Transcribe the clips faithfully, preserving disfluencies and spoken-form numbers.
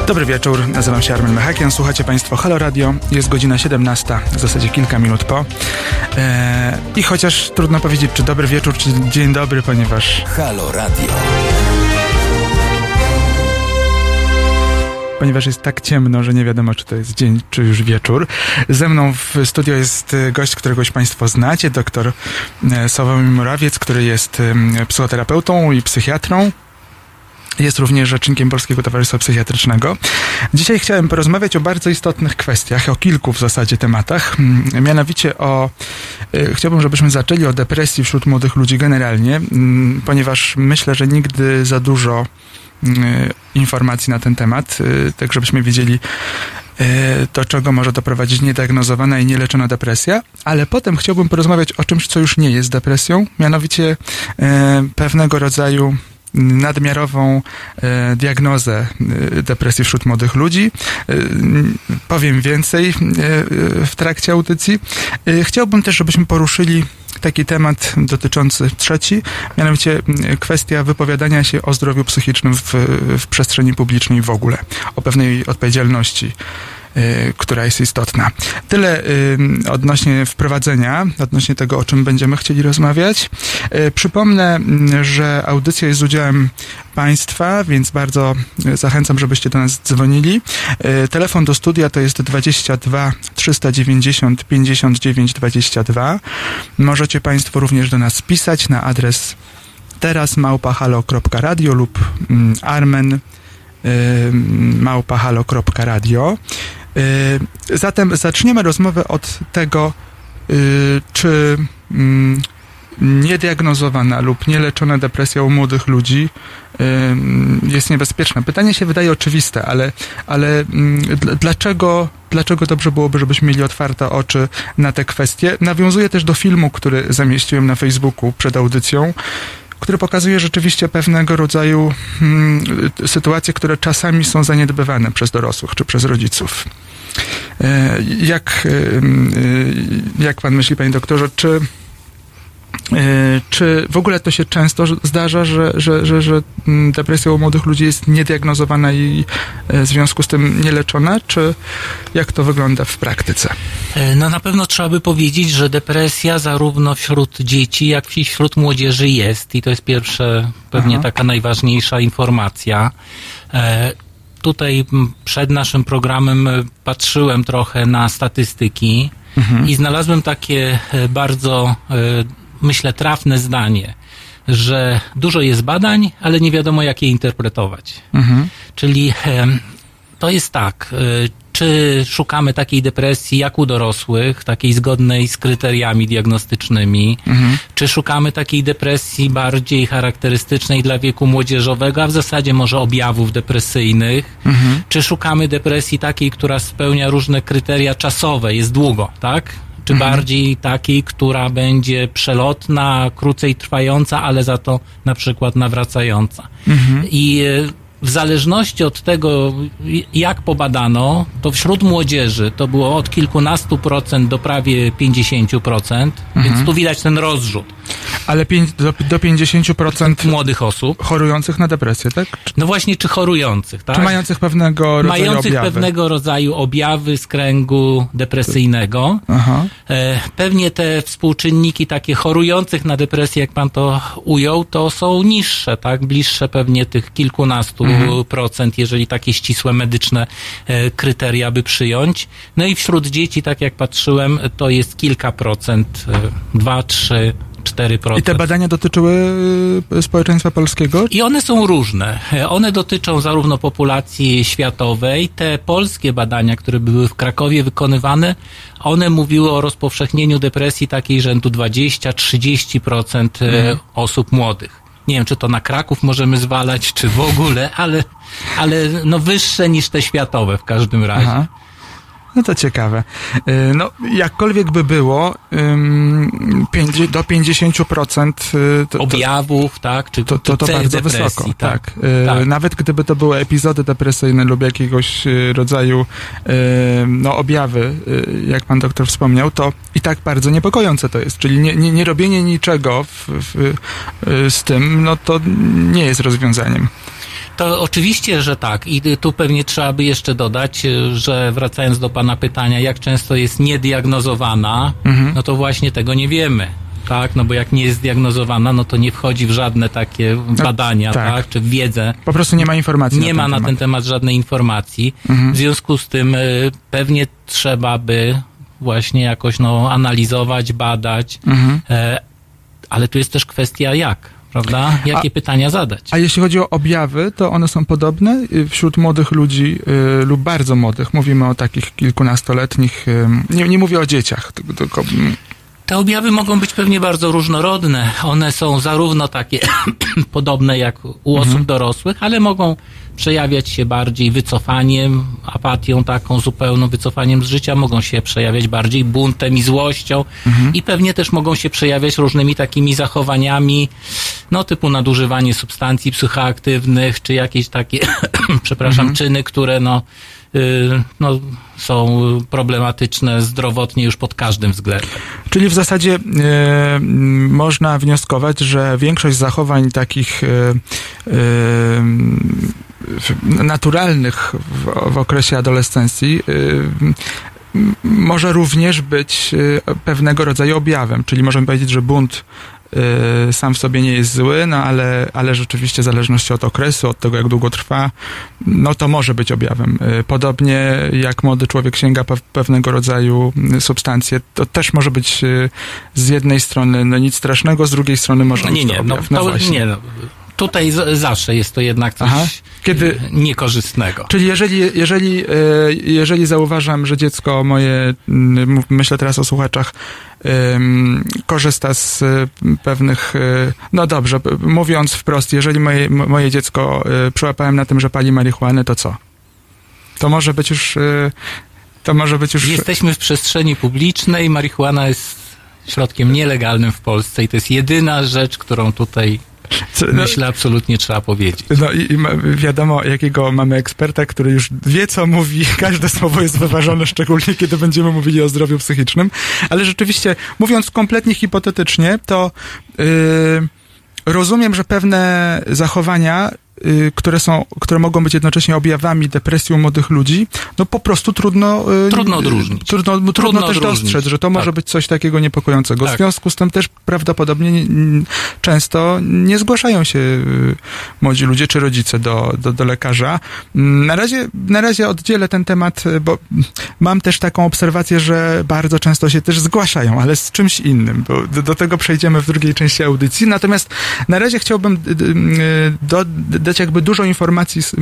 Dobry wieczór, nazywam się Armen Mechakian, słuchacie Państwo Halo Radio, jest godzina siedemnasta, w zasadzie kilka minut po. Eee, I chociaż trudno powiedzieć, czy dobry wieczór, czy dzień dobry, ponieważ... Halo Radio. Ponieważ jest tak ciemno, że nie wiadomo, czy to jest dzień, czy już wieczór. Ze mną w studio jest gość, któregoś Państwo znacie, doktor Sławomir Morawiec, który jest psychoterapeutą i psychiatrą. Jest również rzecznikiem Polskiego Towarzystwa Psychiatrycznego. Dzisiaj chciałem porozmawiać o bardzo istotnych kwestiach, o kilku w zasadzie tematach. Mianowicie o... Chciałbym, żebyśmy zaczęli o depresji wśród młodych ludzi generalnie, ponieważ myślę, że nigdy za dużo informacji na ten temat, tak żebyśmy wiedzieli, do czego może doprowadzić niediagnozowana i nieleczona depresja, ale potem chciałbym porozmawiać o czymś, co już nie jest depresją, mianowicie pewnego rodzaju nadmiarową e, diagnozę e, depresji wśród młodych ludzi. E, powiem więcej e, w trakcie audycji. E, chciałbym też, żebyśmy poruszyli taki temat dotyczący trzeci, mianowicie kwestia wypowiadania się o zdrowiu psychicznym w, w przestrzeni publicznej w ogóle, o pewnej odpowiedzialności, Y, która jest istotna. Tyle y, odnośnie wprowadzenia, odnośnie tego, o czym będziemy chcieli rozmawiać. Y, przypomnę, y, że audycja jest z udziałem Państwa, więc bardzo zachęcam, żebyście do nas dzwonili. Y, telefon do studia to jest dwadzieścia dwa trzysta dziewięćdziesiąt pięćdziesiąt dziewięć dwadzieścia dwa. Możecie Państwo również do nas pisać na adres teraz małpa halo kropka radio lub y, armen małpa halo kropka radio. Zatem zaczniemy rozmowę od tego, czy niediagnozowana lub nieleczona depresja u młodych ludzi jest niebezpieczna. Pytanie się wydaje oczywiste, ale, ale dlaczego, dlaczego dobrze byłoby, żebyśmy mieli otwarte oczy na te kwestie? Nawiązuję też do filmu, który zamieściłem na Facebooku przed audycją, który pokazuje rzeczywiście pewnego rodzaju hmm, sytuacje, które czasami są zaniedbywane przez dorosłych czy przez rodziców. E, jak, e, jak pan myśli, panie doktorze, czy, e, czy w ogóle to się często zdarza, że, że, że, że depresja u młodych ludzi jest niediagnozowana i w związku z tym nieleczona, czy jak to wygląda w praktyce? No na pewno trzeba by powiedzieć, że depresja zarówno wśród dzieci, jak i wśród młodzieży jest i to jest pierwsza, pewnie Aha. taka najważniejsza informacja. E, tutaj przed naszym programem patrzyłem trochę na statystyki mhm. i znalazłem takie bardzo, e, myślę, trafne zdanie, że dużo jest badań, ale nie wiadomo, jak je interpretować. Mhm. Czyli e, to jest tak, e, czy szukamy takiej depresji jak u dorosłych, takiej zgodnej z kryteriami diagnostycznymi, mhm. czy szukamy takiej depresji bardziej charakterystycznej dla wieku młodzieżowego, a w zasadzie może objawów depresyjnych, mhm. czy szukamy depresji takiej, która spełnia różne kryteria czasowe, jest długo, tak? Czy mhm. bardziej takiej, która będzie przelotna, krócej trwająca, ale za to na przykład nawracająca. Mhm. I w zależności od tego, jak pobadano, to wśród młodzieży to było od kilkunastu procent do prawie pięćdziesięciu procent, mhm. więc tu widać ten rozrzut. Ale pięć, do, do pięćdziesięciu procent młodych osób chorujących na depresję, tak? No właśnie, czy chorujących, tak? Czy mających pewnego rodzaju Mających objawy? pewnego rodzaju objawy z kręgu depresyjnego. Aha. Pewnie te współczynniki takie chorujących na depresję, jak pan to ujął, to są niższe, tak? Bliższe pewnie tych kilkunastu mhm. procent, jeżeli takie ścisłe medyczne kryteria by przyjąć. No i wśród dzieci, tak jak patrzyłem, to jest kilka procent, dwa, trzy, cztery procent. I te badania dotyczyły społeczeństwa polskiego? I one są różne. One dotyczą zarówno populacji światowej. Te polskie badania, które były w Krakowie wykonywane, one mówiły o rozpowszechnieniu depresji takiej rzędu dwadzieścia do trzydziestu procent hmm. osób młodych. Nie wiem, czy to na Kraków możemy zwalać, czy w ogóle, ale, ale no wyższe niż te światowe w każdym razie. Aha. No to ciekawe. No, jakkolwiek by było, do pięćdziesięciu procent to, objawów, to, tak? Czy to, to, to bardzo depresji, wysoko. Tak. Tak. tak. Nawet gdyby to były epizody depresyjne lub jakiegoś rodzaju no, objawy, jak pan doktor wspomniał, to i tak bardzo niepokojące to jest. Czyli nie, nie, nie robienie niczego w, w, z tym, no to nie jest rozwiązaniem. To oczywiście, że tak. I tu pewnie trzeba by jeszcze dodać, że wracając do pana pytania, jak często jest niediagnozowana, mhm. no to właśnie tego nie wiemy. Tak, no bo jak nie jest zdiagnozowana, no to nie wchodzi w żadne takie badania, no, tak. tak, czy w wiedzę. Po prostu nie ma informacji. Nie na ma na temat. ten temat żadnej informacji. Mhm. W związku z tym y, pewnie trzeba by właśnie jakoś no, analizować, badać, mhm. e, ale tu jest też kwestia jak, prawda? Jakie a, pytania zadać? A jeśli chodzi o objawy, to one są podobne wśród młodych ludzi y, lub bardzo młodych. Mówimy o takich kilkunastoletnich, y, nie, nie mówię o dzieciach, tylko... tylko Te objawy mogą być pewnie bardzo różnorodne. One są zarówno takie podobne jak u osób mhm. dorosłych, ale mogą przejawiać się bardziej wycofaniem, apatią taką zupełną, wycofaniem z życia. Mogą się przejawiać bardziej buntem i złością mhm. i pewnie też mogą się przejawiać różnymi takimi zachowaniami, no typu nadużywanie substancji psychoaktywnych, czy jakieś takie, przepraszam, mhm. czyny, które no no, są problematyczne zdrowotnie już pod każdym względem. Czyli w zasadzie e, można wnioskować, że większość zachowań takich e, e, naturalnych w, w okresie adolescencji e, może również być pewnego rodzaju objawem. Czyli możemy powiedzieć, że bunt Yy, sam w sobie nie jest zły, no ale, ale rzeczywiście w zależności od okresu, od tego jak długo trwa, no to może być objawem. Yy, podobnie jak młody człowiek sięga pe- pewnego rodzaju substancje, to też może być yy, z jednej strony no nic strasznego, z drugiej strony może no, być nie, to nie, objaw. No, no to, właśnie. Nie, no. Tutaj z, zawsze jest to jednak coś Aha. Kiedy, niekorzystnego. Czyli jeżeli, jeżeli, jeżeli zauważam, że dziecko moje, myślę teraz o słuchaczach, korzysta z pewnych, no dobrze, mówiąc wprost, jeżeli moje, moje dziecko przyłapałem na tym, że pali marihuanę, to co? To może być już, to może być już... Jesteśmy w przestrzeni publicznej, marihuana jest środkiem nielegalnym w Polsce i to jest jedyna rzecz, którą tutaj myślę, absolutnie trzeba powiedzieć. No i, i ma, wiadomo, jakiego mamy eksperta, który już wie, co mówi. Każde słowo jest wyważone, szczególnie kiedy będziemy mówili o zdrowiu psychicznym. Ale rzeczywiście, mówiąc kompletnie hipotetycznie, to yy, rozumiem, że pewne zachowania, yy, które są, które mogą być jednocześnie objawami depresji u młodych ludzi, no po prostu trudno... Yy, trudno odróżnić. Trudno, trudno, trudno też odróżnić. dostrzec, że to tak. może być coś takiego niepokojącego. Tak. W związku z tym też prawdopodobnie nie, często nie zgłaszają się yy, młodzi ludzie czy rodzice do, do, do lekarza. Na razie, na razie oddzielę ten temat, bo mam też taką obserwację, że bardzo często się też zgłaszają, ale z czymś innym, bo do, do tego przejdziemy w drugiej części audycji. Natomiast na razie chciałbym yy, do, dać jakby dużo informacji s,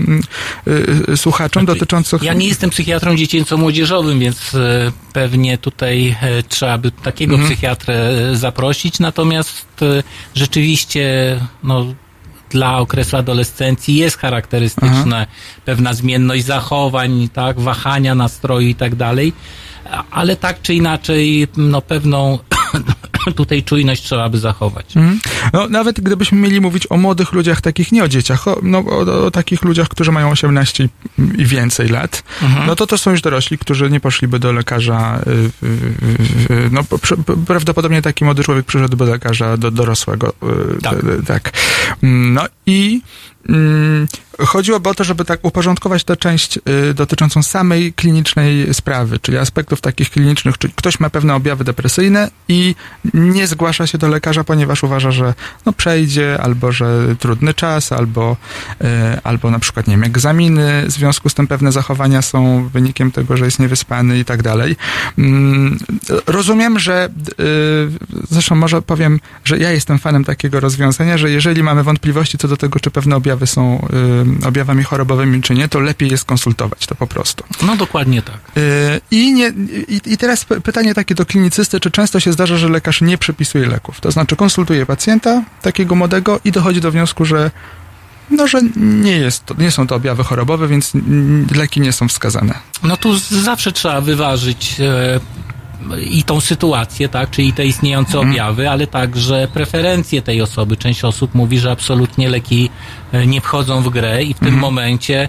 y, słuchaczom znaczy, dotyczących... Ja nie jestem psychiatrą dziecięco-młodzieżowym, więc y, pewnie tutaj y, trzeba by takiego mhm. psychiatrę zaprosić, natomiast y, rzeczywiście no, dla okresu adolescencji jest charakterystyczna Aha. pewna zmienność zachowań, tak, wahania nastroju i tak dalej, ale tak czy inaczej no, pewną tutaj czujność trzeba by zachować. Mhm. No, nawet gdybyśmy mieli mówić o młodych ludziach, takich nie o dzieciach, o, no, o, o takich ludziach, którzy mają osiemnaście i więcej lat, mhm. no to to są już dorośli, którzy nie poszliby do lekarza. Yy, yy, no, pr- prawdopodobnie taki młody człowiek przyszedłby do lekarza do dorosłego. Yy, tak. Yy, tak. No i yy, chodziłoby o to, żeby tak uporządkować tę część y, dotyczącą samej klinicznej sprawy, czyli aspektów takich klinicznych, czyli ktoś ma pewne objawy depresyjne i nie zgłasza się do lekarza, ponieważ uważa, że no przejdzie, albo że trudny czas, albo, y, albo na przykład, nie wiem, egzaminy, w związku z tym pewne zachowania są wynikiem tego, że jest niewyspany i tak dalej. Mm, rozumiem, że y, zresztą może powiem, że ja jestem fanem takiego rozwiązania, że jeżeli mamy wątpliwości co do tego, czy pewne objawy są y, objawami chorobowymi, czy nie, to lepiej jest konsultować to po prostu. No dokładnie tak. Yy, I, nie, i, I teraz pytanie takie do klinicysty, czy często się zdarza, że lekarz nie przepisuje leków? To znaczy konsultuje pacjenta, takiego młodego i dochodzi do wniosku, że no, że nie jest to, nie są to objawy chorobowe, więc leki nie są wskazane. No tu zawsze trzeba wyważyć e, i tą sytuację, tak, czyli te istniejące hmm. objawy, ale także preferencje tej osoby. Część osób mówi, że absolutnie leki nie wchodzą w grę i w tym hmm. momencie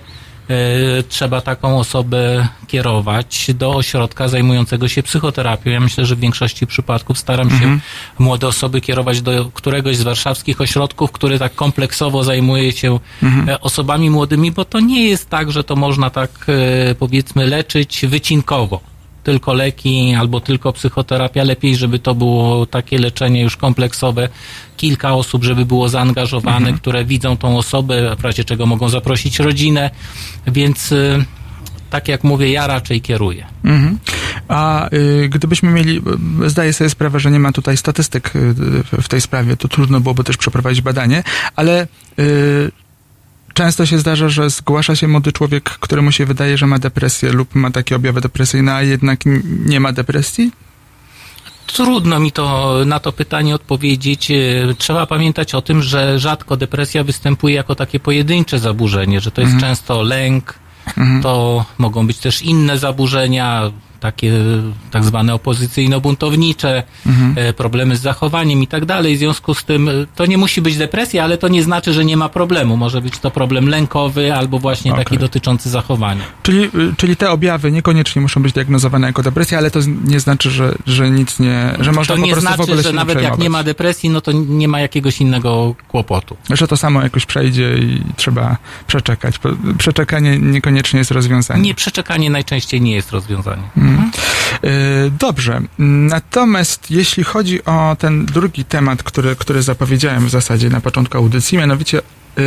trzeba taką osobę kierować do ośrodka zajmującego się psychoterapią. Ja myślę, że w większości przypadków staram się mhm. młode osoby kierować do któregoś z warszawskich ośrodków, który tak kompleksowo zajmuje się mhm. osobami młodymi, bo to nie jest tak, że to można tak powiedzmy leczyć wycinkowo. Tylko leki albo tylko psychoterapia. Lepiej, żeby to było takie leczenie już kompleksowe. Kilka osób, żeby było zaangażowane, mhm. które widzą tą osobę, w razie czego mogą zaprosić rodzinę. Więc tak jak mówię, ja raczej kieruję. Mhm. A y, gdybyśmy mieli, zdaję sobie sprawę, że nie ma tutaj statystyk y, w tej sprawie, to trudno byłoby też przeprowadzić badanie, ale y, często się zdarza, że zgłasza się młody człowiek, któremu się wydaje, że ma depresję lub ma takie objawy depresyjne, a jednak nie ma depresji? Trudno mi to na to pytanie odpowiedzieć. Trzeba pamiętać o tym, że rzadko depresja występuje jako takie pojedyncze zaburzenie, że to jest mhm. często lęk, mhm. to mogą być też inne zaburzenia, takie tak zwane opozycyjno-buntownicze, mhm. problemy z zachowaniem i tak dalej. W związku z tym to nie musi być depresja, ale to nie znaczy, że nie ma problemu. Może być to problem lękowy albo właśnie okay. taki dotyczący zachowania. Czyli, czyli te objawy niekoniecznie muszą być diagnozowane jako depresja, ale to nie znaczy, że, że nic nie, że można to po prostu znaczy, w ogóle się że nie nawet przejmować. Jak nie ma depresji, no to nie ma jakiegoś innego kłopotu. Że to samo jakoś przejdzie i trzeba przeczekać. Przeczekanie niekoniecznie jest rozwiązaniem. Nie, przeczekanie najczęściej nie jest rozwiązaniem. Mhm. Dobrze. Natomiast jeśli chodzi o ten drugi temat, który, który zapowiedziałem w zasadzie na początku audycji, mianowicie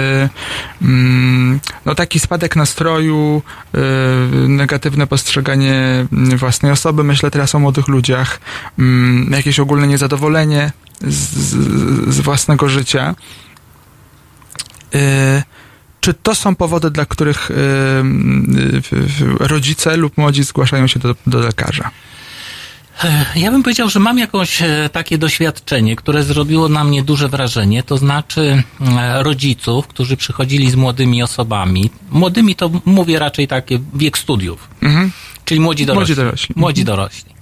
no taki spadek nastroju, negatywne postrzeganie własnej osoby, myślę teraz o młodych ludziach, jakieś ogólne niezadowolenie z, z, z własnego życia. Czy to są powody, dla których y, y, y, rodzice lub młodzi zgłaszają się do, do lekarza? Ja bym powiedział, że mam jakieś takie doświadczenie, które zrobiło na mnie duże wrażenie, to znaczy rodziców, którzy przychodzili z młodymi osobami. Młodymi to mówię raczej takie wiek studiów, mhm. czyli młodzi dorośli. Młodzi dorośli. Młodzi dorośli.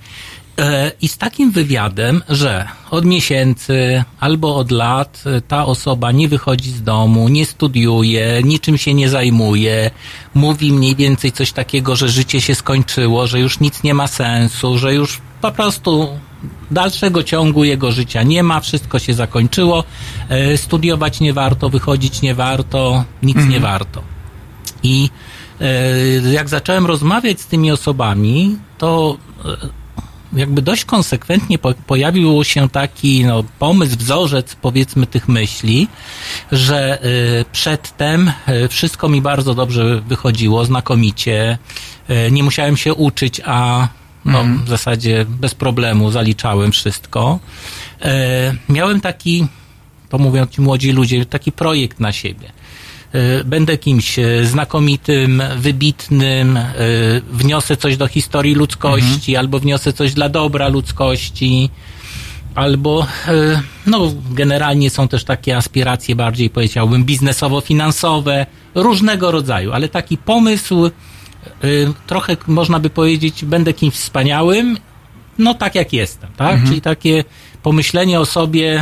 I z takim wywiadem, że od miesięcy albo od lat ta osoba nie wychodzi z domu, nie studiuje, niczym się nie zajmuje, mówi mniej więcej coś takiego, że życie się skończyło, że już nic nie ma sensu, że już po prostu dalszego ciągu jego życia nie ma, wszystko się zakończyło, studiować nie warto, wychodzić nie warto, nic mhm. nie warto. I jak zacząłem rozmawiać z tymi osobami, to jakby dość konsekwentnie po, pojawił się taki no, pomysł, wzorzec powiedzmy tych myśli, że y, przedtem y, wszystko mi bardzo dobrze wychodziło, znakomicie, y, nie musiałem się uczyć, a no, mm. w zasadzie bez problemu zaliczałem wszystko. Y, miałem taki, to mówią ci młodzi ludzie, taki projekt na siebie. Będę kimś znakomitym, wybitnym, wniosę coś do historii ludzkości, mhm. albo wniosę coś dla dobra ludzkości, albo no generalnie są też takie aspiracje bardziej, powiedziałbym, biznesowo-finansowe, różnego rodzaju, ale taki pomysł, trochę można by powiedzieć, będę kimś wspaniałym, no tak jak jestem, tak? Mhm. Czyli takie pomyślenie o sobie,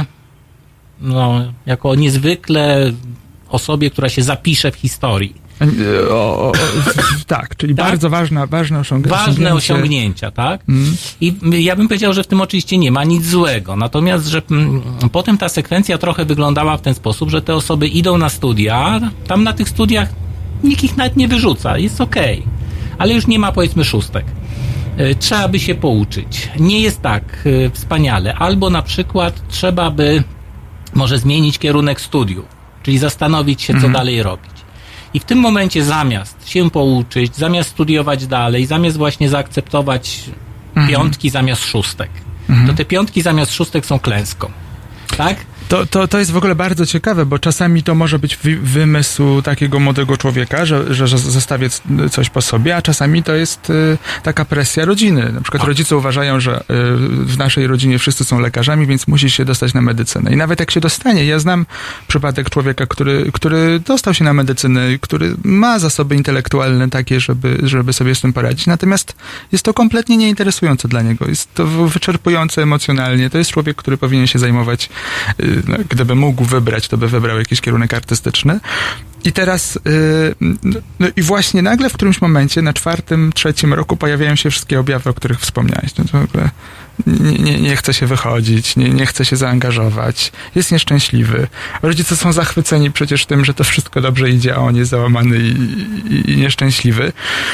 no, jako niezwykle osobie, która się zapisze w historii. O, o, o, tak, czyli tak? bardzo ważna, ważne osiągnięcia. Ważne osiągnięcia, tak? Mm. I ja bym powiedział, że w tym oczywiście nie ma nic złego. Natomiast, że m, potem ta sekwencja trochę wyglądała w ten sposób, że te osoby idą na studia, tam na tych studiach nikt ich nawet nie wyrzuca, jest okej. Okay. Ale już nie ma, powiedzmy, szóstek. Trzeba by się pouczyć. Nie jest tak y, wspaniale. Albo na przykład trzeba by może zmienić kierunek studiów. Czyli zastanowić się, co mhm. dalej robić. I w tym momencie zamiast się pouczyć, zamiast studiować dalej, zamiast właśnie zaakceptować mhm. piątki zamiast szóstek, mhm. to te piątki zamiast szóstek są klęską. Tak? To, to, to jest w ogóle bardzo ciekawe, bo czasami to może być wy, wymysł takiego młodego człowieka, że, że, że zostawię coś po sobie, a czasami to jest y, taka presja rodziny. Na przykład a. rodzice uważają, że y, w naszej rodzinie wszyscy są lekarzami, więc musi się dostać na medycynę. I nawet jak się dostanie, ja znam przypadek człowieka, który, który dostał się na medycynę, który ma zasoby intelektualne takie, żeby, żeby sobie z tym poradzić. Natomiast jest to kompletnie nieinteresujące dla niego. Jest to wyczerpujące emocjonalnie. To jest człowiek, który powinien się zajmować y, no, gdyby mógł wybrać, to by wybrał jakiś kierunek artystyczny. I teraz yy, no i właśnie nagle w którymś momencie na czwartym, trzecim roku pojawiają się wszystkie objawy, o których wspomniałeś. No to w ogóle nie, nie, nie chce się wychodzić, nie, nie chce się zaangażować, jest nieszczęśliwy. Rodzice są zachwyceni przecież tym, że to wszystko dobrze idzie, a on jest załamany i, i, i nieszczęśliwy.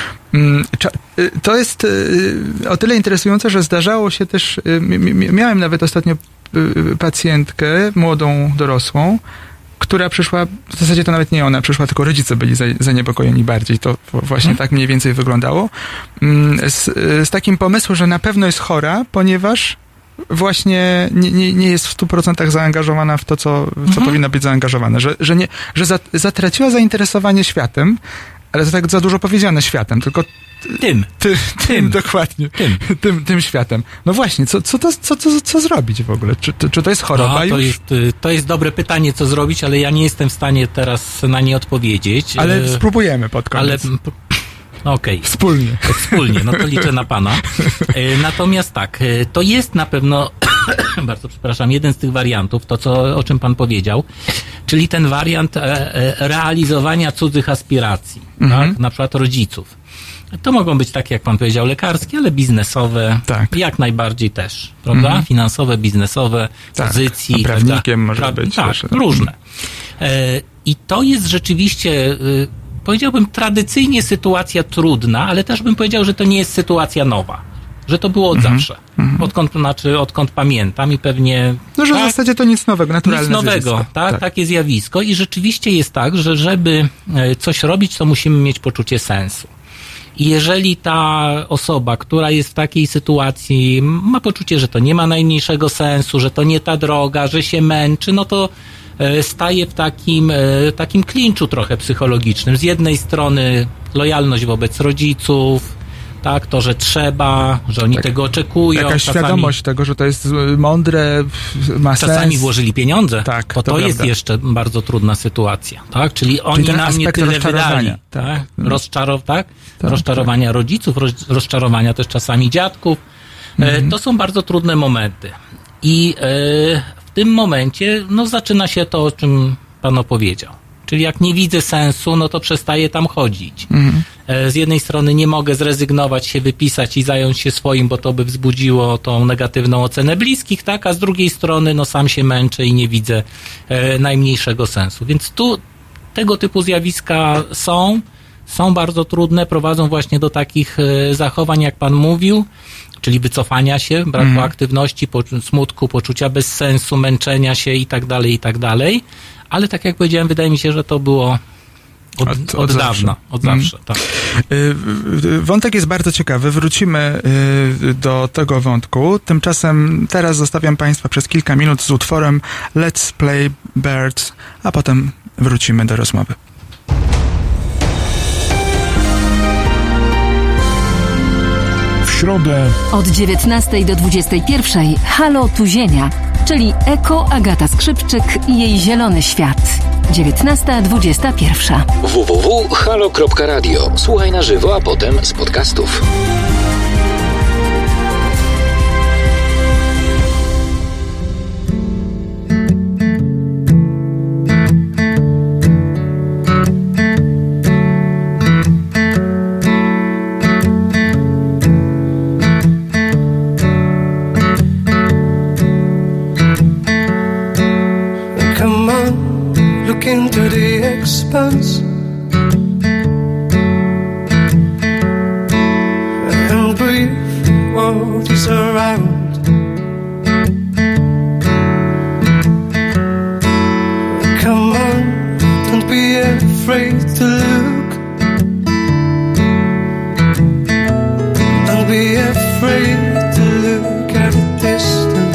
To jest o tyle interesujące, że zdarzało się też, miałem nawet ostatnio pacjentkę, młodą, dorosłą, która przyszła, w zasadzie to nawet nie ona przyszła, tylko rodzice byli zaniepokojeni bardziej. To właśnie hmm. tak mniej więcej wyglądało. Z, z takim pomysłem, że na pewno jest chora, ponieważ właśnie nie, nie, nie jest w stu procentach zaangażowana w to, co, co hmm. powinna być zaangażowana. Że, że, nie, że za, zatraciła zainteresowanie światem, ale to tak za dużo powiedziane światem, tylko Tym. Ty, tym, tym, dokładnie. Tym. Tym, tym światem. No właśnie, co, co, to, co, co, co zrobić w ogóle? Czy, czy to jest choroba no, to już? Jest, to jest dobre pytanie, co zrobić, ale ja nie jestem w stanie teraz na nie odpowiedzieć. Ale e... spróbujemy pod koniec. Ale... No okej. Okay. Wspólnie. Wspólnie, no to liczę na pana. E, natomiast tak, e, to jest na pewno, bardzo przepraszam, jeden z tych wariantów, to co, o czym pan powiedział, czyli ten wariant e, e, realizowania cudzych aspiracji, mhm. tak? Na przykład rodziców. To mogą być takie, jak pan powiedział, lekarskie, ale biznesowe, tak. Jak najbardziej też, prawda? Mhm. Finansowe, biznesowe, tak. Pozycji. A prawnikiem może pra- być. Tak, też. Różne. E, I to jest rzeczywiście, e, powiedziałbym, tradycyjnie sytuacja trudna, ale też bym powiedział, że to nie jest sytuacja nowa. Że to było od mhm. zawsze. Mhm. Odkąd, znaczy, odkąd pamiętam i pewnie... No, że tak, w zasadzie to nic nowego, naturalne Nic nowego, tak, tak, takie zjawisko. I rzeczywiście jest tak, że żeby coś robić, to musimy mieć poczucie sensu. I jeżeli ta osoba, która jest w takiej sytuacji, ma poczucie, że to nie ma najmniejszego sensu, że to nie ta droga, że się męczy, no to staje w takim, takim klinczu trochę psychologicznym. Z jednej strony lojalność wobec rodziców, tak, to, że trzeba, że oni tak, tego oczekują. Jakaś czasami, świadomość tego, że to jest mądre, ma sens. Czasami włożyli pieniądze, tak, bo to, to jest jeszcze bardzo trudna sytuacja, tak? Czyli oni Czyli nam nie tyle wydali, tak? tak? Rozczarow, tak? tak? Rozczarowania tak. rodziców, roz, rozczarowania też czasami dziadków. Mhm. E, to są bardzo trudne momenty. I e, w tym momencie, no, zaczyna się to, o czym pan opowiedział. Czyli jak nie widzę sensu, no to przestaję tam chodzić. Mhm. Z jednej strony nie mogę zrezygnować, się wypisać i zająć się swoim, bo to by wzbudziło tą negatywną ocenę bliskich, tak? A z drugiej strony, no sam się męczę i nie widzę e, najmniejszego sensu. Więc tu tego typu zjawiska są, są bardzo trudne, prowadzą właśnie do takich e, zachowań, jak pan mówił, czyli wycofania się, braku mhm. aktywności, po, smutku, poczucia bezsensu, męczenia się i tak dalej, i tak dalej. Ale tak jak powiedziałem, wydaje mi się, że to było od, od, od, od dawna, od mm. zawsze. Tak. Wątek jest bardzo ciekawy. Wrócimy do tego wątku. Tymczasem teraz zostawiam Państwa przez kilka minut z utworem Let's Play Birds, a potem wrócimy do rozmowy. W środę od dziewiętnastej do dwudziestej pierwszej Halo tu Ziemia, czyli Eko, Agata Skrzypczyk i jej zielony świat. dziewiętnasta dwudziesta pierwsza. w w w kropka halo kropka radio. Słuchaj na żywo, a potem z podcastów. Into the expanse and breathe what is around. Come on, don't be afraid to look. Don't be afraid to look at a distance.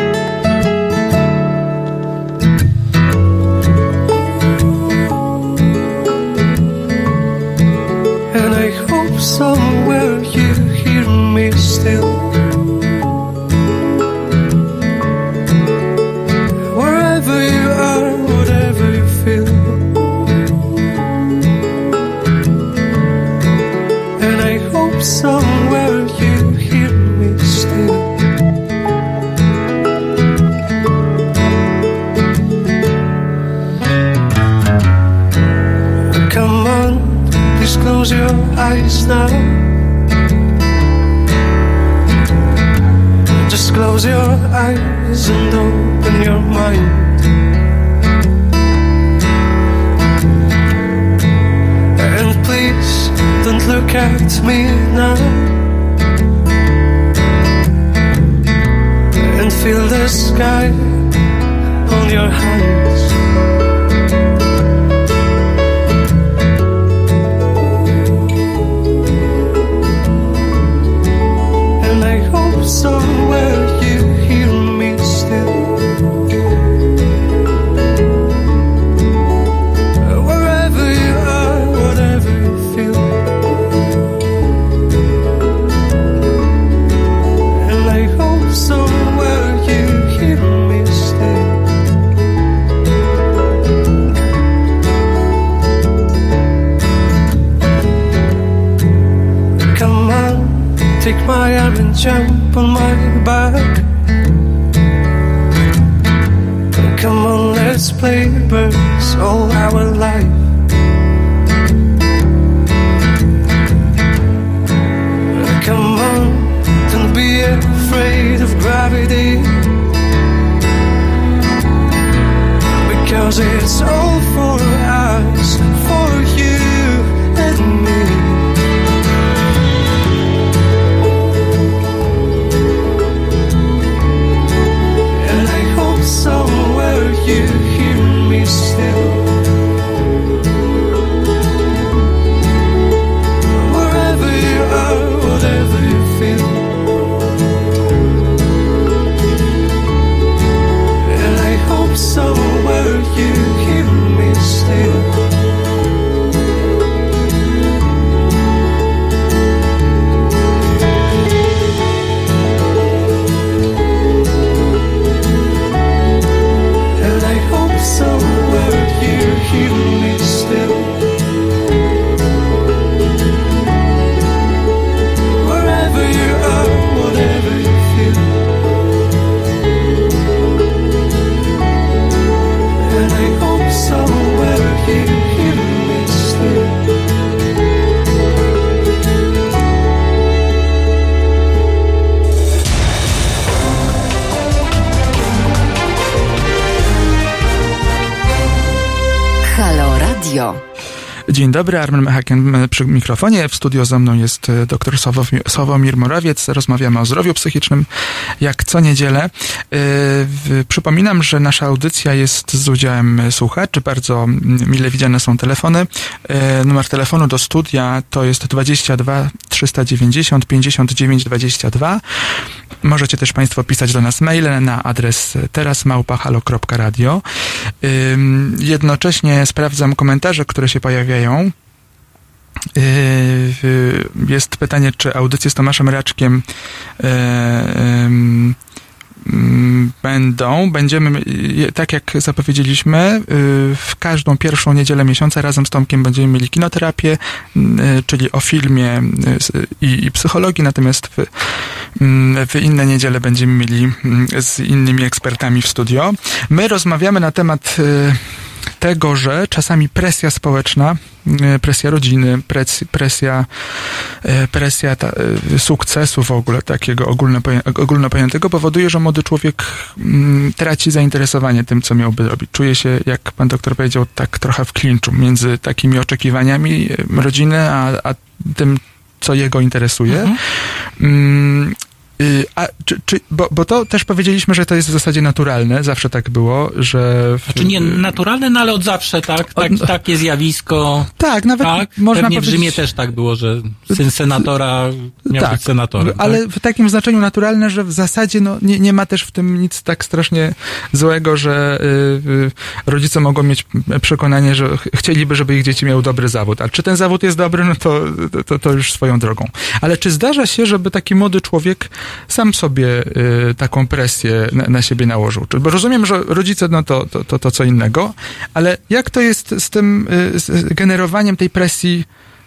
Somewhere you hear me still. Wherever you are, whatever you feel. And I hope somewhere you hear me still. Please close your eyes now. Just close your eyes and open your mind. And please don't look at me now. And feel the sky on your hands. And I hope somewhere you hear me still. Wherever you are, whatever you feel. And I hope somewhere you hear me still. Come on, take my arm and jump on my back. Come on, let's play birds all our life. Come on, don't be afraid of gravity, because it's all for us, for you and me. Somewhere you hear me still. Wherever you are, whatever you feel. And I hope somewhere you hear me still. Somewhere you hear me still. Wherever you are, whatever you feel. And I hope somewhere you hear me still. Halo Radio. Dzień dobry, Armen Mechaken przy mikrofonie. W studio ze mną jest dr Sławomir Morawiec. Rozmawiamy o zdrowiu psychicznym, jak co niedzielę. Yy, przypominam, że nasza audycja jest z udziałem słuchaczy. Bardzo mile widziane są telefony. Yy, numer telefonu do studia to jest dwadzieścia dwa trzysta dziewięćdziesiąt pięćdziesiąt dziewięć dwadzieścia dwa. Możecie też Państwo pisać do nas maile na adres teraz małpa halo kropka radio. Yy, jednocześnie sprawdzam komentarze, które się pojawiają. Jest pytanie, czy audycje z Tomaszem Raczkiem będą. Będziemy, tak jak zapowiedzieliśmy, w każdą pierwszą niedzielę miesiąca razem z Tomkiem będziemy mieli kinoterapię, czyli o filmie i, i psychologii, natomiast w, w inne niedziele będziemy mieli z innymi ekspertami w studio. My rozmawiamy na temat tego, że czasami presja społeczna, presja rodziny, presja, presja ta, sukcesu w ogóle takiego ogólnopojętego powoduje, że młody człowiek traci zainteresowanie tym, co miałby robić. Czuje się, jak pan doktor powiedział, tak trochę w klinczu między takimi oczekiwaniami rodziny, a, a tym, co jego interesuje. Mhm. Mm, A, czy, czy, bo, bo to też powiedzieliśmy, że to jest w zasadzie naturalne, zawsze tak było, że... W... Znaczy nie naturalne, no ale od zawsze tak, tak od... takie zjawisko. Tak, nawet tak? można Pewnie powiedzieć... w Rzymie też tak było, że syn senatora miał tak, być senatorem. Ale tak? w takim znaczeniu naturalne, że w zasadzie no, nie, nie ma też w tym nic tak strasznie złego, że y, y, rodzice mogą mieć przekonanie, że ch- chcieliby, żeby ich dzieci miały dobry zawód. A czy ten zawód jest dobry, no to, to, to już swoją drogą. Ale czy zdarza się, żeby taki młody człowiek sam sobie y, taką presję na, na siebie nałożył? Bo rozumiem, że rodzice, no to, to, to, to co innego, ale jak to jest z tym y, z generowaniem tej presji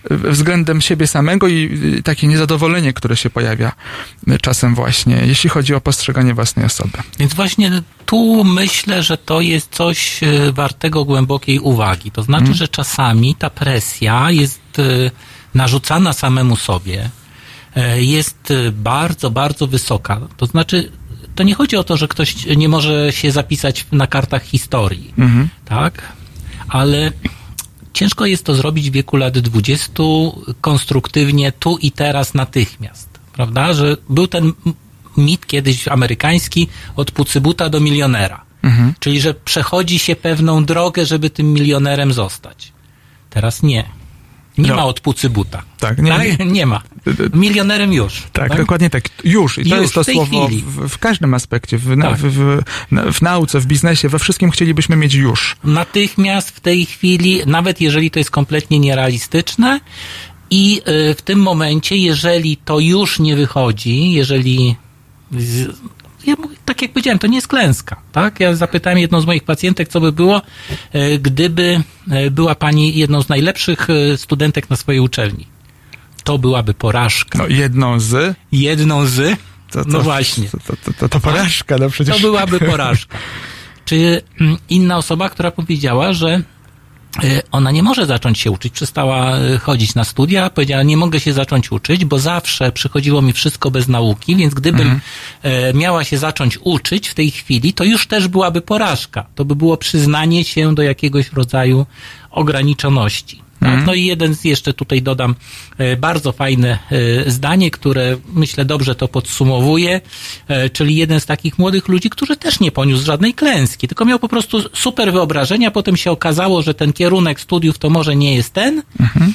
względem siebie samego i takie niezadowolenie, które się pojawia czasem właśnie, jeśli chodzi o postrzeganie własnej osoby. Więc właśnie tu myślę, że to jest coś wartego głębokiej uwagi. To znaczy, hmm. że czasami ta presja jest narzucana samemu sobie, jest bardzo, bardzo wysoka. To znaczy, to nie chodzi o to, że ktoś nie może się zapisać na kartach historii, mhm. tak? Ale ciężko jest to zrobić w wieku lat dwudziestu konstruktywnie, tu i teraz, natychmiast, prawda? Że był ten mit kiedyś amerykański od pucybuta do milionera. Mhm. Czyli, że przechodzi się pewną drogę, żeby tym milionerem zostać. Teraz nie. Nie no. ma od pucybuta. Tak, nie, tak? nie ma. Milionerem już. Tak, tak, dokładnie tak. Już. I to już, jest to słowo w, w każdym aspekcie. W, tak. w, w, w nauce, w biznesie, we wszystkim chcielibyśmy mieć już. Natychmiast w tej chwili, nawet jeżeli to jest kompletnie nierealistyczne i y, w tym momencie, jeżeli to już nie wychodzi, jeżeli... Z, Ja, tak jak powiedziałem, to nie jest klęska, tak? Ja zapytałem jedną z moich pacjentek, co by było, e, gdyby była pani jedną z najlepszych studentek na swojej uczelni. To byłaby porażka. No jedną z? Jedną z? To, to, no właśnie. To, to, to, to porażka, no przecież. To byłaby porażka. Czy inna osoba, która powiedziała, że ona nie może zacząć się uczyć, przestała chodzić na studia, powiedziała, nie mogę się zacząć uczyć, bo zawsze przychodziło mi wszystko bez nauki, więc gdybym mhm. miała się zacząć uczyć w tej chwili, to już też byłaby porażka. To by było przyznanie się do jakiegoś rodzaju ograniczoności. Tak? Mhm. No i jeden z, jeszcze tutaj dodam, bardzo fajne zdanie, które myślę dobrze to podsumowuje, czyli jeden z takich młodych ludzi, który też nie poniósł żadnej klęski, tylko miał po prostu super wyobrażenia, potem się okazało, że ten kierunek studiów to może nie jest ten. Mhm.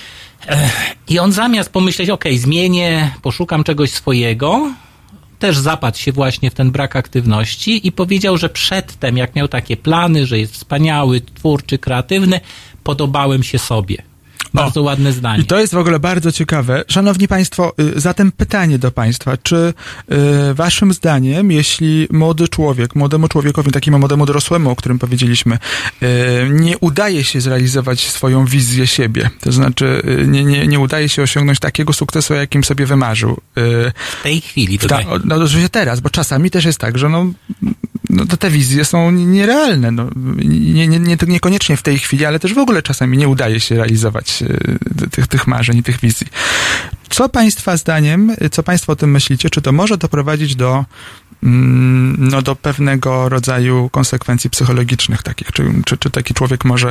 I on zamiast pomyśleć, ok, zmienię, poszukam czegoś swojego, też zapadł się właśnie w ten brak aktywności i powiedział, że przedtem, jak miał takie plany, że jest wspaniały, twórczy, kreatywny, podobałem się sobie. Bardzo o, ładne zdanie. I to jest w ogóle bardzo ciekawe. Szanowni Państwo, zatem pytanie do Państwa. Czy y, Waszym zdaniem, jeśli młody człowiek, młodemu człowiekowi, takiemu młodemu dorosłemu, o którym powiedzieliśmy, y, nie udaje się zrealizować swoją wizję siebie, to znaczy y, nie, nie, nie udaje się osiągnąć takiego sukcesu, jakim sobie wymarzył. Y, w tej chwili. Ta, no oczywiście teraz, bo czasami też jest tak, że no no to te wizje są nierealne. No, nie, nie, nie, niekoniecznie w tej chwili, ale też w ogóle czasami nie udaje się realizować y, tych, tych marzeń i tych wizji. Co Państwa zdaniem, co Państwo o tym myślicie? Czy to może doprowadzić do, mm, no, do pewnego rodzaju konsekwencji psychologicznych takich? Czy, czy, czy taki człowiek może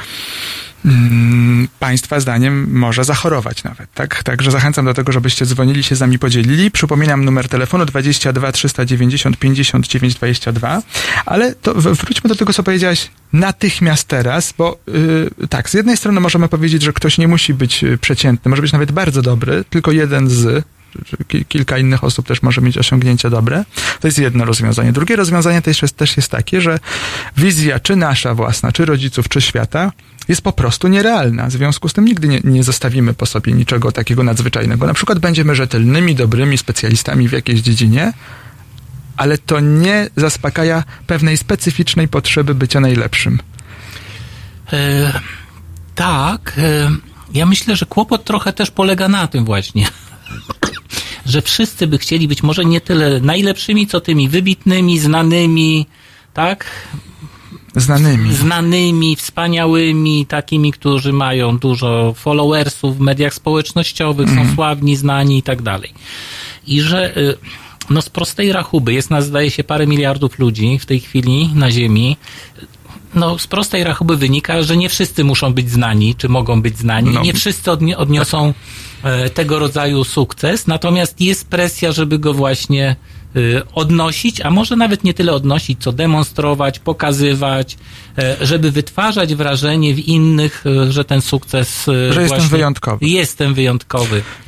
mm, Państwa zdaniem może zachorować nawet, tak? Także zachęcam do tego, żebyście dzwonili, się z nami podzielili. Przypominam numer telefonu dwadzieścia dwa trzysta dziewięćdziesiąt pięćdziesiąt dziewięć dwadzieścia dwa, ale to wróćmy do tego, co powiedziałaś natychmiast teraz, bo yy, tak, z jednej strony możemy powiedzieć, że ktoś nie musi być przeciętny, może być nawet bardzo dobry, tylko jeden z, czy kilka innych osób też może mieć osiągnięcia dobre. To jest jedno rozwiązanie. Drugie rozwiązanie też jest, też jest takie, że wizja czy nasza własna, czy rodziców, czy świata jest po prostu nierealna. W związku z tym nigdy nie, nie zostawimy po sobie niczego takiego nadzwyczajnego. Na przykład będziemy rzetelnymi, dobrymi specjalistami w jakiejś dziedzinie, ale to nie zaspokaja pewnej specyficznej potrzeby bycia najlepszym. E, tak. E, ja myślę, że kłopot trochę też polega na tym właśnie, że wszyscy by chcieli być może nie tyle najlepszymi, co tymi wybitnymi, znanymi, tak? Znanymi. Znanymi, wspaniałymi, takimi, którzy mają dużo followersów w mediach społecznościowych, mm. są sławni, znani i tak dalej. I że no z prostej rachuby jest nas, zdaje się, parę miliardów ludzi w tej chwili na Ziemi. No z prostej rachuby wynika, że nie wszyscy muszą być znani, czy mogą być znani. No. Nie wszyscy odni- odniosą e, tego rodzaju sukces, natomiast jest presja, żeby go właśnie odnosić, a może nawet nie tyle odnosić, co demonstrować, pokazywać, żeby wytwarzać wrażenie w innych, że ten sukces że jestem wyjątkowy. Jestem wyjątkowy.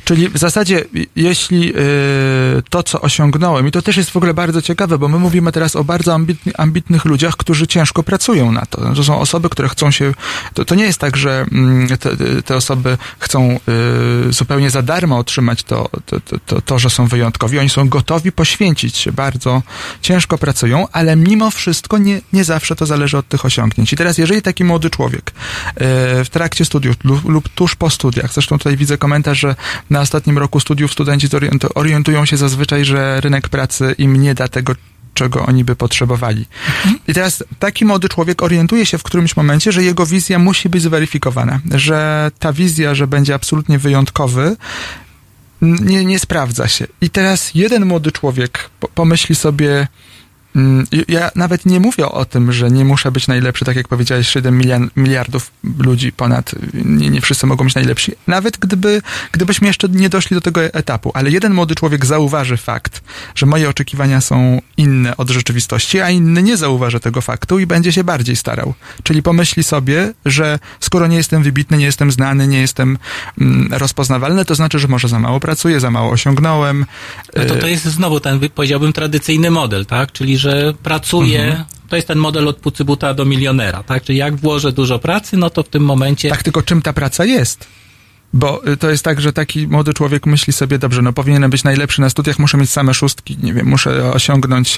Czyli w zasadzie, jeśli yy, to, co osiągnąłem, i to też jest w ogóle bardzo ciekawe, bo my mówimy teraz o bardzo ambitny, ambitnych ludziach, którzy ciężko pracują na to. To są osoby, które chcą się... To, to nie jest tak, że mm, te, te osoby chcą yy, zupełnie za darmo otrzymać to, to, to, to, to, że są wyjątkowi. Oni są gotowi poświęcić się, bardzo ciężko pracują, ale mimo wszystko nie, nie zawsze to zależy od tych osiągnięć. I teraz, jeżeli taki młody człowiek yy, w trakcie studiów lub, lub tuż po studiach, zresztą tutaj widzę komentarz, że na ostatnim roku studiów studenci orientują się zazwyczaj, że rynek pracy im nie da tego, czego oni by potrzebowali. Mhm. I teraz taki młody człowiek orientuje się w którymś momencie, że jego wizja musi być zweryfikowana, że ta wizja, że będzie absolutnie wyjątkowy, nie, nie sprawdza się. I teraz jeden młody człowiek pomyśli sobie, ja nawet nie mówię o tym, że nie muszę być najlepszy, tak jak powiedziałeś, siedem miliardów ludzi ponad, nie, nie wszyscy mogą być najlepsi. Nawet gdyby, gdybyśmy jeszcze nie doszli do tego etapu, ale jeden młody człowiek zauważy fakt, że moje oczekiwania są inne od rzeczywistości, a inny nie zauważy tego faktu i będzie się bardziej starał. Czyli pomyśli sobie, że skoro nie jestem wybitny, nie jestem znany, nie jestem mm, rozpoznawalny, to znaczy, że może za mało pracuję, za mało osiągnąłem. No to to jest znowu ten, powiedziałbym, tradycyjny model, tak? Czyli że pracuję, mhm. to jest ten model od pucybuta do milionera, tak? Czyli jak włożę dużo pracy, no to w tym momencie... Tak, tylko czym ta praca jest? Bo to jest tak, że taki młody człowiek myśli sobie, dobrze, no powinienem być najlepszy na studiach, muszę mieć same szóstki, nie wiem, muszę osiągnąć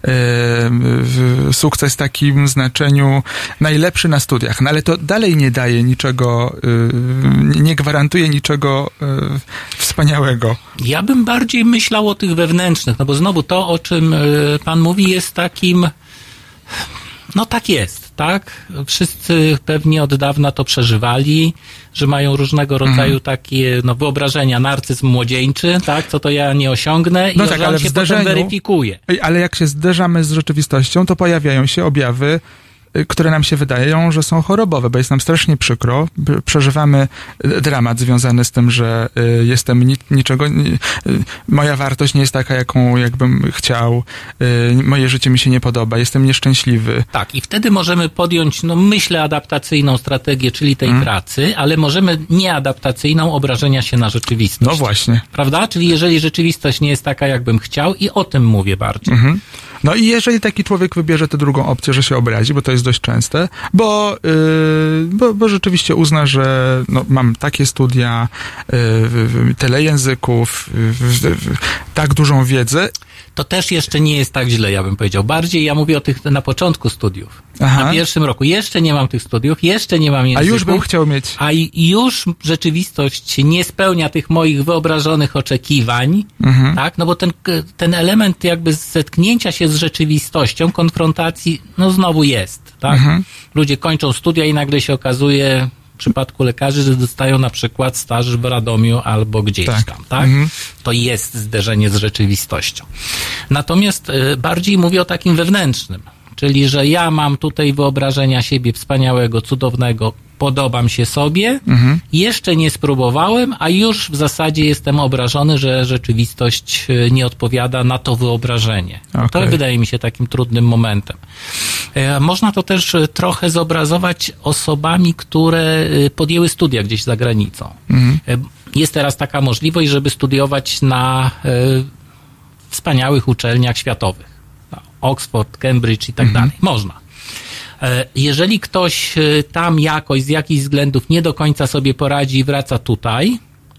yy, sukces w takim znaczeniu najlepszy na studiach, no ale to dalej nie daje niczego, yy, nie gwarantuje niczego yy, wspaniałego. Ja bym bardziej myślał o tych wewnętrznych, no bo znowu to, o czym yy, pan mówi, jest takim... No tak jest, tak? Wszyscy pewnie od dawna to przeżywali, że mają różnego rodzaju mm. takie no, wyobrażenia, narcyzm młodzieńczy, tak? Co to ja nie osiągnę i no tak, on ale się zderzeniu, potem weryfikuje. Ale jak się zderzamy z rzeczywistością, to pojawiają się objawy, które nam się wydają, że są chorobowe, bo jest nam strasznie przykro. Przeżywamy dramat związany z tym, że y, jestem ni- niczego, y, moja wartość nie jest taka, jaką jakbym chciał, y, moje życie mi się nie podoba, jestem nieszczęśliwy. Tak, i wtedy możemy podjąć, no myślę, adaptacyjną strategię, czyli tej hmm. pracy, ale możemy nieadaptacyjną obrażenia się na rzeczywistość. No właśnie. Prawda? Czyli jeżeli rzeczywistość nie jest taka, jakbym chciał, i o tym mówię bardziej. Mhm. No i jeżeli taki człowiek wybierze tę drugą opcję, że się obrazi, bo to jest dość częste, bo, yy, bo, bo rzeczywiście uzna, że no, mam takie studia, yy, tyle języków, yy, yy, tak dużą wiedzę. To też jeszcze nie jest tak źle, ja bym powiedział. Bardziej ja mówię o tych na początku studiów. Aha. Na pierwszym roku. Jeszcze nie mam tych studiów, jeszcze nie mam języków. A już bym chciał mieć. A już rzeczywistość nie spełnia tych moich wyobrażonych oczekiwań, mhm. tak? No bo ten, ten element jakby zetknięcia się z rzeczywistością, konfrontacji, no znowu jest, tak? Mhm. Ludzie kończą studia i nagle się okazuje, w przypadku lekarzy, że dostają na przykład staż w Radomiu albo gdzieś tak. tam, tak? Mhm. To jest zderzenie z rzeczywistością. Natomiast y, bardziej mówię o takim wewnętrznym, czyli, że ja mam tutaj wyobrażenia siebie wspaniałego, cudownego, podobam się sobie, mhm. jeszcze nie spróbowałem, a już w zasadzie jestem obrażony, że rzeczywistość nie odpowiada na to wyobrażenie. Okay. To wydaje mi się takim trudnym momentem. E, można to też trochę zobrazować osobami, które podjęły studia gdzieś za granicą. Mhm. E, jest teraz taka możliwość, żeby studiować na e, wspaniałych uczelniach światowych. Oxford, Cambridge i tak mhm. dalej. Można. Jeżeli ktoś tam jakoś z jakichś względów nie do końca sobie poradzi i wraca tutaj,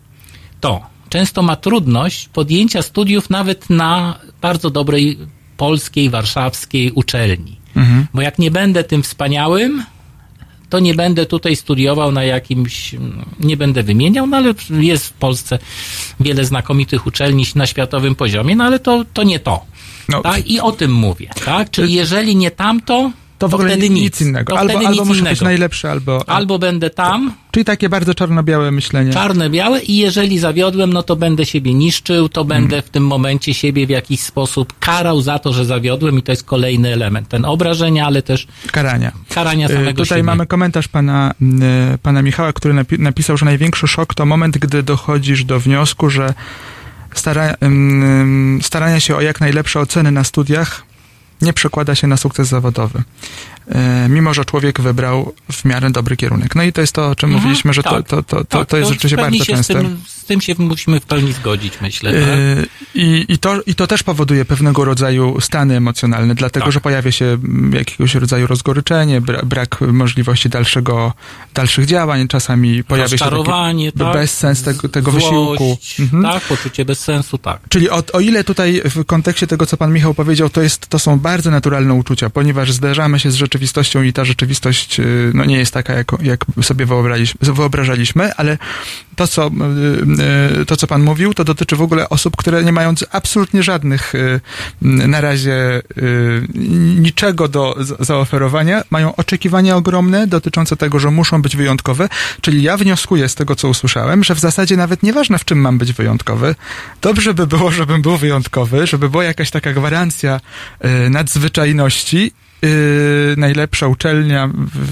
to często ma trudność podjęcia studiów nawet na bardzo dobrej polskiej, warszawskiej uczelni. Mhm. Bo jak nie będę tym wspaniałym, to nie będę tutaj studiował na jakimś, nie będę wymieniał, no ale jest w Polsce wiele znakomitych uczelni na światowym poziomie, no ale to, to nie to. No. Tak? I o tym mówię. Tak? Czyli jeżeli nie tamto, to w ogóle wtedy nic, nic innego. To albo albo nic muszę innego. być najlepszy, albo... Albo będę tam. Czyli takie bardzo czarno-białe myślenie. Czarne-białe i jeżeli zawiodłem, no to będę siebie niszczył, to hmm. będę w tym momencie siebie w jakiś sposób karał za to, że zawiodłem i to jest kolejny element. Ten obrażenia, ale też... Karania. Karania samego Tutaj siebie. mamy komentarz pana, pana Michała, który napi- napisał, że największy szok to moment, gdy dochodzisz do wniosku, że stara- starania się o jak najlepsze oceny na studiach nie przekłada się na sukces zawodowy. E, mimo, że człowiek wybrał w miarę dobry kierunek. No i to jest to, o czym mhm, mówiliśmy, że tak. to, to, to, to, tak, to jest rzeczywiście bardzo się częste. Z tym, tym się musimy w pełni zgodzić, myślę. Tak? Yy, i, i, to, I to też powoduje pewnego rodzaju stany emocjonalne, dlatego, tak. że pojawia się jakiegoś rodzaju rozgoryczenie, bra, brak możliwości dalszego, dalszych działań, czasami pojawia się takie tak? bezsens tego, tego Złość, wysiłku. Mhm. Tak, poczucie bezsensu, tak. Czyli o, o ile tutaj w kontekście tego, co pan Michał powiedział, to jest, to są bardzo naturalne uczucia, ponieważ zderzamy się z rzeczywistością i ta rzeczywistość no, nie jest taka, jak, jak sobie wyobrażaliśmy, ale to co, to, co pan mówił, to dotyczy w ogóle osób, które nie mają absolutnie żadnych na razie niczego do zaoferowania, mają oczekiwania ogromne dotyczące tego, że muszą być wyjątkowe, czyli ja wnioskuję z tego, co usłyszałem, że w zasadzie nawet nieważne, w czym mam być wyjątkowy, dobrze by było, żebym był wyjątkowy, żeby była jakaś taka gwarancja nadzwyczajności, Yy, najlepsza uczelnia,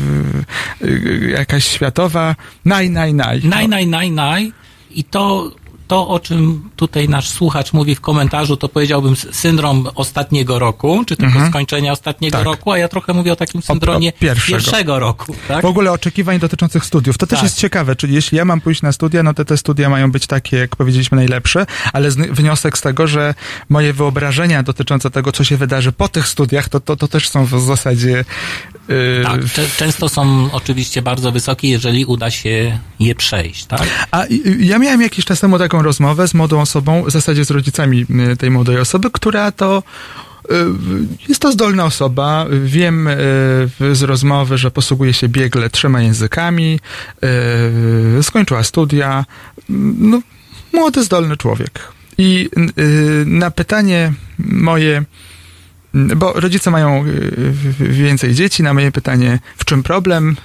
yy, jakaś światowa, naj, naj, naj. Naj, naj, naj, naj. I to, to, o czym tutaj nasz słuchacz mówi w komentarzu, to powiedziałbym syndrom ostatniego roku, czy tego mhm. skończenia ostatniego tak. roku, a ja trochę mówię o takim syndromie o, o pierwszego. pierwszego roku. Tak? W ogóle oczekiwań dotyczących studiów. To też tak. jest ciekawe, czyli jeśli ja mam pójść na studia, no to te studia mają być takie, jak powiedzieliśmy, najlepsze, ale z, wniosek z tego, że moje wyobrażenia dotyczące tego, co się wydarzy po tych studiach, to, to, to też są w zasadzie... Yy... Tak, często są oczywiście bardzo wysokie, jeżeli uda się je przejść, tak? A ja miałem jakiś czas temu taką rozmowę z młodą osobą, w zasadzie z rodzicami tej młodej osoby, która to jest to zdolna osoba. Wiem z rozmowy, że posługuje się biegle trzema językami, skończyła studia. No, młody, zdolny człowiek. I na pytanie moje, bo rodzice mają więcej dzieci, na moje pytanie, w czym problem,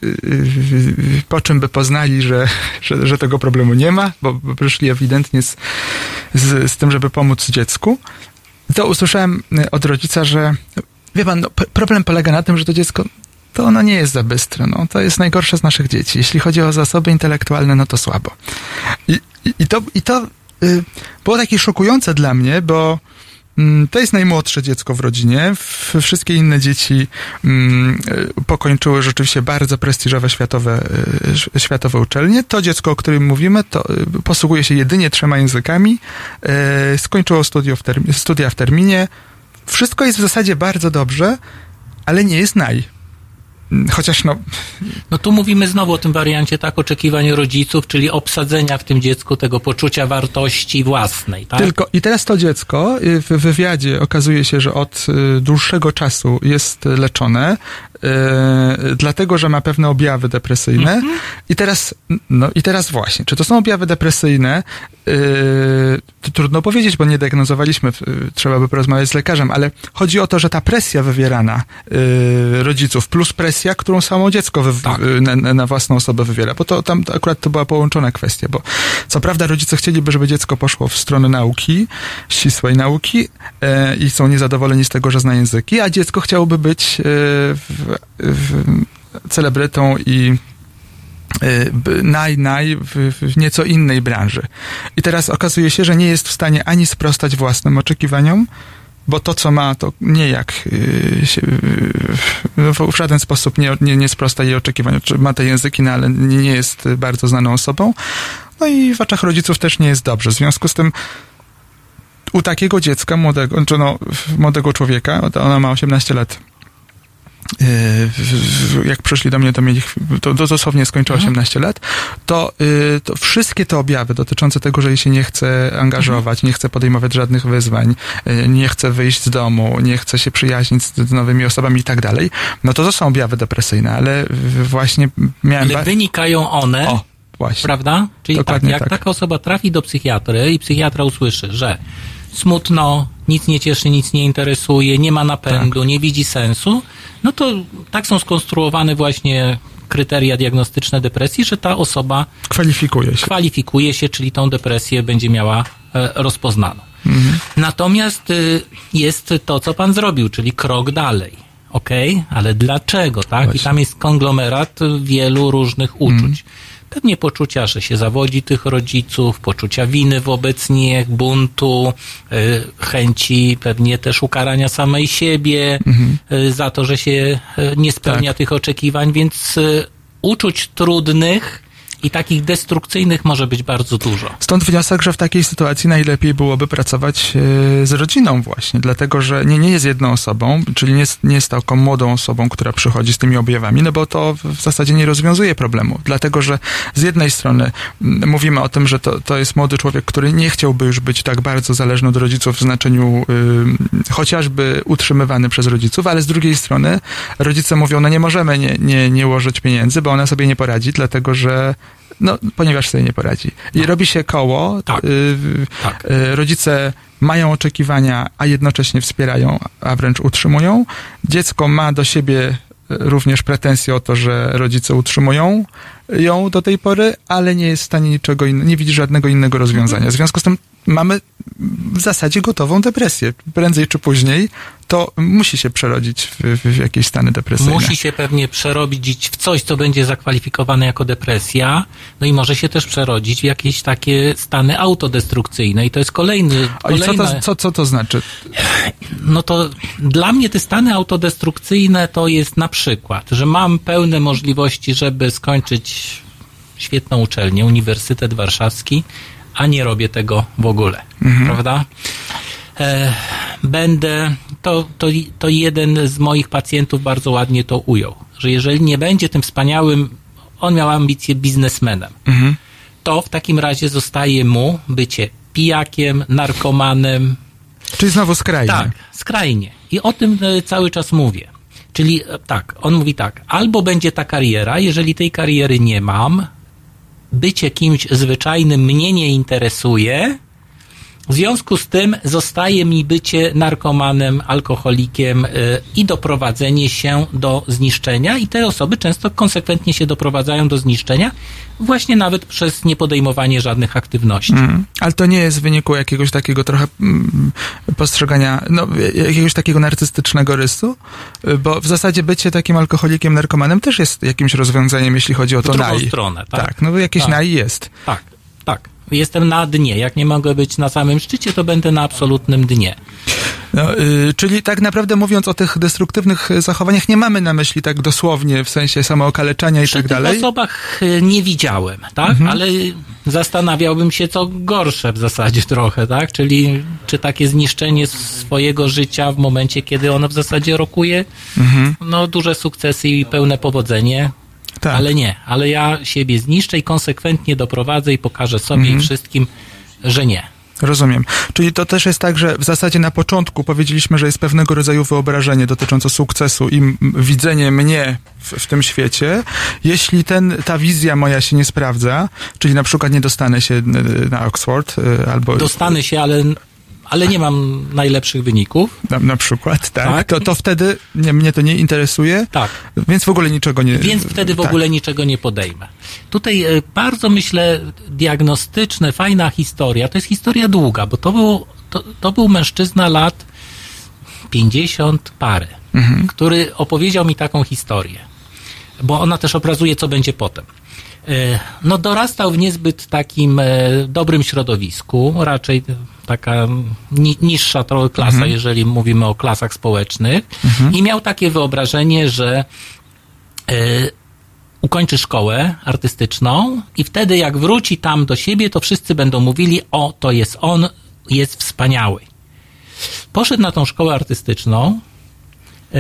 po czym by poznali, że, że, że tego problemu nie ma, bo, bo przyszli ewidentnie z, z, z tym, żeby pomóc dziecku, to usłyszałem od rodzica, że wie pan, no, problem polega na tym, że to dziecko, to ono nie jest za bystre, no, to jest najgorsze z naszych dzieci. Jeśli chodzi o zasoby intelektualne, no to słabo. I, i, i to, i to y, było takie szokujące dla mnie, bo to jest najmłodsze dziecko w rodzinie. Wszystkie inne dzieci um, pokończyły rzeczywiście bardzo prestiżowe światowe, światowe uczelnie. To dziecko, o którym mówimy, to posługuje się jedynie trzema językami. E, skończyło studia w, termi- studia w terminie. Wszystko jest w zasadzie bardzo dobrze, ale nie jest naj. Chociaż no... No tu mówimy znowu o tym wariancie, tak, oczekiwań rodziców, czyli obsadzenia w tym dziecku tego poczucia wartości własnej, tak? Tylko i teraz to dziecko w wywiadzie okazuje się, że od dłuższego czasu jest leczone, yy, dlatego, że ma pewne objawy depresyjne. Mm-hmm. I teraz, no i teraz właśnie, czy to są objawy depresyjne? Yy, to trudno powiedzieć, bo nie diagnozowaliśmy, yy, trzeba by porozmawiać z lekarzem, ale chodzi o to, że ta presja wywierana yy, rodziców plus presja, którą samo dziecko wy, tak. na, na własną osobę wywiera, bo to tam akurat to była połączona kwestia, bo co prawda rodzice chcieliby, żeby dziecko poszło w stronę nauki, ścisłej nauki e, i są niezadowoleni z tego, że zna języki, a dziecko chciałoby być e, w, w, celebrytą i e, naj, naj w, w nieco innej branży. I teraz okazuje się, że nie jest w stanie ani sprostać własnym oczekiwaniom, bo to, co ma, to niejak yy, się, yy, w żaden sposób nie, nie, nie sprosta jej oczekiwaniom. Ma te języki, no, ale nie jest bardzo znaną osobą. No i w oczach rodziców też nie jest dobrze. W związku z tym u takiego dziecka, młodego, czy no, młodego człowieka, ona ma osiemnaście lat, Yy, jak przyszli do mnie, to mieli, to, to dosłownie skończyło osiemnaście lat, to, yy, to wszystkie te objawy dotyczące tego, że jej się nie chce angażować, nie chce podejmować żadnych wyzwań, yy, nie chce wyjść z domu, nie chce się przyjaźnić z, z nowymi osobami i tak dalej, no to to są objawy depresyjne, ale właśnie miałem... Ale wynikają one, o, właśnie. Prawda? Czyli tak, jak tak. taka osoba trafi do psychiatry i psychiatra usłyszy, że smutno, nic nie cieszy, nic nie interesuje, nie ma napędu, tak. nie widzi sensu, no to tak są skonstruowane właśnie kryteria diagnostyczne depresji, że ta osoba kwalifikuje się, kwalifikuje się czyli tą depresję będzie miała e, rozpoznaną. Mhm. Natomiast y, jest to, co pan zrobił, czyli krok dalej. Okej, okay? Ale dlaczego, tak? Właśnie. I tam jest konglomerat wielu różnych uczuć. Mhm. Pewnie poczucia, że się zawodzi tych rodziców, poczucia winy wobec nich, buntu, y, chęci pewnie też ukarania samej siebie mhm. y, za to, że się y, nie spełnia tak. tych oczekiwań, więc y, uczuć trudnych I takich destrukcyjnych może być bardzo dużo. Stąd wniosek, że w takiej sytuacji najlepiej byłoby pracować z rodziną właśnie, dlatego, że nie, nie jest jedną osobą, czyli nie jest, nie jest taką młodą osobą, która przychodzi z tymi objawami, no bo to w zasadzie nie rozwiązuje problemu, dlatego, że z jednej strony mówimy o tym, że to, to jest młody człowiek, który nie chciałby już być tak bardzo zależny od rodziców w znaczeniu y, chociażby utrzymywany przez rodziców, ale z drugiej strony rodzice mówią, no nie możemy nie, nie, nie ułożyć pieniędzy, bo ona sobie nie poradzi, dlatego, że no, ponieważ sobie nie poradzi. I no. robi się koło. Tak. Y, tak. Y, rodzice mają oczekiwania, a jednocześnie wspierają, a wręcz utrzymują. Dziecko ma do siebie również pretensje o to, że rodzice utrzymują ją do tej pory, ale nie jest w stanie niczego innego, nie widzi żadnego innego rozwiązania. W związku z tym mamy w zasadzie gotową depresję. Prędzej czy później to musi się przerodzić w, w jakieś stany depresyjne. Musi się pewnie przerobić w coś, co będzie zakwalifikowane jako depresja, no i może się też przerodzić w jakieś takie stany autodestrukcyjne i to jest kolejny... kolejna... I co to, co, co to znaczy? No to dla mnie te stany autodestrukcyjne to jest na przykład, że mam pełne możliwości, żeby skończyć świetną uczelnię, Uniwersytet Warszawski, a nie robię tego w ogóle, mhm. prawda? E, będę, to, to, to jeden z moich pacjentów bardzo ładnie to ujął, że jeżeli nie będzie tym wspaniałym, on miał ambicje biznesmenem, mhm. to w takim razie zostaje mu bycie pijakiem, narkomanem. Czyli znowu skrajnie. Tak, skrajnie. I o tym cały czas mówię. Czyli tak, on mówi tak, albo będzie ta kariera, jeżeli tej kariery nie mam, bycie kimś zwyczajnym mnie nie interesuje, w związku z tym zostaje mi bycie narkomanem, alkoholikiem yy, i doprowadzenie się do zniszczenia i te osoby często konsekwentnie się doprowadzają do zniszczenia właśnie nawet przez niepodejmowanie żadnych aktywności. Mm, ale to nie jest w wyniku jakiegoś takiego trochę mm, postrzegania, no jakiegoś takiego narcystycznego rysu, bo w zasadzie bycie takim alkoholikiem, narkomanem też jest jakimś rozwiązaniem, jeśli chodzi o to w drugą naj. stronę, tak? Tak, no jakieś tak. naj jest. Tak, tak. Jestem na dnie. Jak nie mogę być na samym szczycie, to będę na absolutnym dnie. No, yy, czyli tak naprawdę mówiąc o tych destruktywnych zachowaniach, nie mamy na myśli tak dosłownie, w sensie samookaleczania i Przy tak dalej? Przy tych osobach nie widziałem, tak? Mhm. Ale zastanawiałbym się, co gorsze w zasadzie trochę, tak? Czyli czy takie zniszczenie swojego życia w momencie, kiedy ono w zasadzie rokuje, mhm. no duże sukcesy i pełne powodzenie. Tak. Ale nie, ale ja siebie zniszczę i konsekwentnie doprowadzę i pokażę sobie mhm. i wszystkim, że nie. Rozumiem. Czyli to też jest tak, że w zasadzie na początku powiedzieliśmy, że jest pewnego rodzaju wyobrażenie dotyczące sukcesu i m- widzenie mnie w, w tym świecie. Jeśli ten, ta wizja moja się nie sprawdza, czyli na przykład nie dostanę się na Oxford albo... Dostanę się, ale... ale nie mam najlepszych wyników. Na, na przykład, tak. tak. To, to wtedy nie, mnie to nie interesuje. Tak. Więc w ogóle niczego nie... Więc wtedy w tak. ogóle niczego nie podejmę. Tutaj bardzo, myślę, diagnostyczne, fajna historia. To jest historia długa, bo to był, to, to był mężczyzna lat pięćdziesiąt parę, mhm. który opowiedział mi taką historię. Bo ona też obrazuje, co będzie potem. No dorastał w niezbyt takim dobrym środowisku, raczej taka ni- niższa trochę klasa, mhm. jeżeli mówimy o klasach społecznych mhm. i miał takie wyobrażenie, że y, ukończy szkołę artystyczną i wtedy jak wróci tam do siebie, to wszyscy będą mówili, o, to jest on, jest wspaniały. Poszedł na tą szkołę artystyczną, y,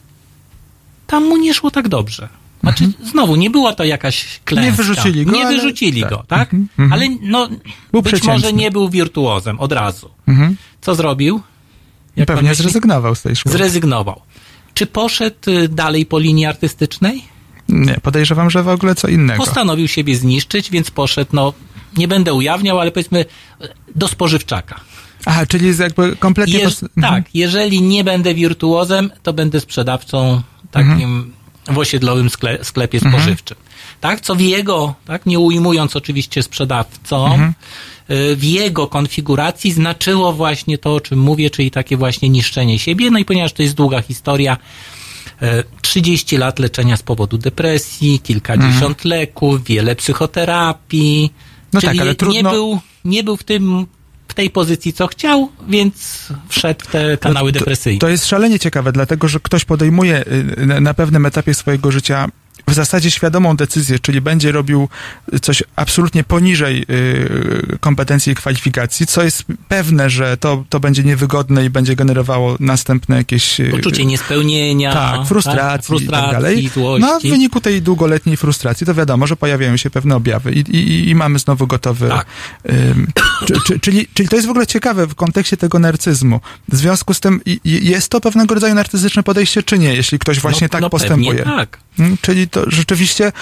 tam mu nie szło tak dobrze. Znaczy, mhm. znowu, nie była to jakaś klęska. Nie wyrzucili go. Nie ale... wyrzucili tak. go, tak? Mhm. Ale no, był być może nie był wirtuozem od razu. Mhm. Co zrobił? Jak Pewnie zrezygnował z tej szkoły. Zrezygnował. Czy poszedł dalej po linii artystycznej? Nie, podejrzewam, że w ogóle co innego. Postanowił siebie zniszczyć, więc poszedł, no, nie będę ujawniał, ale powiedzmy, do spożywczaka. Aha, czyli jest jakby kompletnie... Jeż, pos... Tak, jeżeli nie będę wirtuozem, to będę sprzedawcą takim... Mhm. w osiedlowym skle, sklepie spożywczym. Mhm. Tak, co w jego, tak, nie ujmując oczywiście sprzedawcą, mhm. w jego konfiguracji znaczyło właśnie to, o czym mówię, czyli takie właśnie niszczenie siebie. No i ponieważ to jest długa historia, trzydzieści lat leczenia z powodu depresji, kilkadziesiąt mhm. leków, wiele psychoterapii. No czyli tak, ale trudno... nie był, nie był w tym w tej pozycji, co chciał, więc wszedł w te kanały to, depresyjne. To jest szalenie ciekawe, dlatego, że ktoś podejmuje na pewnym etapie swojego życia w zasadzie świadomą decyzję, czyli będzie robił coś absolutnie poniżej y, kompetencji i kwalifikacji, co jest pewne, że to, to będzie niewygodne i będzie generowało następne jakieś... Y, poczucie niespełnienia. Tak, frustracji, tak, frustracji i tak dalej. Złości. No a w wyniku tej długoletniej frustracji to wiadomo, że pojawiają się pewne objawy i, i, i mamy znowu gotowy... Tak. Y, czy, czy, czyli, czyli to jest w ogóle ciekawe w kontekście tego narcyzmu. W związku z tym i, jest to pewnego rodzaju narcystyczne podejście, czy nie, jeśli ktoś właśnie no, tak no postępuje. Tak. Czyli to rzeczywiście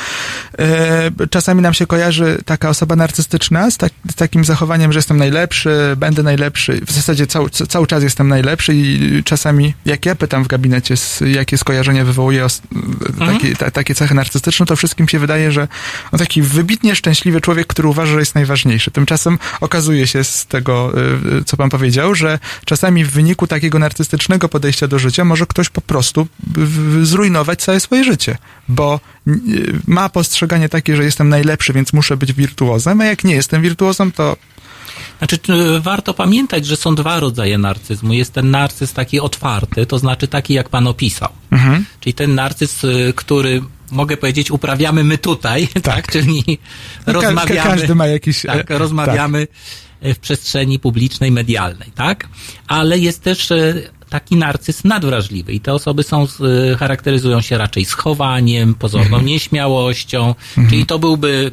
e, czasami nam się kojarzy taka osoba narcystyczna z, tak, z takim zachowaniem, że jestem najlepszy, będę najlepszy, w zasadzie cały, cały czas jestem najlepszy i czasami, jak ja pytam w gabinecie, z, jakie skojarzenie wywołuje os, mhm. takie, ta, takie cechy narcystyczne, to wszystkim się wydaje, że on taki wybitnie szczęśliwy człowiek, który uważa, że jest najważniejszy. Tymczasem okazuje się z tego, co pan powiedział, że czasami w wyniku takiego narcystycznego podejścia do życia może ktoś po prostu zrujnować całe swoje życie, bo ma postrzeganie takie, że jestem najlepszy, więc muszę być wirtuozem, a jak nie jestem wirtuozem, to... Znaczy, warto pamiętać, że są dwa rodzaje narcyzmu. Jest ten narcyz taki otwarty, to znaczy taki, jak pan opisał. Mhm. Czyli ten narcyz, który, mogę powiedzieć, uprawiamy my tutaj, tak, tak? Czyli no, rozmawiamy... Ka- każdy ma jakiś... Tak, rozmawiamy tak. w przestrzeni publicznej, medialnej, tak? Ale jest też taki narcyz nadwrażliwy i te osoby są, charakteryzują się raczej schowaniem, pozorną mhm. nieśmiałością, mhm. czyli to byłby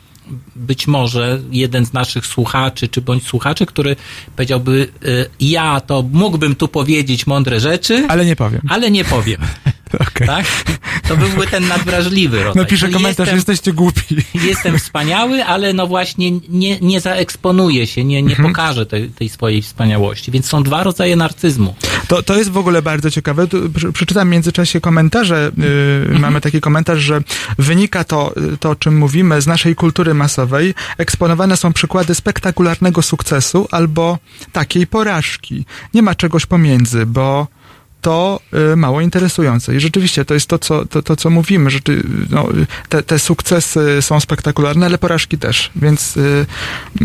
być może jeden z naszych słuchaczy, czy bądź słuchaczy, który powiedziałby, ja to mógłbym tu powiedzieć mądre rzeczy, ale nie powiem. Ale nie powiem. Okay. Tak? To byłby ten nadwrażliwy rodzaj. No pisze komentarz, jestem, jesteście głupi. Jestem wspaniały, ale no właśnie nie, nie zaeksponuję się, nie, nie mhm. pokażę tej, tej swojej wspaniałości. Więc są dwa rodzaje narcyzmu. To, to jest w ogóle bardzo ciekawe. Tu przeczytam w międzyczasie komentarze. Yy, mhm. Mamy taki komentarz, że wynika to, to, o czym mówimy, z naszej kultury masowej. Eksponowane są przykłady spektakularnego sukcesu albo takiej porażki. Nie ma czegoś pomiędzy, bo to y, mało interesujące. I rzeczywiście to jest to, co, to, to, co mówimy, że ty, no, te, te sukcesy są spektakularne, ale porażki też. Więc y, y,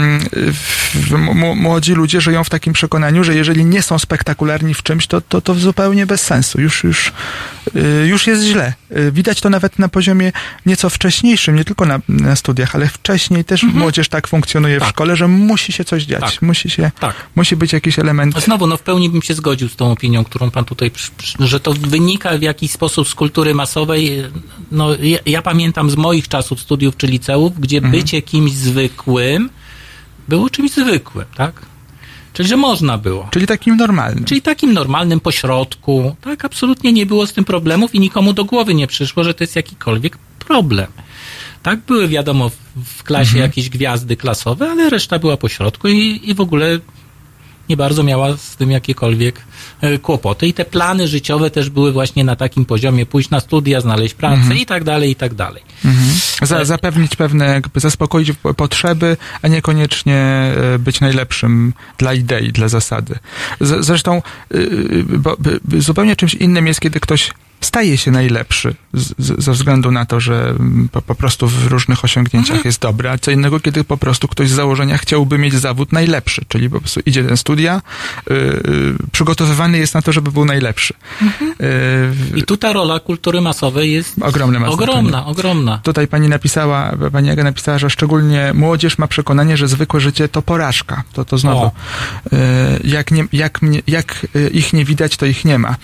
y, m- młodzi ludzie żyją w takim przekonaniu, że jeżeli nie są spektakularni w czymś, to, to, to zupełnie bez sensu. Już, już, y, już jest źle. Y, widać to nawet na poziomie nieco wcześniejszym, nie tylko na, na studiach, ale wcześniej też mhm. młodzież tak funkcjonuje tak. w szkole, że musi się coś dziać. Tak. Musi się, tak. musi być jakiś element. Znowu, no w pełni bym się zgodził z tą opinią, którą pan tutaj, że to wynika w jakiś sposób z kultury masowej. No, ja, ja pamiętam z moich czasów studiów czy liceów, gdzie mhm. bycie kimś zwykłym było czymś zwykłym, tak? Czyli, że można było. Czyli takim normalnym. Czyli takim normalnym pośrodku. Tak, absolutnie nie było z tym problemów i nikomu do głowy nie przyszło, że to jest jakikolwiek problem. Tak, były wiadomo w klasie mhm. jakieś gwiazdy klasowe, ale reszta była pośrodku i, i w ogóle nie bardzo miała z tym jakiekolwiek e, kłopoty. I te plany życiowe też były właśnie na takim poziomie, pójść na studia, znaleźć pracę mhm. i tak dalej, i tak dalej. Mhm. Za, zapewnić pewne, jakby zaspokoić potrzeby, a niekoniecznie e, być najlepszym dla idei, dla zasady. Z, zresztą e, bo, bo, zupełnie czymś innym jest, kiedy ktoś staje się najlepszy z, z, ze względu na to, że po, po prostu w różnych osiągnięciach mhm. jest dobry, a co innego, kiedy po prostu ktoś z założenia chciałby mieć zawód najlepszy, czyli po prostu idzie ten studia, y, y, przygotowywany jest na to, żeby był najlepszy. Mhm. Y, I tu ta rola kultury masowej jest ogromna, ogromna, ogromna. Tutaj pani napisała, pani Aga napisała, że szczególnie młodzież ma przekonanie, że zwykłe życie to porażka. To, to znowu, y, jak, nie, jak, mnie, jak ich nie widać, to ich nie ma.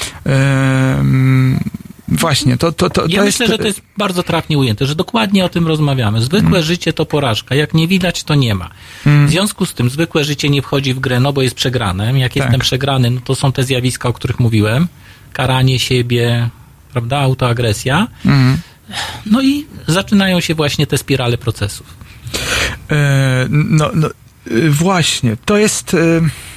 Y, Właśnie, to, to, to, ja to myślę, jest... że to jest bardzo trafnie ujęte, że dokładnie o tym rozmawiamy. Zwykłe hmm. życie to porażka. Jak nie widać, to nie ma. Hmm. W związku z tym zwykłe życie nie wchodzi w grę, no bo jest przegrane. Jak tak. jestem przegrany, no to są te zjawiska, o których mówiłem. Karanie siebie, prawda, autoagresja. Hmm. No i zaczynają się właśnie te spirale procesów. E, no, no, właśnie. To jest e,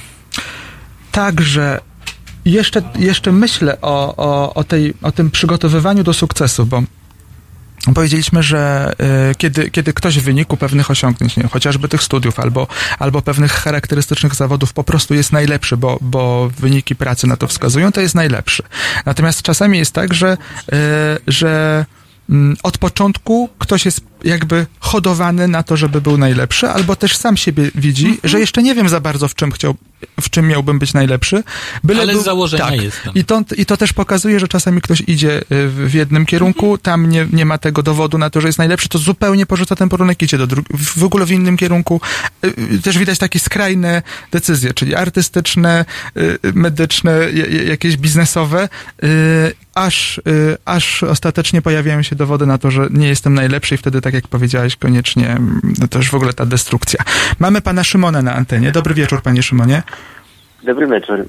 tak, że Jeszcze, jeszcze myślę o, o, o, tej, o tym przygotowywaniu do sukcesu, bo powiedzieliśmy, że y, kiedy, kiedy ktoś w wyniku pewnych osiągnięć, nie wiem, chociażby tych studiów albo, albo pewnych charakterystycznych zawodów po prostu jest najlepszy, bo, bo wyniki pracy na to wskazują, to jest najlepszy. Natomiast czasami jest tak, że, y, że y, od początku ktoś jest jakby hodowany na to, żeby był najlepszy, albo też sam siebie widzi, mm-hmm. że jeszcze nie wiem za bardzo, w czym chciał, w czym miałbym być najlepszy. Byle Ale był, z założenia tak. jestem. I to, I to też pokazuje, że czasami ktoś idzie w jednym kierunku, mm-hmm. tam nie, nie ma tego dowodu na to, że jest najlepszy, to zupełnie porzuca ten porunek, idzie do dru- w ogóle w innym kierunku. Też widać takie skrajne decyzje, czyli artystyczne, medyczne, jakieś biznesowe, aż, aż ostatecznie pojawiają się dowody na to, że nie jestem najlepszy i wtedy, tak jak powiedziałeś, koniecznie no to już w ogóle ta destrukcja. Mamy pana Szymona na antenie. Dobry wieczór, panie Szymonie. Dobry wieczór.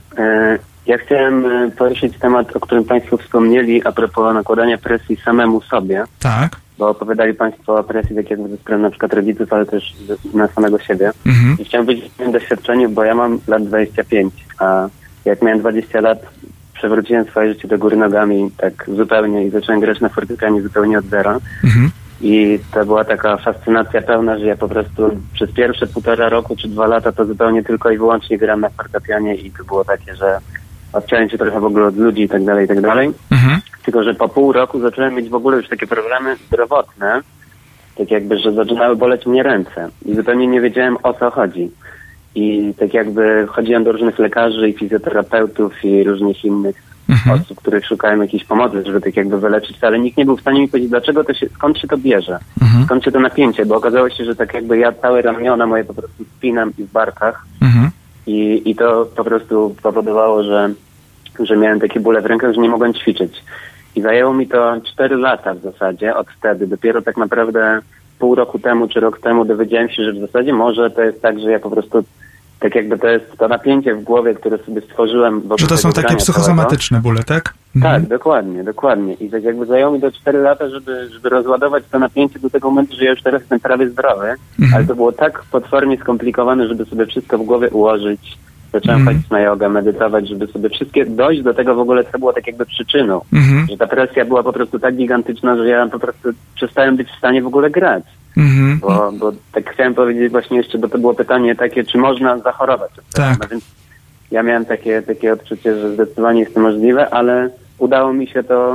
Ja chciałem poruszyć temat, o którym państwo wspomnieli a propos nakładania presji samemu sobie. Tak. Bo opowiadali państwo o presji tak jakby ze strony na przykład rodziców, ale też na samego siebie. Mhm. I chciałem być w tym doświadczeniu, bo ja mam lat dwadzieścia pięć, a jak miałem dwadzieścia lat, przewróciłem swoje życie do góry nogami tak zupełnie i zacząłem grać na fortepianie zupełnie od zera. Mhm. I to była taka fascynacja pełna, że ja po prostu przez pierwsze półtora roku czy dwa lata to zupełnie tylko i wyłącznie gram na fortepianie i to było takie, że odciąłem się trochę w ogóle od ludzi i tak dalej, i tak dalej. Mhm. Tylko, że po pół roku zacząłem mieć w ogóle już takie problemy zdrowotne, tak jakby, że zaczynały boleć mnie ręce i zupełnie nie wiedziałem, o co chodzi. I tak jakby chodziłem do różnych lekarzy i fizjoterapeutów i różnych innych mhm. osób, których szukałem jakiejś pomocy, żeby tak jakby wyleczyć, ale nikt nie był w stanie mi powiedzieć, dlaczego to się, skąd się to bierze, mhm. skąd się to napięcie, bo okazało się, że tak jakby ja całe ramiona moje po prostu spinam i w barkach mhm. i, i to po prostu powodowało, że, że miałem takie bóle w rękach, że nie mogłem ćwiczyć. I zajęło mi to cztery lata w zasadzie od wtedy. Dopiero tak naprawdę pół roku temu czy rok temu dowiedziałem się, że w zasadzie może to jest tak, że ja po prostu tak jakby to jest to napięcie w głowie, które sobie stworzyłem. Że to są takie psychosomatyczne całego. Bóle, tak? Mhm. Tak, dokładnie, dokładnie. I tak jakby zajęło mi to cztery lata, żeby, żeby rozładować to napięcie do tego momentu, że ja już teraz jestem prawie zdrowy, mhm. ale to było tak potwornie skomplikowane, żeby sobie wszystko w głowie ułożyć. Zacząłem mm. chodzić na jogę, medytować, żeby sobie wszystkie dojść do tego w ogóle, co było tak jakby przyczyną. Mm-hmm. Że ta presja była po prostu tak gigantyczna, że ja po prostu przestałem być w stanie w ogóle grać. Mm-hmm. Bo, bo tak chciałem powiedzieć właśnie jeszcze, bo to było pytanie takie, czy można zachorować. Tak. No więc ja miałem takie, takie odczucie, że zdecydowanie jest to możliwe, ale udało mi się to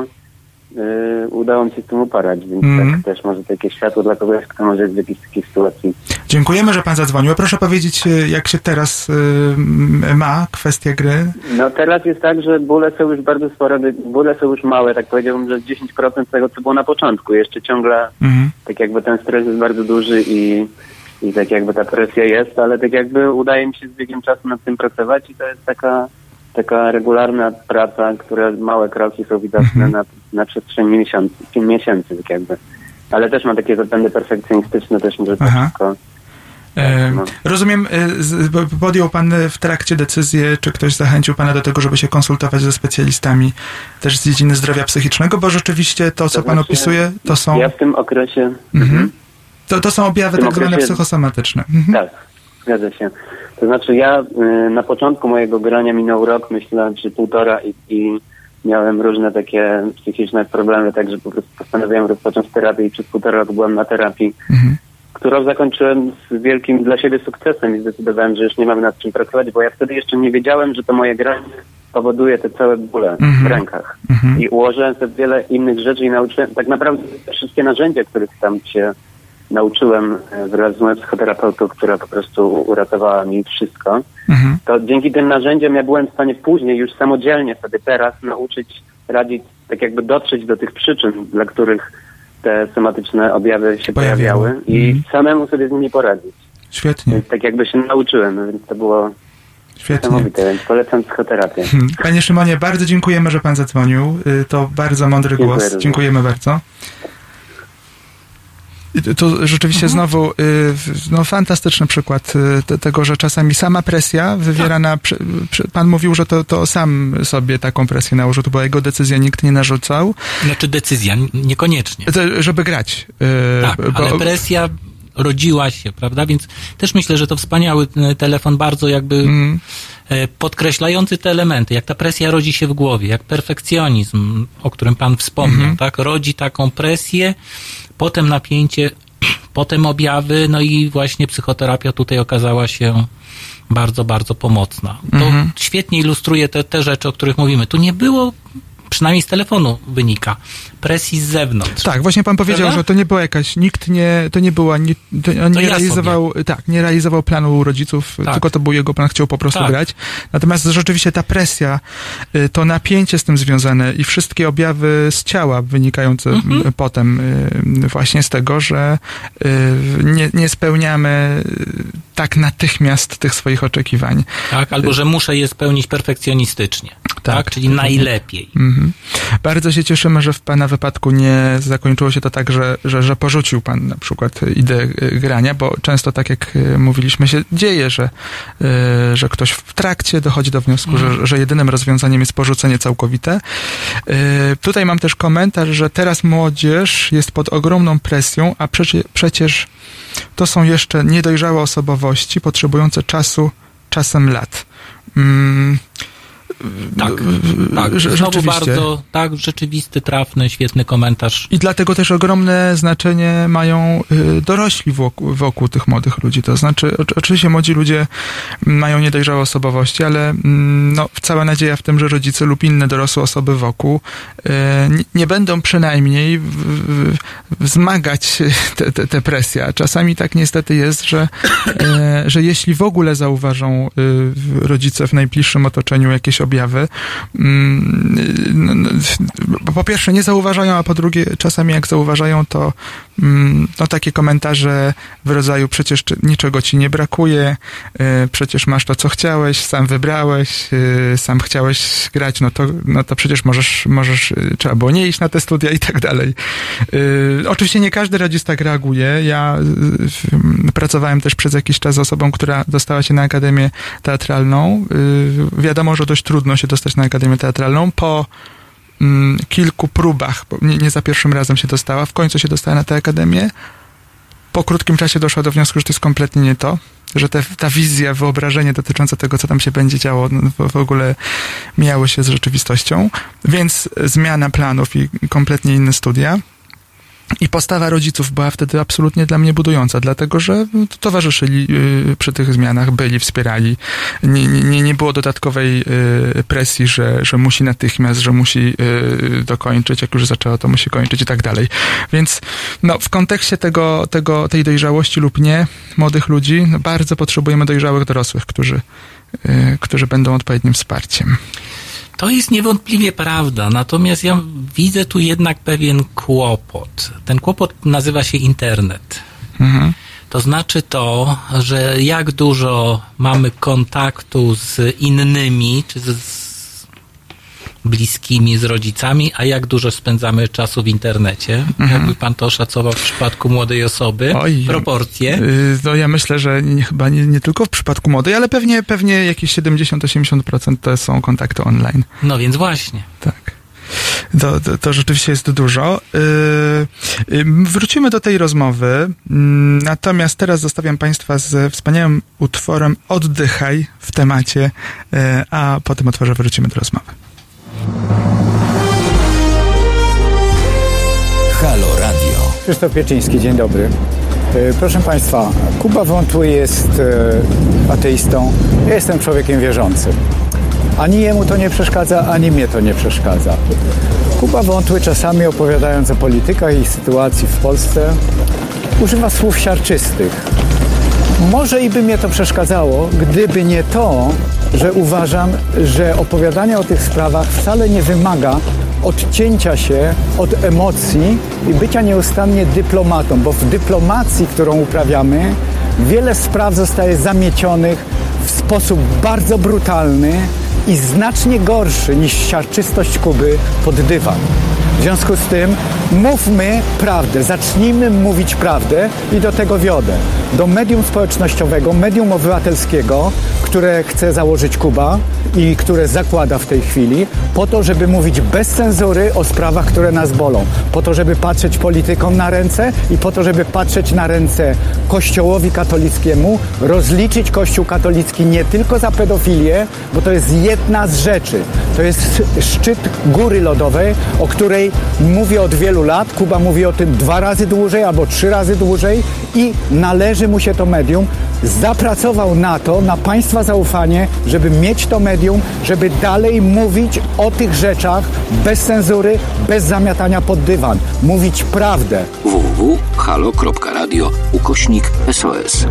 Yy, udało mi się z tym uporać, więc mm. tak też może to jakieś światło dla kogoś, kto może jest w jakiejś takiej sytuacji. Dziękujemy, że pan zadzwonił. Proszę powiedzieć, jak się teraz yy, ma kwestia gry? No teraz jest tak, że bóle są już bardzo spore, bóle są już małe, tak powiedziałbym, że dziesięć procent tego, co było na początku. Jeszcze ciągle mm. tak jakby ten stres jest bardzo duży i, i tak jakby ta presja jest, ale tak jakby udaje mi się z biegiem czasu nad tym pracować i to jest taka taka regularna praca, które małe kroki są widoczne mm-hmm. na, na przestrzeni miesiąc, miesięcy, tak jakby. Ale też ma takie zapędy perfekcjonistyczne, też może to wszystko... E, no. Rozumiem, podjął pan w trakcie decyzję, czy ktoś zachęcił pana do tego, żeby się konsultować ze specjalistami też z dziedziny zdrowia psychicznego, bo rzeczywiście to, co to pan znaczy, opisuje, to są... Ja w tym okresie... Mhm. To, to są objawy tak zwane okresie... psychosomatyczne. Mhm. Tak, zgadza się. To znaczy ja y, na początku mojego grania minął rok, myślę, czy półtora i, i miałem różne takie psychiczne problemy, także po prostu postanowiłem rozpocząć terapię i przez półtora roku byłem na terapii, mhm. którą zakończyłem z wielkim dla siebie sukcesem i zdecydowałem, że już nie mam nad czym pracować, bo ja wtedy jeszcze nie wiedziałem, że to moje granie powoduje te całe bóle mhm. w rękach. Mhm. I ułożyłem sobie wiele innych rzeczy i nauczyłem, tak naprawdę wszystkie narzędzia, których tam się nauczyłem wraz z moją psychoterapeutą, która po prostu uratowała mi wszystko, mhm. to dzięki tym narzędziom ja byłem w stanie później już samodzielnie sobie teraz nauczyć, radzić, tak jakby dotrzeć do tych przyczyn, dla których te somatyczne objawy się pojawiały, pojawiały i mhm. samemu sobie z nimi poradzić. Świetnie. Więc tak jakby się nauczyłem, więc to było świetnie. Niesamowite, więc polecam psychoterapię. Panie Szymonie, bardzo dziękujemy, że pan zadzwonił. To bardzo mądry Dziękuję głos. Również. Dziękujemy bardzo. To rzeczywiście mhm. znowu no, fantastyczny przykład tego, że czasami sama presja wywiera na... Pan mówił, że to, to sam sobie taką presję nałożył, to była jego decyzja, nikt nie narzucał. Znaczy decyzja, niekoniecznie. To, żeby grać. Tak, bo... ale presja rodziła się, prawda? Więc też myślę, że to wspaniały telefon, bardzo jakby mm. podkreślający te elementy, jak ta presja rodzi się w głowie, jak perfekcjonizm, o którym pan wspomniał, mm. tak? Rodzi taką presję, potem napięcie, potem objawy, no i właśnie psychoterapia tutaj okazała się bardzo, bardzo pomocna. To mm-hmm. świetnie ilustruje te, te rzeczy, o których mówimy. Tu nie było przynajmniej z telefonu wynika, presji z zewnątrz. Tak, właśnie pan powiedział, Prawda? że to nie była jakaś, nikt nie, to nie była, nie, to on to nie ja realizował, sobie. tak, nie realizował planu rodziców, tak. tylko to był jego plan, chciał po prostu tak. grać. Natomiast rzeczywiście ta presja, to napięcie z tym związane i wszystkie objawy z ciała wynikające mhm. potem właśnie z tego, że nie, nie spełniamy tak natychmiast tych swoich oczekiwań. Tak, albo że muszę je spełnić perfekcjonistycznie. Tak, tak czyli najlepiej. Mhm. Bardzo się cieszymy, że w pana wypadku nie zakończyło się to tak, że, że, że porzucił pan na przykład ideę grania, bo często tak jak mówiliśmy się dzieje, że, że ktoś w trakcie dochodzi do wniosku, mhm. że, że jedynym rozwiązaniem jest porzucenie całkowite. Tutaj mam też komentarz, że teraz młodzież jest pod ogromną presją, a przecie, przecież to są jeszcze niedojrzałe osobowości potrzebujące czasu, czasem lat. Hmm. Tak, tak. Znowu bardzo tak, rzeczywisty, trafny, świetny komentarz. I dlatego też ogromne znaczenie mają y, dorośli wokół, wokół tych młodych ludzi. To znaczy, o, oczywiście młodzi ludzie mają niedojrzałe osobowości, ale mm, no, cała nadzieja w tym, że rodzice lub inne dorosłe osoby wokół y, nie, nie będą przynajmniej w, w, wzmagać tę presję. Czasami tak niestety jest, że, y, że jeśli w ogóle zauważą y, rodzice w najbliższym otoczeniu jakieś objawy, po pierwsze nie zauważają, a po drugie czasami jak zauważają, to no takie komentarze w rodzaju przecież niczego ci nie brakuje, przecież masz to, co chciałeś, sam wybrałeś, sam chciałeś grać, no to, no to przecież możesz, możesz, trzeba było nie iść na te studia i tak dalej. Oczywiście nie każdy rodzic tak reaguje. Ja pracowałem też przez jakiś czas z osobą, która dostała się na Akademię Teatralną. Wiadomo, że dość trudno się dostać na Akademię Teatralną. Po mm, kilku próbach, bo nie, nie za pierwszym razem się dostała, w końcu się dostała na tę Akademię. Po krótkim czasie doszła do wniosku, że to jest kompletnie nie to, że te, ta wizja, wyobrażenie dotyczące tego, co tam się będzie działo, no, w, w ogóle mijały się z rzeczywistością. Więc zmiana planów i kompletnie inne studia. I postawa rodziców była wtedy absolutnie dla mnie budująca, dlatego że towarzyszyli przy tych zmianach, byli, wspierali. Nie, nie, nie było dodatkowej presji, że, że musi natychmiast, że musi dokończyć, jak już zaczęła, to musi kończyć i tak dalej. Więc no, w kontekście tego, tego, tej dojrzałości lub nie młodych ludzi, no, bardzo potrzebujemy dojrzałych dorosłych, którzy, którzy będą odpowiednim wsparciem. To jest niewątpliwie prawda, natomiast ja widzę tu jednak pewien kłopot. Ten kłopot nazywa się internet. Mhm. To znaczy to, że jak dużo mamy kontaktu z innymi, czy z bliskimi, z rodzicami, a jak dużo spędzamy czasu w internecie. Mhm. Jakby pan to oszacował w przypadku młodej osoby? Oj, proporcje? Yy, no ja myślę, że nie, chyba nie, nie tylko w przypadku młodej, ale pewnie, pewnie jakieś siedemdziesiąt do osiemdziesięciu procent to są kontakty online. No więc właśnie. Tak. To, to, to rzeczywiście jest dużo. Yy, yy, wrócimy do tej rozmowy, yy, natomiast teraz zostawiam Państwa z wspaniałym utworem Oddychaj w temacie, yy, a po tym utworze wrócimy do rozmowy. Halo Radio. Krzysztof Pieczyński, dzień dobry. Proszę Państwa, Kuba Wątły jest ateistą, ja jestem człowiekiem wierzącym. Ani jemu to nie przeszkadza, ani mnie to nie przeszkadza. Kuba Wątły czasami, opowiadając o politykach i sytuacji w Polsce, używa słów siarczystych. Może i by mnie to przeszkadzało, gdyby nie to, że uważam, że opowiadanie o tych sprawach wcale nie wymaga odcięcia się od emocji i bycia nieustannie dyplomatą, bo w dyplomacji, którą uprawiamy, wiele spraw zostaje zamiecionych w sposób bardzo brutalny i znacznie gorszy niż siarczystość Kuby pod dywan. W związku z tym mówmy prawdę, zacznijmy mówić prawdę i do tego wiodę. Do medium społecznościowego, medium obywatelskiego, które chce założyć Kuba i które zakłada w tej chwili, po to, żeby mówić bez cenzury o sprawach, które nas bolą. Po to, żeby patrzeć politykom na ręce i po to, żeby patrzeć na ręce Kościołowi katolickiemu, rozliczyć Kościół katolicki nie tylko za pedofilię, bo to jest jedna z rzeczy. To jest szczyt góry lodowej, o której mówię od wielu lat. Kuba mówi o tym dwa razy dłużej albo trzy razy dłużej i należy należy mu się to medium, zapracował na to, na państwa zaufanie, żeby mieć to medium, żeby dalej mówić o tych rzeczach bez cenzury, bez zamiatania pod dywan. Mówić prawdę. w w w kropka halo kropka radio ukośnik S O S.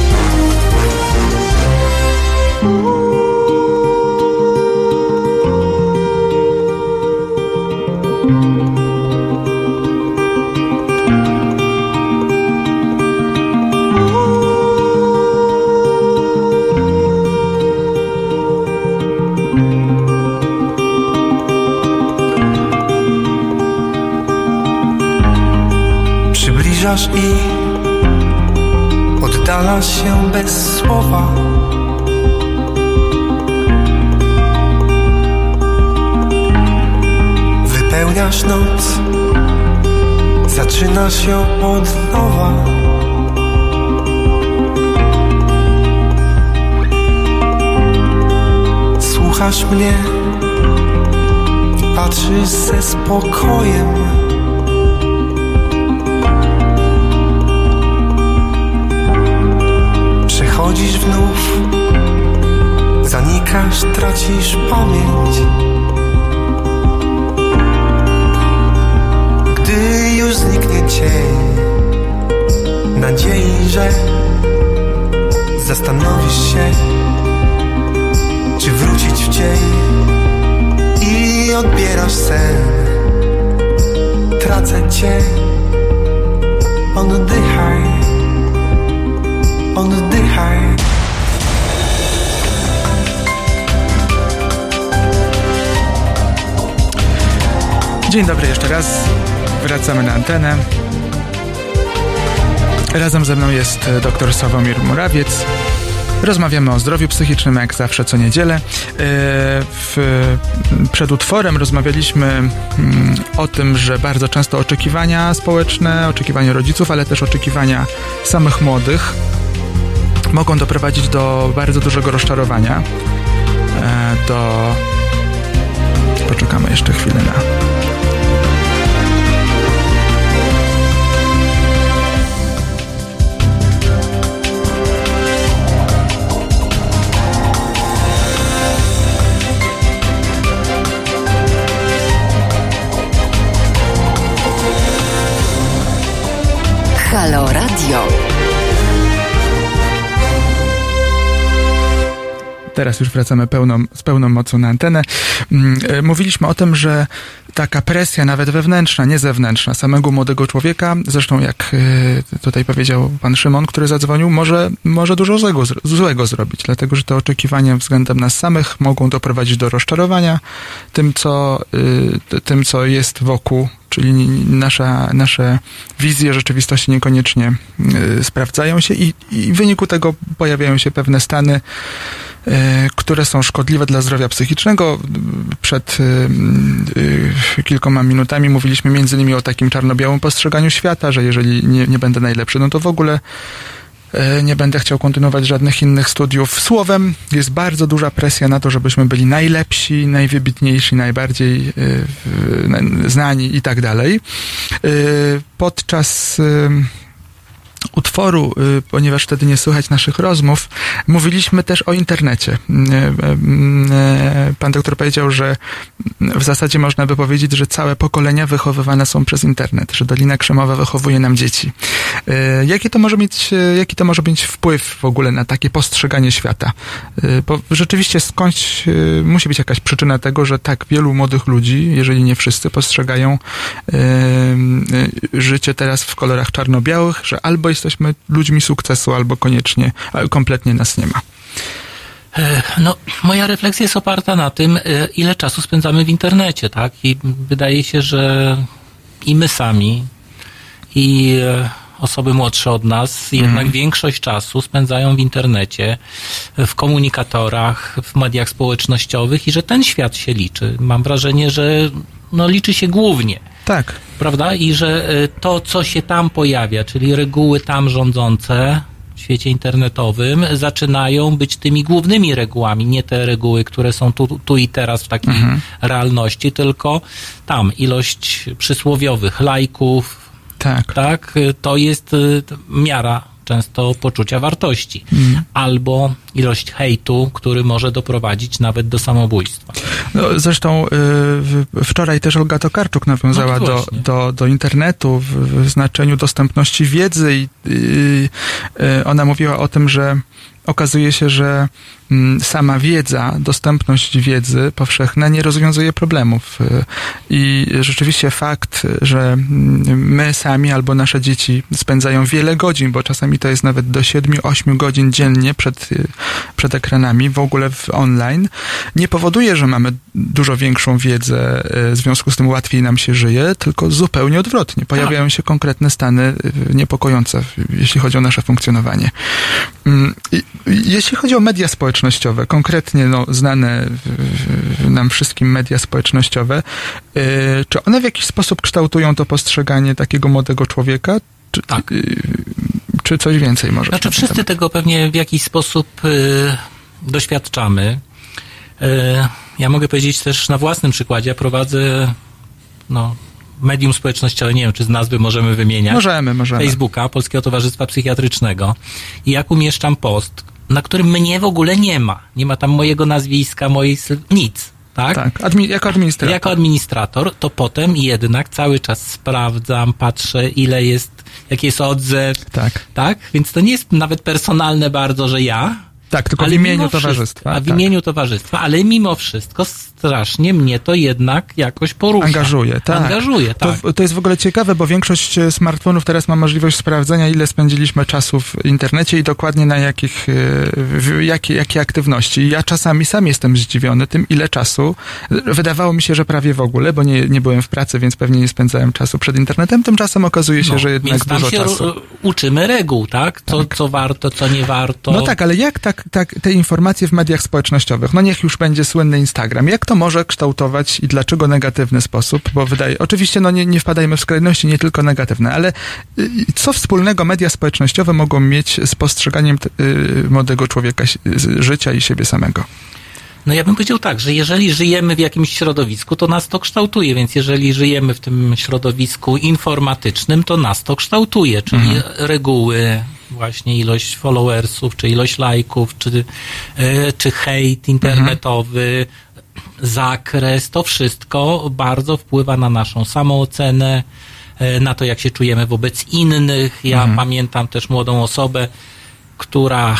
Przybliżasz i oddalasz się bez słowa. Wypełniasz noc, zaczynasz ją od nowa. Słuchasz mnie i patrzysz ze spokojem. Przechodzisz wnów, zanikasz, tracisz pamięć. Gdy już zniknie cień nadziei, że zastanowisz się, czy wrócić w dzień, i odbierasz sen. Tracę cię, oddychaj, oddychaj. Dzień dobry jeszcze raz. Wracamy na antenę. Razem ze mną jest dr Sławomir Murawiec. Rozmawiamy o zdrowiu psychicznym, jak zawsze co niedzielę. W, przed utworem rozmawialiśmy o tym, że bardzo często oczekiwania społeczne, oczekiwania rodziców, ale też oczekiwania samych młodych mogą doprowadzić do bardzo dużego rozczarowania. Do... Poczekamy jeszcze chwilę na... Halo Radio. Teraz już wracamy pełną, z pełną mocą na antenę. Mówiliśmy o tym, że taka presja, nawet wewnętrzna, nie zewnętrzna, samego młodego człowieka, zresztą jak tutaj powiedział pan Szymon, który zadzwonił, może, może dużo złego, złego zrobić, dlatego że te oczekiwania względem nas samych mogą doprowadzić do rozczarowania tym, co, tym, co jest wokół, czyli nasza, nasze wizje rzeczywistości niekoniecznie sprawdzają się i, i w wyniku tego pojawiają się pewne stany, które są szkodliwe dla zdrowia psychicznego. Przed kilkoma minutami mówiliśmy między innymi o takim czarno-białym postrzeganiu świata, że jeżeli nie, nie będę najlepszy, no to w ogóle nie będę chciał kontynuować żadnych innych studiów. Słowem, jest bardzo duża presja na to, żebyśmy byli najlepsi, najwybitniejsi, najbardziej znani i tak dalej. Podczas utworu, ponieważ wtedy nie słychać naszych rozmów, mówiliśmy też o internecie. Pan doktor powiedział, że w zasadzie można by powiedzieć, że całe pokolenia wychowywane są przez internet, że Dolina Krzemowa wychowuje nam dzieci. Jaki to może mieć, jaki to może mieć wpływ w ogóle na takie postrzeganie świata? Bo rzeczywiście skądś musi być jakaś przyczyna tego, że tak wielu młodych ludzi, jeżeli nie wszyscy, postrzegają życie teraz w kolorach czarno-białych, że albo jesteśmy ludźmi sukcesu, albo koniecznie, ale kompletnie nas nie ma. No, moja refleksja jest oparta na tym, ile czasu spędzamy w internecie, tak? I wydaje się, że i my sami, i osoby młodsze od nas, jednak mm. większość czasu spędzają w internecie, w komunikatorach, w mediach społecznościowych i że ten świat się liczy. Mam wrażenie, że no, liczy się głównie. Tak. Prawda? I że to, co się tam pojawia, czyli reguły tam rządzące w świecie internetowym, zaczynają być tymi głównymi regułami, nie te reguły, które są tu, tu i teraz w takiej mhm. realności, tylko tam ilość przysłowiowych lajków, tak. tak, to jest miara często poczucia wartości. Mm. Albo ilość hejtu, który może doprowadzić nawet do samobójstwa. No, zresztą y, wczoraj też Olga Tokarczuk nawiązała no do, do, do internetu w, w znaczeniu dostępności wiedzy i y, y, ona mówiła o tym, że okazuje się, że sama wiedza, dostępność wiedzy powszechna nie rozwiązuje problemów. I rzeczywiście fakt, że my sami albo nasze dzieci spędzają wiele godzin, bo czasami to jest nawet do siedmiu ośmiu godzin dziennie przed, przed ekranami, w ogóle w online, nie powoduje, że mamy dużo większą wiedzę, w związku z tym łatwiej nam się żyje, tylko zupełnie odwrotnie. Pojawiają się konkretne stany niepokojące, jeśli chodzi o nasze funkcjonowanie. Jeśli chodzi o media społecznościowe, konkretnie no, znane nam wszystkim media społecznościowe, yy, czy one w jakiś sposób kształtują to postrzeganie takiego młodego człowieka? Czy, tak. Yy, czy coś więcej może? Znaczy wszyscy temat? Tego pewnie w jakiś sposób yy, doświadczamy. Yy, ja mogę powiedzieć też na własnym przykładzie, ja prowadzę no, medium społecznościowe, nie wiem, czy z nazwy możemy wymieniać. Możemy, możemy. Facebooka, Polskiego Towarzystwa Psychiatrycznego. I jak umieszczam post, na którym mnie w ogóle nie ma. Nie ma tam mojego nazwiska, mojej... nic. Tak? Tak, admi- jako administrator. Jako administrator, to potem jednak cały czas sprawdzam, patrzę, ile jest, jaki jest odzew. Tak. Tak? Więc to nie jest nawet personalne bardzo, że ja... Tak, tylko w imieniu towarzystwa. A w tak. imieniu towarzystwa, ale mimo wszystko strasznie mnie to jednak jakoś porusza. Angażuje, tak. Angażuje, tak. To, to jest w ogóle ciekawe, bo większość smartfonów teraz ma możliwość sprawdzenia, ile spędziliśmy czasu w internecie i dokładnie na jakich, w jakie, jakie aktywności. Ja czasami sam jestem zdziwiony tym, ile czasu. Wydawało mi się, że prawie w ogóle, bo nie, nie byłem w pracy, więc pewnie nie spędzałem czasu przed internetem. Tymczasem okazuje się, no, że jednak więc tam dużo się czasu. Uczymy reguł, tak? Co, tak? Co warto, co nie warto. No tak, ale jak tak, tak te informacje w mediach społecznościowych, no niech już będzie słynny Instagram, jak to może kształtować i dlaczego negatywny sposób? Bo wydaje, oczywiście no nie, nie wpadajmy w skrajności, nie tylko negatywne, ale y, co wspólnego media społecznościowe mogą mieć z postrzeganiem y, młodego człowieka, y, życia i siebie samego? No ja bym powiedział tak, że jeżeli żyjemy w jakimś środowisku, to nas to kształtuje, więc jeżeli żyjemy w tym środowisku informatycznym, to nas to kształtuje, czyli mhm. reguły, właśnie ilość followersów, czy ilość lajków, czy, yy, czy hejt internetowy, mhm. zakres, to wszystko bardzo wpływa na naszą samoocenę, yy, na to, jak się czujemy wobec innych. Ja mhm. pamiętam też młodą osobę, która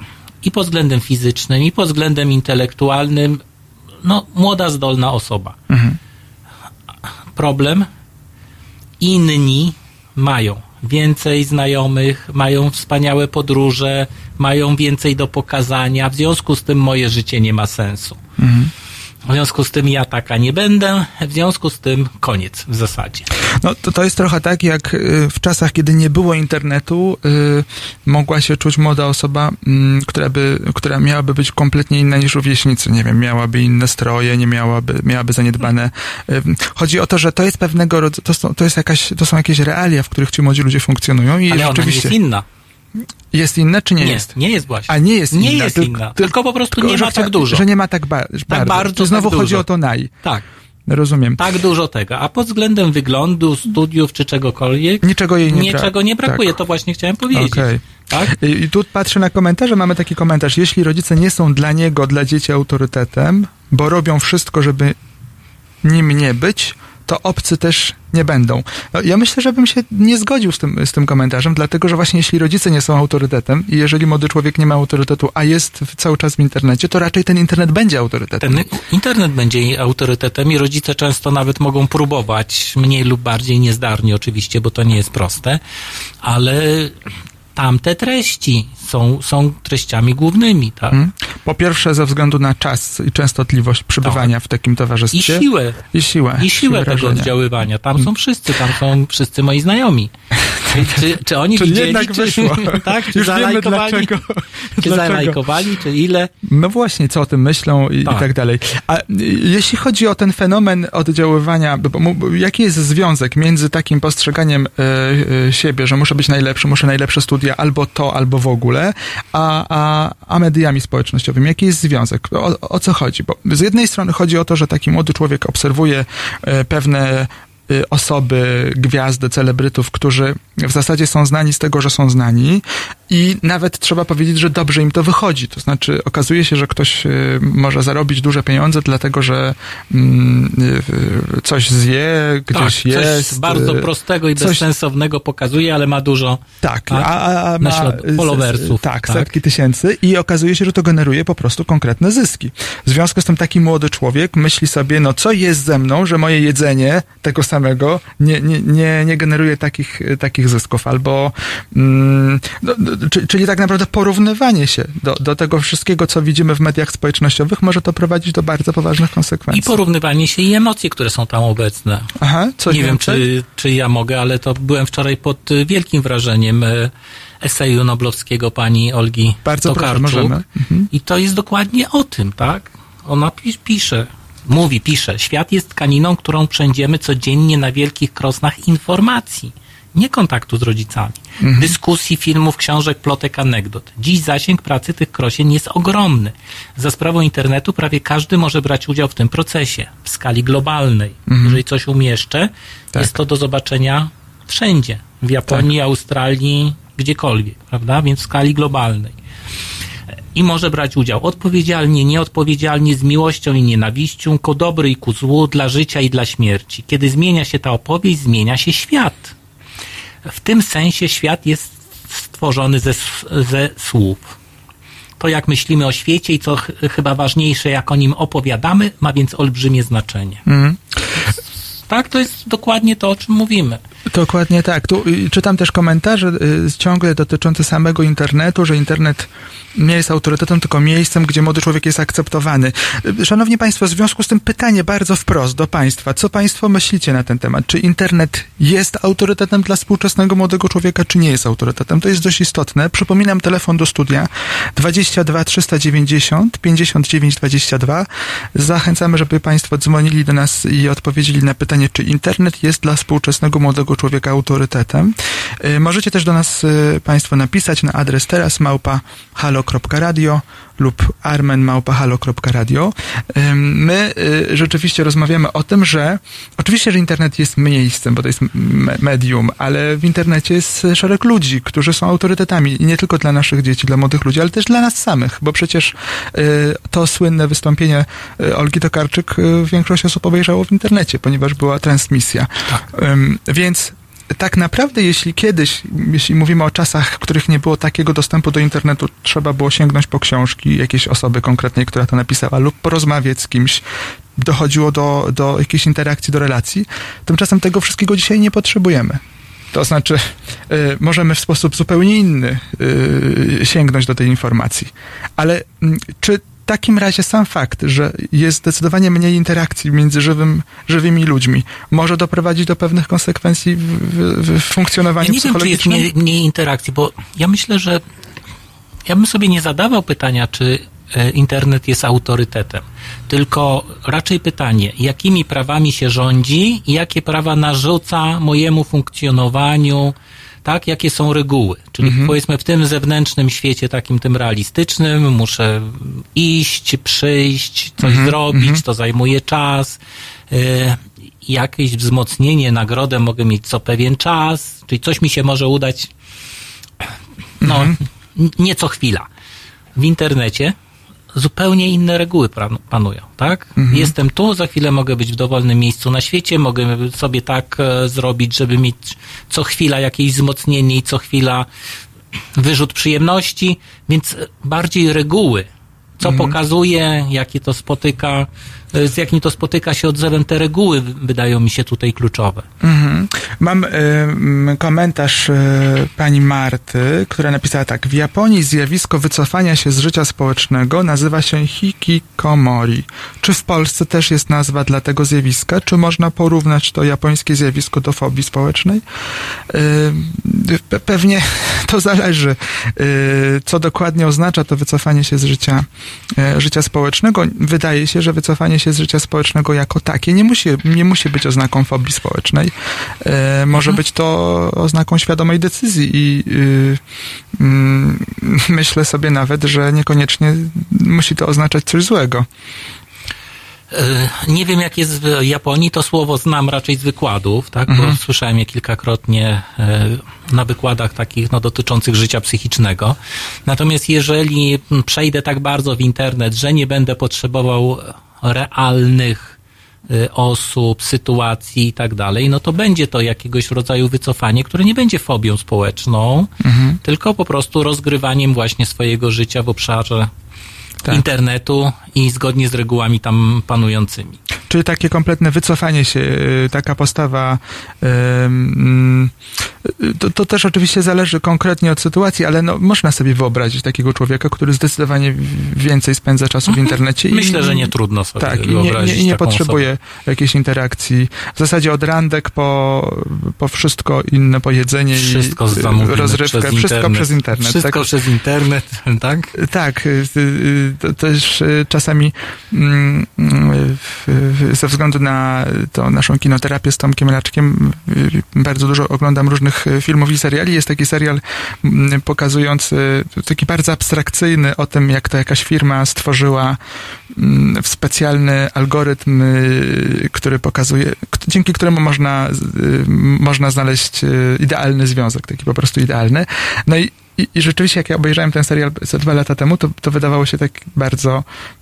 i pod względem fizycznym, i pod względem intelektualnym, no, młoda, zdolna osoba. Mhm. Problem? Inni mają więcej znajomych, mają wspaniałe podróże, mają więcej do pokazania, w związku z tym moje życie nie ma sensu. Mhm. W związku z tym ja taka nie będę, w związku z tym koniec w zasadzie. No to, to jest trochę tak, jak w czasach, kiedy nie było internetu, yy, mogła się czuć młoda osoba, yy, która by, która miałaby być kompletnie inna niż rówieśnicy. Nie wiem, miałaby inne stroje, nie miałaby, miałaby zaniedbane. Yy, chodzi o to, że to jest pewnego rodzaju, to są, to jest jakaś, to są jakieś realia, w których ci młodzi ludzie funkcjonują i ale rzeczywiście... ona nie jest inna. Jest inna, czy nie, nie jest? Nie jest właśnie. A nie jest nie inna. Jest tylko, inna. Tylko po prostu tylko, nie ma tak dużo. Że nie ma tak, ba- tak bardzo. bardzo. Czy znowu tak chodzi dużo. o to naj. Tak. Rozumiem. Tak dużo tego. A pod względem wyglądu, studiów czy czegokolwiek, niczego jej nie niczego nie brakuje. Tak. To właśnie chciałem powiedzieć. Okay. Tak? I, I tu patrzę na komentarze, mamy taki komentarz. Jeśli rodzice nie są dla niego, dla dzieci autorytetem, bo robią wszystko, żeby nim nie być, to obcy też nie będą. No, ja myślę, że bym się nie zgodził z tym, z tym komentarzem, dlatego, że właśnie jeśli rodzice nie są autorytetem i jeżeli młody człowiek nie ma autorytetu, a jest cały czas w internecie, to raczej ten internet będzie autorytetem. Ten internet będzie autorytetem i rodzice często nawet mogą próbować, mniej lub bardziej niezdarnie oczywiście, bo to nie jest proste, ale tamte treści są, są treściami głównymi, tak? Hmm. Po pierwsze ze względu na czas i częstotliwość przebywania tak. w takim towarzystwie. I siłę. I siłę. I siłę, siłę tego oddziaływania. Tam są wszyscy, tam są wszyscy moi znajomi. Czy, czy, czy oni Czyli widzieli, jednak czy, wyszło. tak, czy już zalajkowali, wiemy dlaczego. czy dlaczego. zalajkowali, czy ile? No właśnie, co o tym myślą i tak, i tak dalej. A jeśli chodzi o ten fenomen oddziaływania, bo, bo, jaki jest związek między takim postrzeganiem y, y, siebie, że muszę być najlepszy, muszę najlepsze studia, albo to, albo w ogóle, a, a, a mediami społecznościowymi? Jaki jest związek? O, o co chodzi? Bo z jednej strony chodzi o to, że taki młody człowiek obserwuje y, pewne osoby, gwiazdy, celebrytów, którzy w zasadzie są znani z tego, że są znani i nawet trzeba powiedzieć, że dobrze im to wychodzi. To znaczy okazuje się, że ktoś może zarobić duże pieniądze dlatego, że coś zje, gdzieś tak, jest. Coś bardzo prostego i coś bezsensownego pokazuje, ale ma dużo tak, a, a, a ma followersów. Tak, tak, setki tysięcy i okazuje się, że to generuje po prostu konkretne zyski. W związku z tym taki młody człowiek myśli sobie, no co jest ze mną, że moje jedzenie tego samego nie, nie, nie, nie generuje takich, takich zysków, albo mm, no, czyli tak naprawdę porównywanie się do, do tego wszystkiego, co widzimy w mediach społecznościowych, może to prowadzić do bardzo poważnych konsekwencji. I porównywanie się i emocje, które są tam obecne. Aha, coś Nie wiem, czy, czy ja mogę, ale to byłem wczoraj pod wielkim wrażeniem eseju noblowskiego pani Olgi Bardzo Tokarczuk. Proszę, możemy. Mhm. I to jest dokładnie o tym, tak? Ona pisze, mówi, pisze, świat jest tkaniną, którą przędziemy codziennie na wielkich krosnach informacji. Nie kontaktu z rodzicami. Mhm. Dyskusji, filmów, książek, plotek, anegdot. Dziś zasięg pracy tych krosien jest ogromny. Za sprawą internetu prawie każdy może brać udział w tym procesie. W skali globalnej. Mhm. Jeżeli coś umieszczę, tak. jest to do zobaczenia wszędzie. W Japonii, tak. Australii, gdziekolwiek. Prawda? Więc w skali globalnej. I może brać udział odpowiedzialnie, nieodpowiedzialnie, z miłością i nienawiścią, ku dobru i ku złu, dla życia i dla śmierci. Kiedy zmienia się ta opowieść, zmienia się świat. W tym sensie świat jest stworzony ze, ze słów. To, jak myślimy o świecie i co ch- chyba ważniejsze, jak o nim opowiadamy, ma więc olbrzymie znaczenie. Mm. Tak, to jest dokładnie to, o czym mówimy. Dokładnie tak. Tu czytam też komentarze y, ciągle dotyczące samego internetu, że internet nie jest autorytetem, tylko miejscem, gdzie młody człowiek jest akceptowany. Szanowni Państwo, w związku z tym pytanie bardzo wprost do Państwa. Co Państwo myślicie na ten temat? Czy internet jest autorytetem dla współczesnego młodego człowieka, czy nie jest autorytetem? To jest dość istotne. Przypominam, telefon do studia dwadzieścia dwa trzysta dziewięćdziesiąt pięćdziesiąt dziewięć dwadzieścia dwa. Zachęcamy, żeby Państwo dzwonili do nas i odpowiedzieli na pytanie, czy internet jest dla współczesnego młodego człowieka autorytetem. Możecie też do nas Państwo napisać na adres teraz małpa halo kropka radio lub armen małpa halo kropka radio. My rzeczywiście rozmawiamy o tym, że oczywiście, że internet jest miejscem, bo to jest medium, ale w internecie jest szereg ludzi, którzy są autorytetami i nie tylko dla naszych dzieci, dla młodych ludzi, ale też dla nas samych, bo przecież to słynne wystąpienie Olgi Tokarczuk większość osób obejrzało w internecie, ponieważ była transmisja. Tak. Więc tak naprawdę, jeśli kiedyś, jeśli mówimy o czasach, w których nie było takiego dostępu do internetu, trzeba było sięgnąć po książki jakiejś osoby konkretnej, która to napisała, lub porozmawiać z kimś, dochodziło do, do jakiejś interakcji, do relacji, tymczasem tego wszystkiego dzisiaj nie potrzebujemy. To znaczy, y, możemy w sposób zupełnie inny y, sięgnąć do tej informacji. Ale y, czy w takim razie sam fakt, że jest zdecydowanie mniej interakcji między żywym, żywymi ludźmi, może doprowadzić do pewnych konsekwencji w, w, w funkcjonowaniu ja nie psychologicznym? wiem, czy jest mniej, mniej interakcji, bo ja myślę, że ja bym sobie nie zadawał pytania, czy internet jest autorytetem, tylko raczej pytanie, jakimi prawami się rządzi i jakie prawa narzuca mojemu funkcjonowaniu, tak, jakie są reguły. Czyli mhm. powiedzmy w tym zewnętrznym świecie, takim tym realistycznym, muszę iść, przyjść, coś mhm. zrobić, mhm. to zajmuje czas, y, jakieś wzmocnienie, nagrodę mogę mieć co pewien czas, czyli coś mi się może udać, no, mhm. nie co chwila. W internecie zupełnie inne reguły panują, tak? Mhm. Jestem tu, za chwilę mogę być w dowolnym miejscu na świecie, mogę sobie tak e, zrobić, żeby mieć co chwila jakieś wzmocnienie i co chwila wyrzut przyjemności, więc bardziej reguły. Co mhm. pokazuje, jakie to spotyka, z jakim to spotyka się odzewem, te reguły wydają mi się tutaj kluczowe. Mhm. Mam y, komentarz y, pani Marty, która napisała tak. W Japonii zjawisko wycofania się z życia społecznego nazywa się hikikomori. Czy w Polsce też jest nazwa dla tego zjawiska? Czy można porównać to japońskie zjawisko do fobii społecznej? Y, pewnie to zależy, y, co dokładnie oznacza to wycofanie się z życia, y, życia społecznego. Wydaje się, że wycofanie się z życia społecznego jako takie nie musi, nie musi być oznaką fobii społecznej. E, może mhm. być to oznaką świadomej decyzji i y, y, myślę sobie nawet, że niekoniecznie musi to oznaczać coś złego. Nie wiem, jak jest w Japonii, to słowo znam raczej z wykładów, tak, mhm. bo słyszałem je kilkakrotnie na wykładach takich, no, dotyczących życia psychicznego. Natomiast jeżeli przejdę tak bardzo w internet, że nie będę potrzebował realnych osób, sytuacji i tak dalej, no to będzie to jakiegoś rodzaju wycofanie, które nie będzie fobią społeczną, mhm. tylko po prostu rozgrywaniem właśnie swojego życia w obszarze tak. internetu i zgodnie z regułami tam panującymi. Czyli takie kompletne wycofanie się, taka postawa, to, to też oczywiście zależy konkretnie od sytuacji, ale no, można sobie wyobrazić takiego człowieka, który zdecydowanie więcej spędza czasu w internecie. Myślę, i, że nie trudno sobie tak, wyobrazić. I nie, nie, nie potrzebuje osobę. jakiejś interakcji. W zasadzie od randek po, po wszystko inne, po jedzenie wszystko i rozrywkę. Przez wszystko internet. przez internet. Wszystko tak? przez internet, tak? Tak. To też czasami ze względu na to naszą kinoterapię z Tomkiem Raczkiem bardzo dużo oglądam różnych filmów i seriali. Jest taki serial pokazujący, taki bardzo abstrakcyjny, o tym, jak to jakaś firma stworzyła specjalny algorytm, który pokazuje, dzięki któremu można, można znaleźć idealny związek, taki po prostu idealny. No i I, I rzeczywiście, jak ja obejrzałem ten serial ze dwa lata temu, to, to wydawało się tak bardzo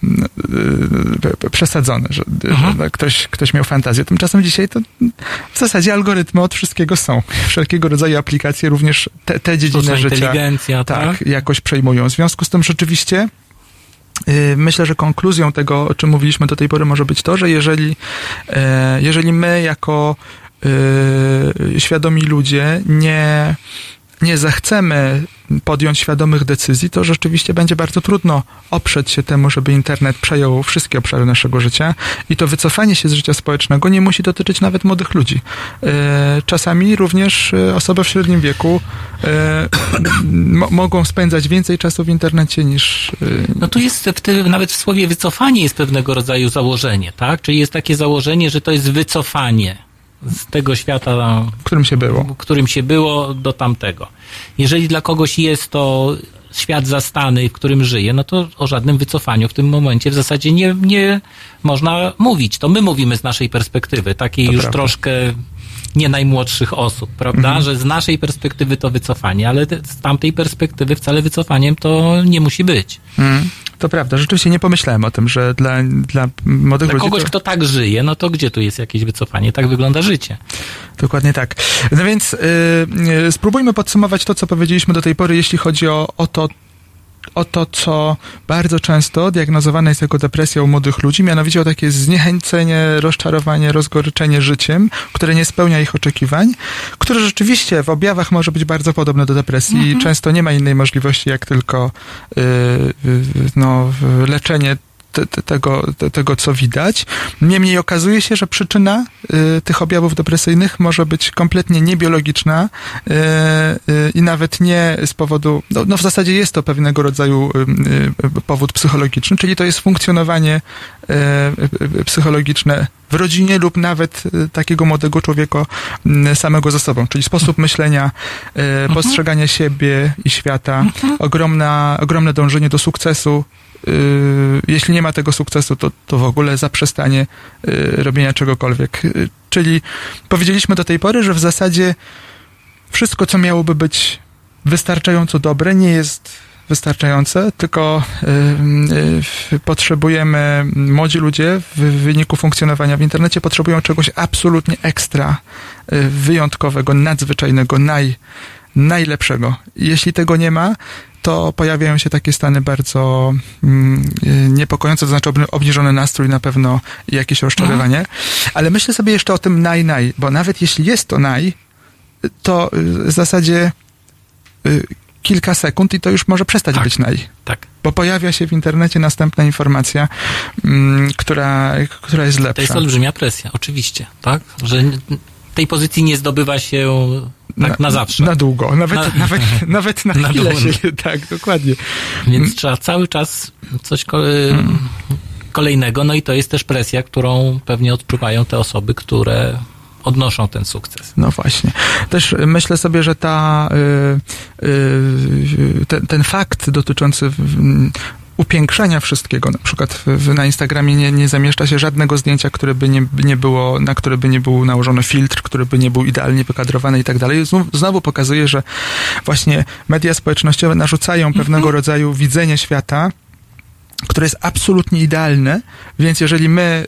yy, przesadzone, że, że ktoś, ktoś miał fantazję. Tymczasem dzisiaj to w zasadzie algorytmy od wszystkiego są. Wszelkiego rodzaju aplikacje, również te, te dziedziny życia inteligencja, tak, tak, jakoś przejmują. W związku z tym rzeczywiście yy, myślę, że konkluzją tego, o czym mówiliśmy do tej pory, może być to, że jeżeli, yy, jeżeli my jako yy, świadomi ludzie nie nie zechcemy podjąć świadomych decyzji, to rzeczywiście będzie bardzo trudno oprzeć się temu, żeby internet przejął wszystkie obszary naszego życia i to wycofanie się z życia społecznego nie musi dotyczyć nawet młodych ludzi. Czasami również osoby w średnim wieku mo- mogą spędzać więcej czasu w internecie niż... No tu jest, w tym, nawet w słowie wycofanie jest pewnego rodzaju założenie, tak? Czyli jest takie założenie, że to jest wycofanie z tego świata, w którym się było. w którym się było do tamtego. Jeżeli dla kogoś jest to świat zastany, w którym żyje, no to o żadnym wycofaniu w tym momencie w zasadzie nie, nie można mówić. To my mówimy z naszej perspektywy, takiej to już prawda. troszkę nie najmłodszych osób, prawda? Mhm. Że z naszej perspektywy to wycofanie, ale z tamtej perspektywy wcale wycofaniem to nie musi być. Mhm. To prawda, rzeczywiście nie pomyślałem o tym, że dla, dla młodych dla ludzi... kogoś, to... kto tak żyje, no to gdzie tu jest jakieś wycofanie? Tak wygląda życie. Dokładnie tak. No więc yy, spróbujmy podsumować to, co powiedzieliśmy do tej pory, jeśli chodzi o, o to, o to, co bardzo często diagnozowane jest jako depresja u młodych ludzi, mianowicie o takie zniechęcenie, rozczarowanie, rozgoryczenie życiem, które nie spełnia ich oczekiwań, które rzeczywiście w objawach może być bardzo podobne do depresji i mhm. często nie ma innej możliwości, jak tylko yy, yy, no, leczenie Te, te, tego, te, tego, co widać. Niemniej okazuje się, że przyczyna y, tych objawów depresyjnych może być kompletnie niebiologiczna y, y, i nawet nie z powodu, no, no w zasadzie jest to pewnego rodzaju y, y, powód psychologiczny, czyli to jest funkcjonowanie y, y, psychologiczne w rodzinie lub nawet y, takiego młodego człowieka y, samego ze sobą, czyli sposób myślenia, y, mhm. postrzegania siebie i świata, mhm. ogromna, ogromne dążenie do sukcesu. Yy, jeśli nie ma tego sukcesu, to, to w ogóle zaprzestanie yy, robienia czegokolwiek. Yy, czyli powiedzieliśmy do tej pory, że w zasadzie wszystko, co miałoby być wystarczająco dobre, nie jest wystarczające, tylko yy, yy, potrzebujemy, młodzi ludzie w wyniku funkcjonowania w internecie potrzebują czegoś absolutnie ekstra, yy, wyjątkowego, nadzwyczajnego, naj, najlepszego. Jeśli tego nie ma, to pojawiają się takie stany bardzo mm, niepokojące, to znaczy obniżony nastrój, na pewno i jakieś rozczarowanie. Mhm. Ale myślę sobie jeszcze o tym naj, naj, bo nawet jeśli jest to naj, to w zasadzie y, kilka sekund i to już może przestać tak, być naj. Tak. Bo pojawia się w internecie następna informacja, mm, która, która jest lepsza. To jest olbrzymia presja, oczywiście, tak? Że tej pozycji nie zdobywa się tak na, na zawsze. Na długo, nawet na, nawet, nawet na, na chwilę się, tak, dokładnie. Więc trzeba cały czas coś hmm. kolejnego, no i to jest też presja, którą pewnie odczuwają te osoby, które odnoszą ten sukces. No właśnie. Też myślę sobie, że ta, y, y, ten, ten fakt dotyczący upiększania wszystkiego. Na przykład w, w, na Instagramie nie, nie zamieszcza się żadnego zdjęcia, które by nie, nie było, na które by nie był nałożony filtr, który by nie był idealnie wykadrowany i tak dalej. Znów, znowu pokazuje, że właśnie media społecznościowe narzucają pewnego rodzaju widzenie świata, które jest absolutnie idealne, więc jeżeli my,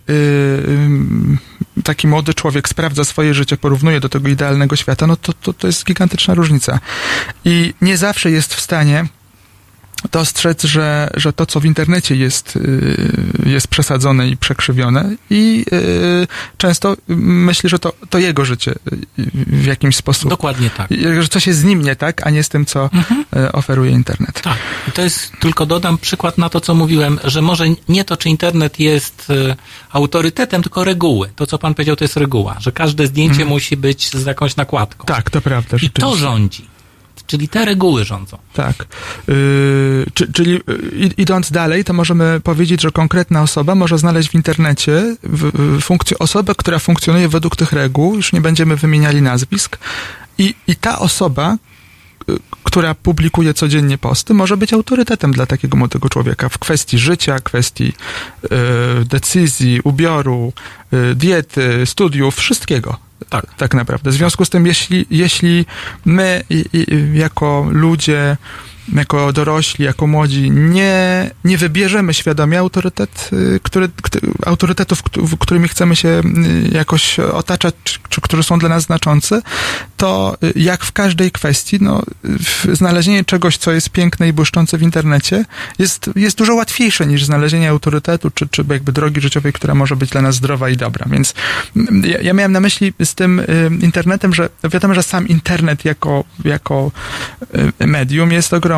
yy, taki młody człowiek sprawdza swoje życie, porównuje do tego idealnego świata, no to, to, to jest gigantyczna różnica. I nie zawsze jest w stanie dostrzec, że, że to, co w internecie jest, jest przesadzone i przekrzywione i yy, często myśli, że to, to jego życie w jakimś sposób. Dokładnie tak. Że coś jest z nim nie tak, a nie z tym, co mhm. oferuje internet. Tak. I to jest, tylko dodam przykład na to, co mówiłem, że może nie to, czy internet jest autorytetem, tylko reguły. To, co pan powiedział, to jest reguła, że każde zdjęcie mhm. musi być z jakąś nakładką. Tak, to prawda. I to rządzi. Czyli te reguły rządzą. Tak. Yy, czy, czyli yy, idąc dalej, to możemy powiedzieć, że konkretna osoba może znaleźć w internecie w, w funkcję, osobę, która funkcjonuje według tych reguł, już nie będziemy wymieniali nazwisk, i, i ta osoba, yy, która publikuje codziennie posty, może być autorytetem dla takiego młodego człowieka w kwestii życia, kwestii yy, decyzji, ubioru, yy, diety, studiów, wszystkiego. Tak, tak naprawdę. W związku z tym, jeśli, jeśli my i, i, jako ludzie, jako dorośli, jako młodzi nie, nie wybierzemy świadomie autorytet, który, autorytetów, którymi chcemy się jakoś otaczać, czy, czy które są dla nas znaczące, to jak w każdej kwestii, no, znalezienie czegoś, co jest piękne i błyszczące w internecie jest, jest dużo łatwiejsze niż znalezienie autorytetu, czy, czy jakby drogi życiowej, która może być dla nas zdrowa i dobra. Więc ja, ja miałem na myśli z tym internetem, że wiadomo, że sam internet jako, jako medium jest ogromny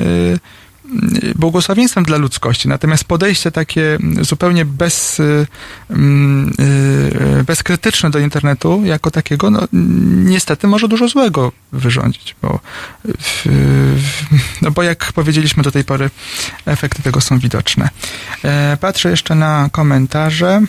błogosławieństwem dla ludzkości. Natomiast podejście takie zupełnie bez, bezkrytyczne do internetu jako takiego, no niestety może dużo złego wyrządzić, bo, no bo jak powiedzieliśmy do tej pory, efekty tego są widoczne. Patrzę jeszcze na komentarze,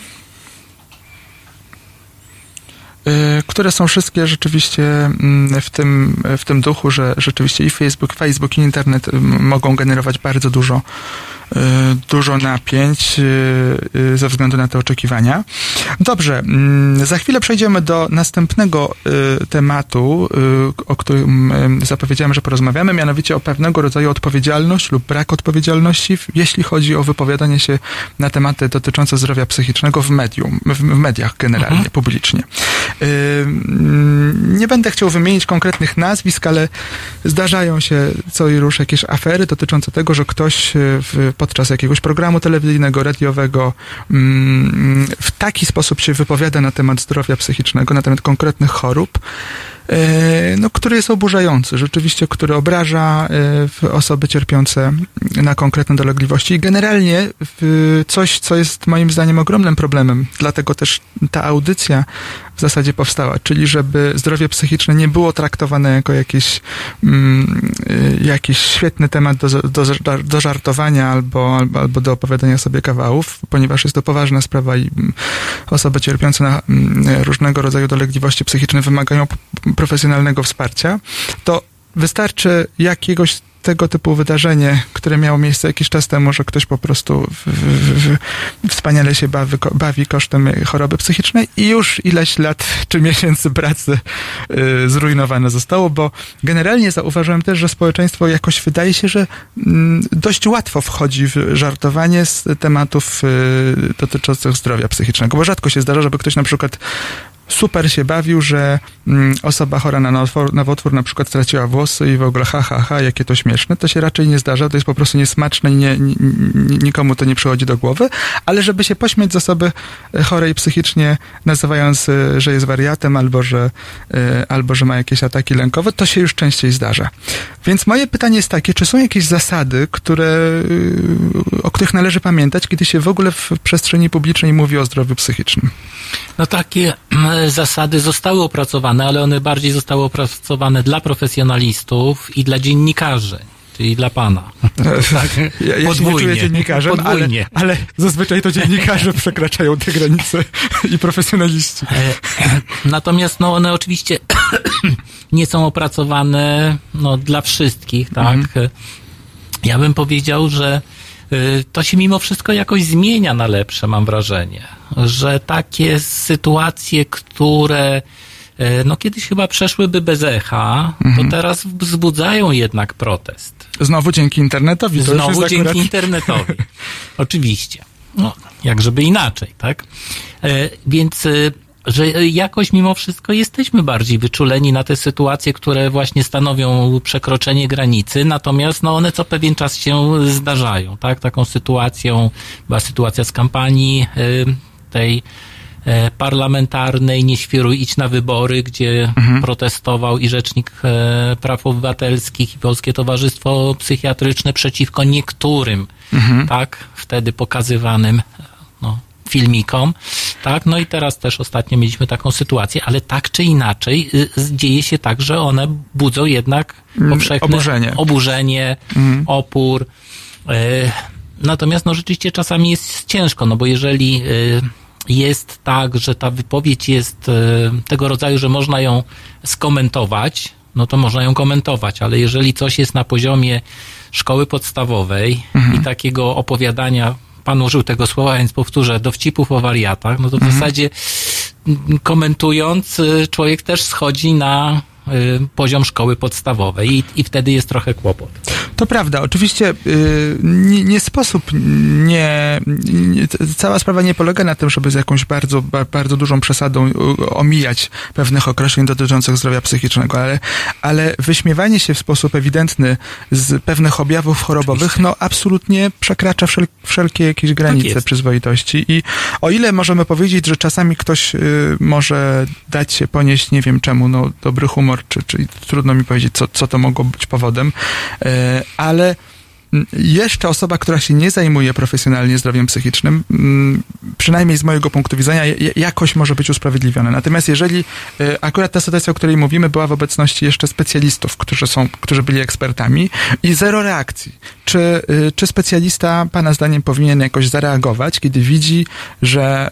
które są wszystkie rzeczywiście w tym, w tym duchu, że rzeczywiście i Facebook, Facebook i internet mogą generować bardzo dużo, dużo napięć ze względu na te oczekiwania. Dobrze, za chwilę przejdziemy do następnego tematu, o którym zapowiedziałem, że porozmawiamy, mianowicie o pewnego rodzaju odpowiedzialność lub brak odpowiedzialności, jeśli chodzi o wypowiadanie się na tematy dotyczące zdrowia psychicznego w medium, w mediach generalnie, mhm. publicznie. Nie będę chciał wymienić konkretnych nazwisk, ale zdarzają się co i rusz jakieś afery dotyczące tego, że ktoś w, podczas jakiegoś programu telewizyjnego, radiowego w taki sposób się wypowiada na temat zdrowia psychicznego, na temat konkretnych chorób, no, który jest oburzający, rzeczywiście, który obraża osoby cierpiące na konkretne dolegliwości i generalnie coś, co jest moim zdaniem ogromnym problemem, dlatego też ta audycja w zasadzie powstała, czyli żeby zdrowie psychiczne nie było traktowane jako jakiś, mm, jakiś świetny temat do, do, do żartowania albo, albo, albo do opowiadania sobie kawałów, ponieważ jest to poważna sprawa i osoby cierpiące na różnego rodzaju dolegliwości psychiczne wymagają profesjonalnego wsparcia, to wystarczy jakiegoś tego typu wydarzenie, które miało miejsce jakiś czas temu, że ktoś po prostu w, w, w, wspaniale się bawi, bawi kosztem choroby psychicznej i już ileś lat czy miesięcy pracy y, zrujnowane zostało, bo generalnie zauważyłem też, że społeczeństwo jakoś wydaje się, że y, dość łatwo wchodzi w żartowanie z tematów y, dotyczących zdrowia psychicznego, bo rzadko się zdarza, żeby ktoś na przykład super się bawił, że mm, osoba chora na nowotwór, nowotwór na przykład straciła włosy i w ogóle ha, ha, ha, jakie to śmieszne. To się raczej nie zdarza, to jest po prostu niesmaczne i nie, nie, nikomu to nie przychodzi do głowy, ale żeby się pośmiać z osoby chorej psychicznie, nazywając, że jest wariatem albo że, albo że ma jakieś ataki lękowe, to się już częściej zdarza. Więc moje pytanie jest takie, czy są jakieś zasady, które, o których należy pamiętać, kiedy się w ogóle w przestrzeni publicznej mówi o zdrowiu psychicznym? No takie zasady zostały opracowane, ale one bardziej zostały opracowane dla profesjonalistów i dla dziennikarzy, czyli dla pana. Tak. Ja, ja się nie czuję dziennikarzem, ale, ale zazwyczaj to dziennikarze przekraczają te granice i profesjonaliści. Natomiast no, one oczywiście nie są opracowane no, dla wszystkich, tak? Mhm. Ja bym powiedział, że to się mimo wszystko jakoś zmienia na lepsze, mam wrażenie, że takie sytuacje, które no kiedyś chyba przeszłyby bez echa, mhm. to teraz wzbudzają jednak protest. Znowu dzięki internetowi. To Znowu już dzięki akurat... internetowi. Oczywiście. No, jak żeby inaczej, tak? E, więc, że jakoś mimo wszystko jesteśmy bardziej wyczuleni na te sytuacje, które właśnie stanowią przekroczenie granicy, natomiast no one co pewien czas się zdarzają, tak? Taką sytuacją była sytuacja z kampanii e, tej parlamentarnej, nie świruj, idź na wybory, gdzie mhm. protestował i Rzecznik Praw Obywatelskich i Polskie Towarzystwo Psychiatryczne przeciwko niektórym, mhm. tak, wtedy pokazywanym no, filmikom, tak, no i teraz też ostatnio mieliśmy taką sytuację, ale tak czy inaczej dzieje się tak, że one budzą jednak powszechne oburzenie, oburzenie mhm. opór. Natomiast no rzeczywiście czasami jest ciężko, no bo jeżeli jest tak, że ta wypowiedź jest tego rodzaju, że można ją skomentować, no to można ją komentować, ale jeżeli coś jest na poziomie szkoły podstawowej mhm. i takiego opowiadania, pan użył tego słowa, więc powtórzę, dowcipów o wariatach, no to w mhm. zasadzie komentując człowiek też schodzi na poziom szkoły podstawowej i, i wtedy jest trochę kłopot. To prawda. Oczywiście yy, nie, nie sposób, nie, nie, cała sprawa nie polega na tym, żeby z jakąś bardzo, ba, bardzo dużą przesadą omijać pewnych określeń dotyczących zdrowia psychicznego, ale, ale wyśmiewanie się w sposób ewidentny z pewnych objawów chorobowych, Oczywiście. no absolutnie przekracza wszel, wszelkie jakieś granice tak przyzwoitości i o ile możemy powiedzieć, że czasami ktoś yy, może dać się ponieść, nie wiem czemu, no dobry humor, Czy, czy trudno mi powiedzieć, co, co to mogło być powodem, ale jeszcze osoba, która się nie zajmuje profesjonalnie zdrowiem psychicznym, przynajmniej z mojego punktu widzenia, jakoś może być usprawiedliwiona. Natomiast jeżeli akurat ta sytuacja, o której mówimy, była w obecności jeszcze specjalistów, którzy są, którzy byli ekspertami i zero reakcji. Czy, czy specjalista, pana zdaniem, powinien jakoś zareagować, kiedy widzi, że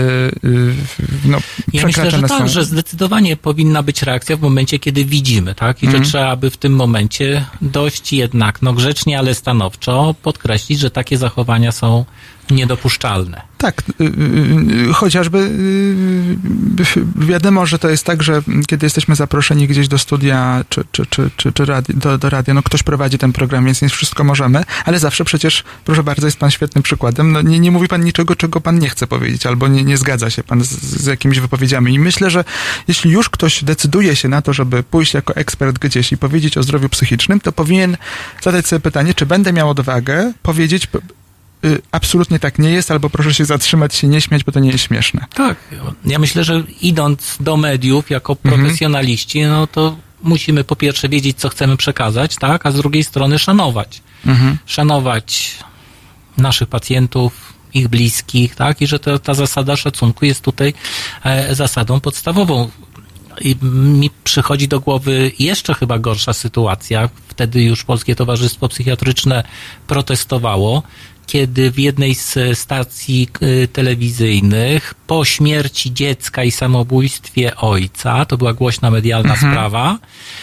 no, ja myślę, że tak, są... że zdecydowanie powinna być reakcja w momencie, kiedy widzimy, tak? I mm. że trzeba by w tym momencie dość jednak, no grzecznie, ale stanowczo podkreślić, że takie zachowania są niedopuszczalne. Tak, chociażby wiadomo, że to jest tak, że kiedy jesteśmy zaproszeni gdzieś do studia czy, czy, czy, czy, czy radi, do, do radia, no ktoś prowadzi ten program, więc nie wszystko możemy, ale zawsze przecież, proszę bardzo, jest pan świetnym przykładem. No, nie, nie mówi pan niczego, czego pan nie chce powiedzieć, albo nie, nie zgadza się pan z, z jakimiś wypowiedziami. I myślę, że jeśli już ktoś decyduje się na to, żeby pójść jako ekspert gdzieś i powiedzieć o zdrowiu psychicznym, to powinien zadać sobie pytanie, czy będę miał odwagę powiedzieć absolutnie tak nie jest, albo proszę się zatrzymać, się nie śmiać, bo to nie jest śmieszne. Tak. Ja myślę, że idąc do mediów jako profesjonaliści, mhm. no to musimy po pierwsze wiedzieć, co chcemy przekazać, tak, a z drugiej strony szanować. Mhm. Szanować naszych pacjentów, ich bliskich, tak, i że to, ta zasada szacunku jest tutaj e, zasadą podstawową. I mi przychodzi do głowy jeszcze chyba gorsza sytuacja. Wtedy już Polskie Towarzystwo Psychiatryczne protestowało, kiedy w jednej z stacji telewizyjnych po śmierci dziecka i samobójstwie ojca, to była głośna medialna mhm. sprawa,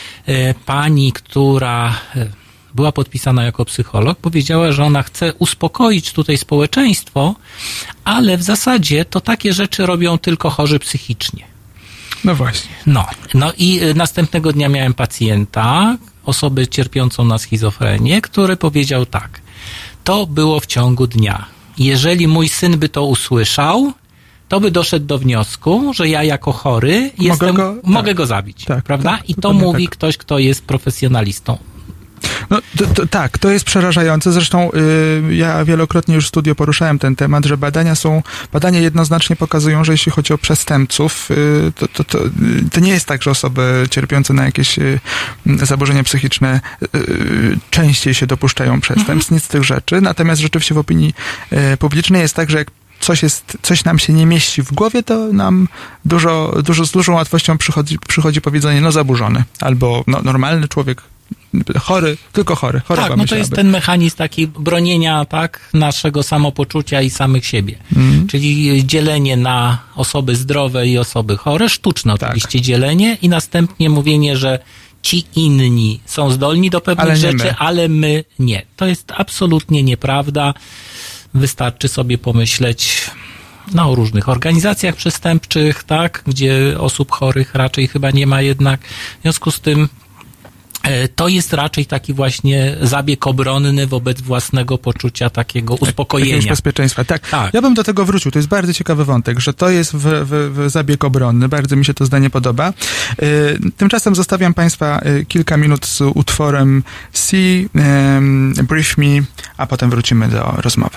pani, która była podpisana jako psycholog, powiedziała, że ona chce uspokoić tutaj społeczeństwo, ale w zasadzie to takie rzeczy robią tylko chorzy psychicznie. No właśnie. No, no i następnego dnia miałem pacjenta, osobę cierpiącą na schizofrenię, który powiedział tak: to było w ciągu dnia. Jeżeli mój syn by to usłyszał, to by doszedł do wniosku, że ja jako chory jestem, mogę go, mogę tak, go zabić, tak, prawda? Tak, I to mówi tak. ktoś, kto jest profesjonalistą. No to, to, tak, to jest przerażające. Zresztą y, ja wielokrotnie już w studiu poruszałem ten temat, że badania są, badania jednoznacznie pokazują, że jeśli chodzi o przestępców, y, to, to, to, to nie jest tak, że osoby cierpiące na jakieś y, zaburzenia psychiczne y, częściej się dopuszczają przestępstw, mhm. nic z tych rzeczy. Natomiast rzeczywiście w opinii y, publicznej jest tak, że jak coś jest, coś nam się nie mieści w głowie, to nam dużo, dużo, z dużą łatwością przychodzi, przychodzi powiedzenie, no zaburzony, albo no, normalny człowiek, chory, tylko chory. Choroba tak, no to jest ten mechanizm taki bronienia, tak, naszego samopoczucia i samych siebie. Mm. Czyli dzielenie na osoby zdrowe i osoby chore, sztuczne oczywiście tak. dzielenie i następnie mówienie, że ci inni są zdolni do pewnych ale rzeczy, my. ale my nie. To jest absolutnie nieprawda. Wystarczy sobie pomyśleć no, o różnych organizacjach przestępczych, tak, gdzie osób chorych raczej chyba nie ma jednak. W związku z tym to jest raczej taki właśnie zabieg obronny wobec własnego poczucia takiego uspokojenia. Jakiegoś bezpieczeństwa. Tak. tak. Ja bym do tego wrócił. To jest bardzo ciekawy wątek, że to jest w, w, w zabieg obronny. Bardzo mi się to zdanie podoba. Tymczasem zostawiam Państwa kilka minut z utworem See, um, Brief Me, a potem wrócimy do rozmowy.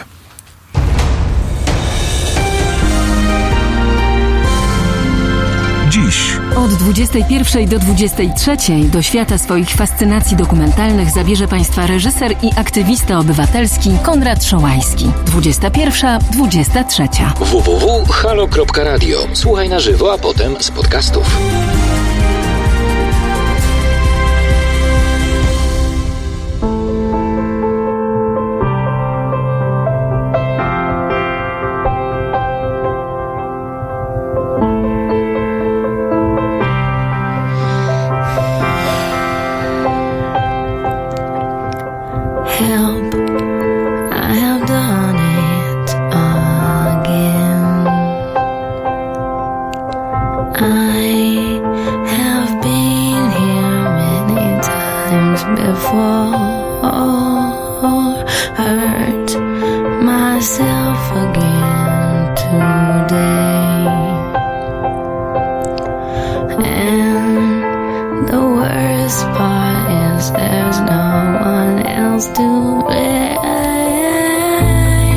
Dziś od dwudziestej pierwszej do dwudziestej trzeciej do świata swoich fascynacji dokumentalnych zabierze Państwa reżyser i aktywista obywatelski Konrad Szołajski. dwudziesta pierwsza dwudziesta trzecia. w w w kropka halo kropka radio. Słuchaj na żywo, a potem z podcastów. There's no one else to blame.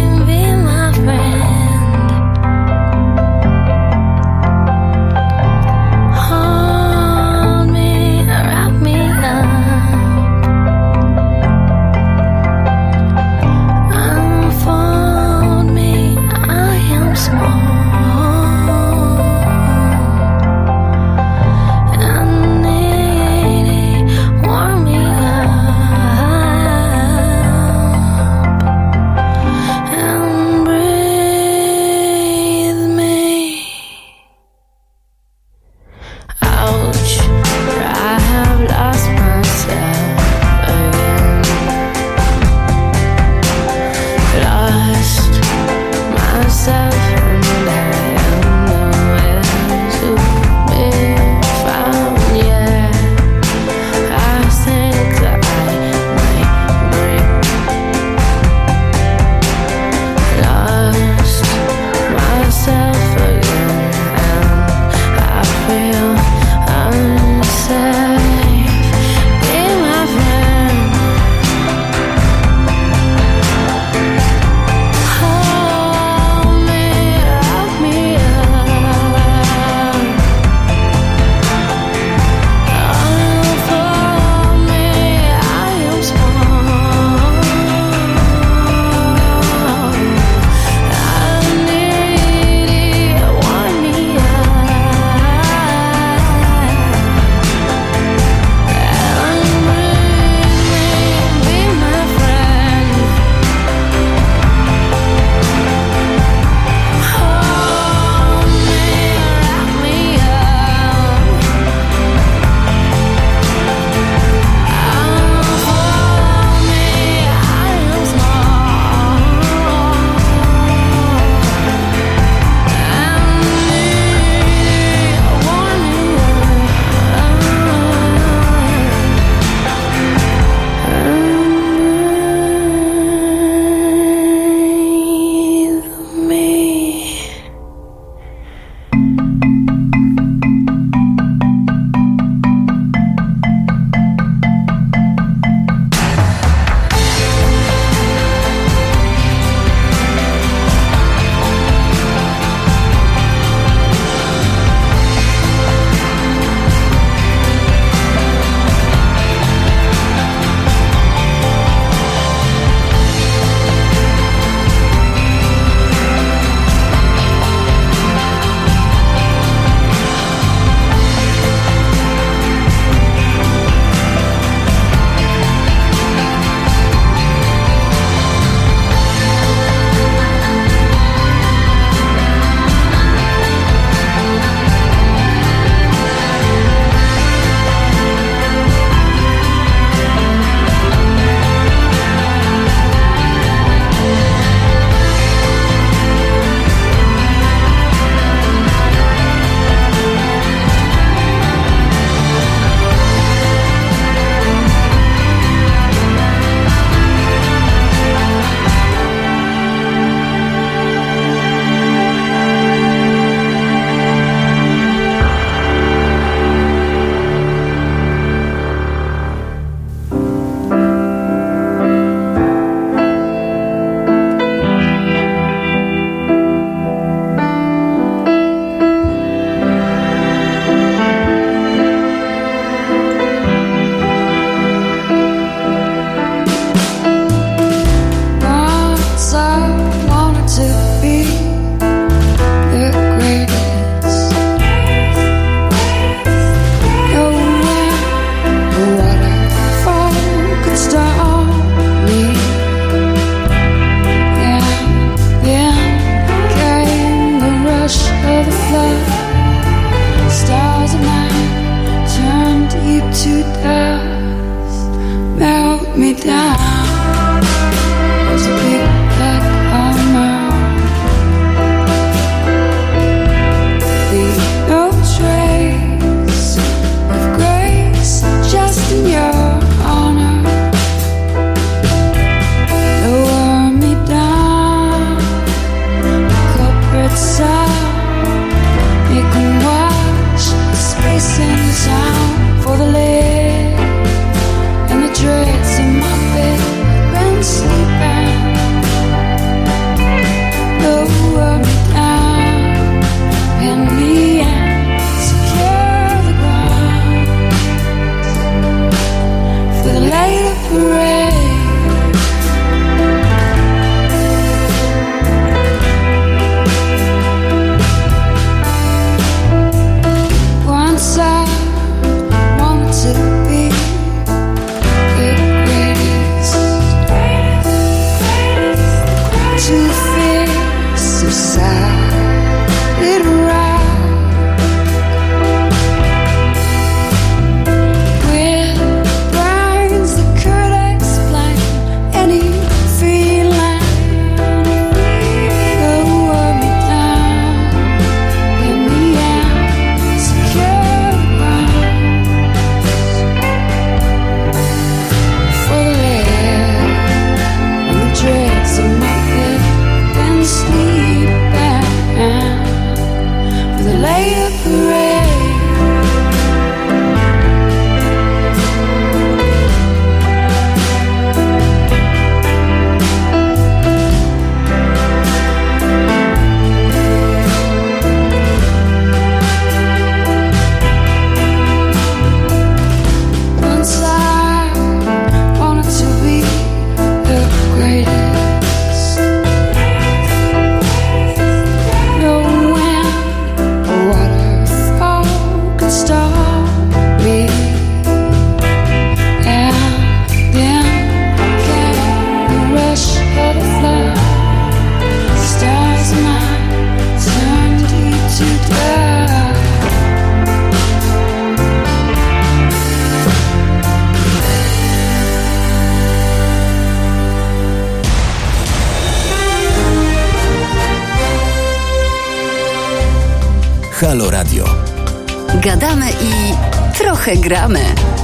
Halo Radio. Gadamy i trochę gramy.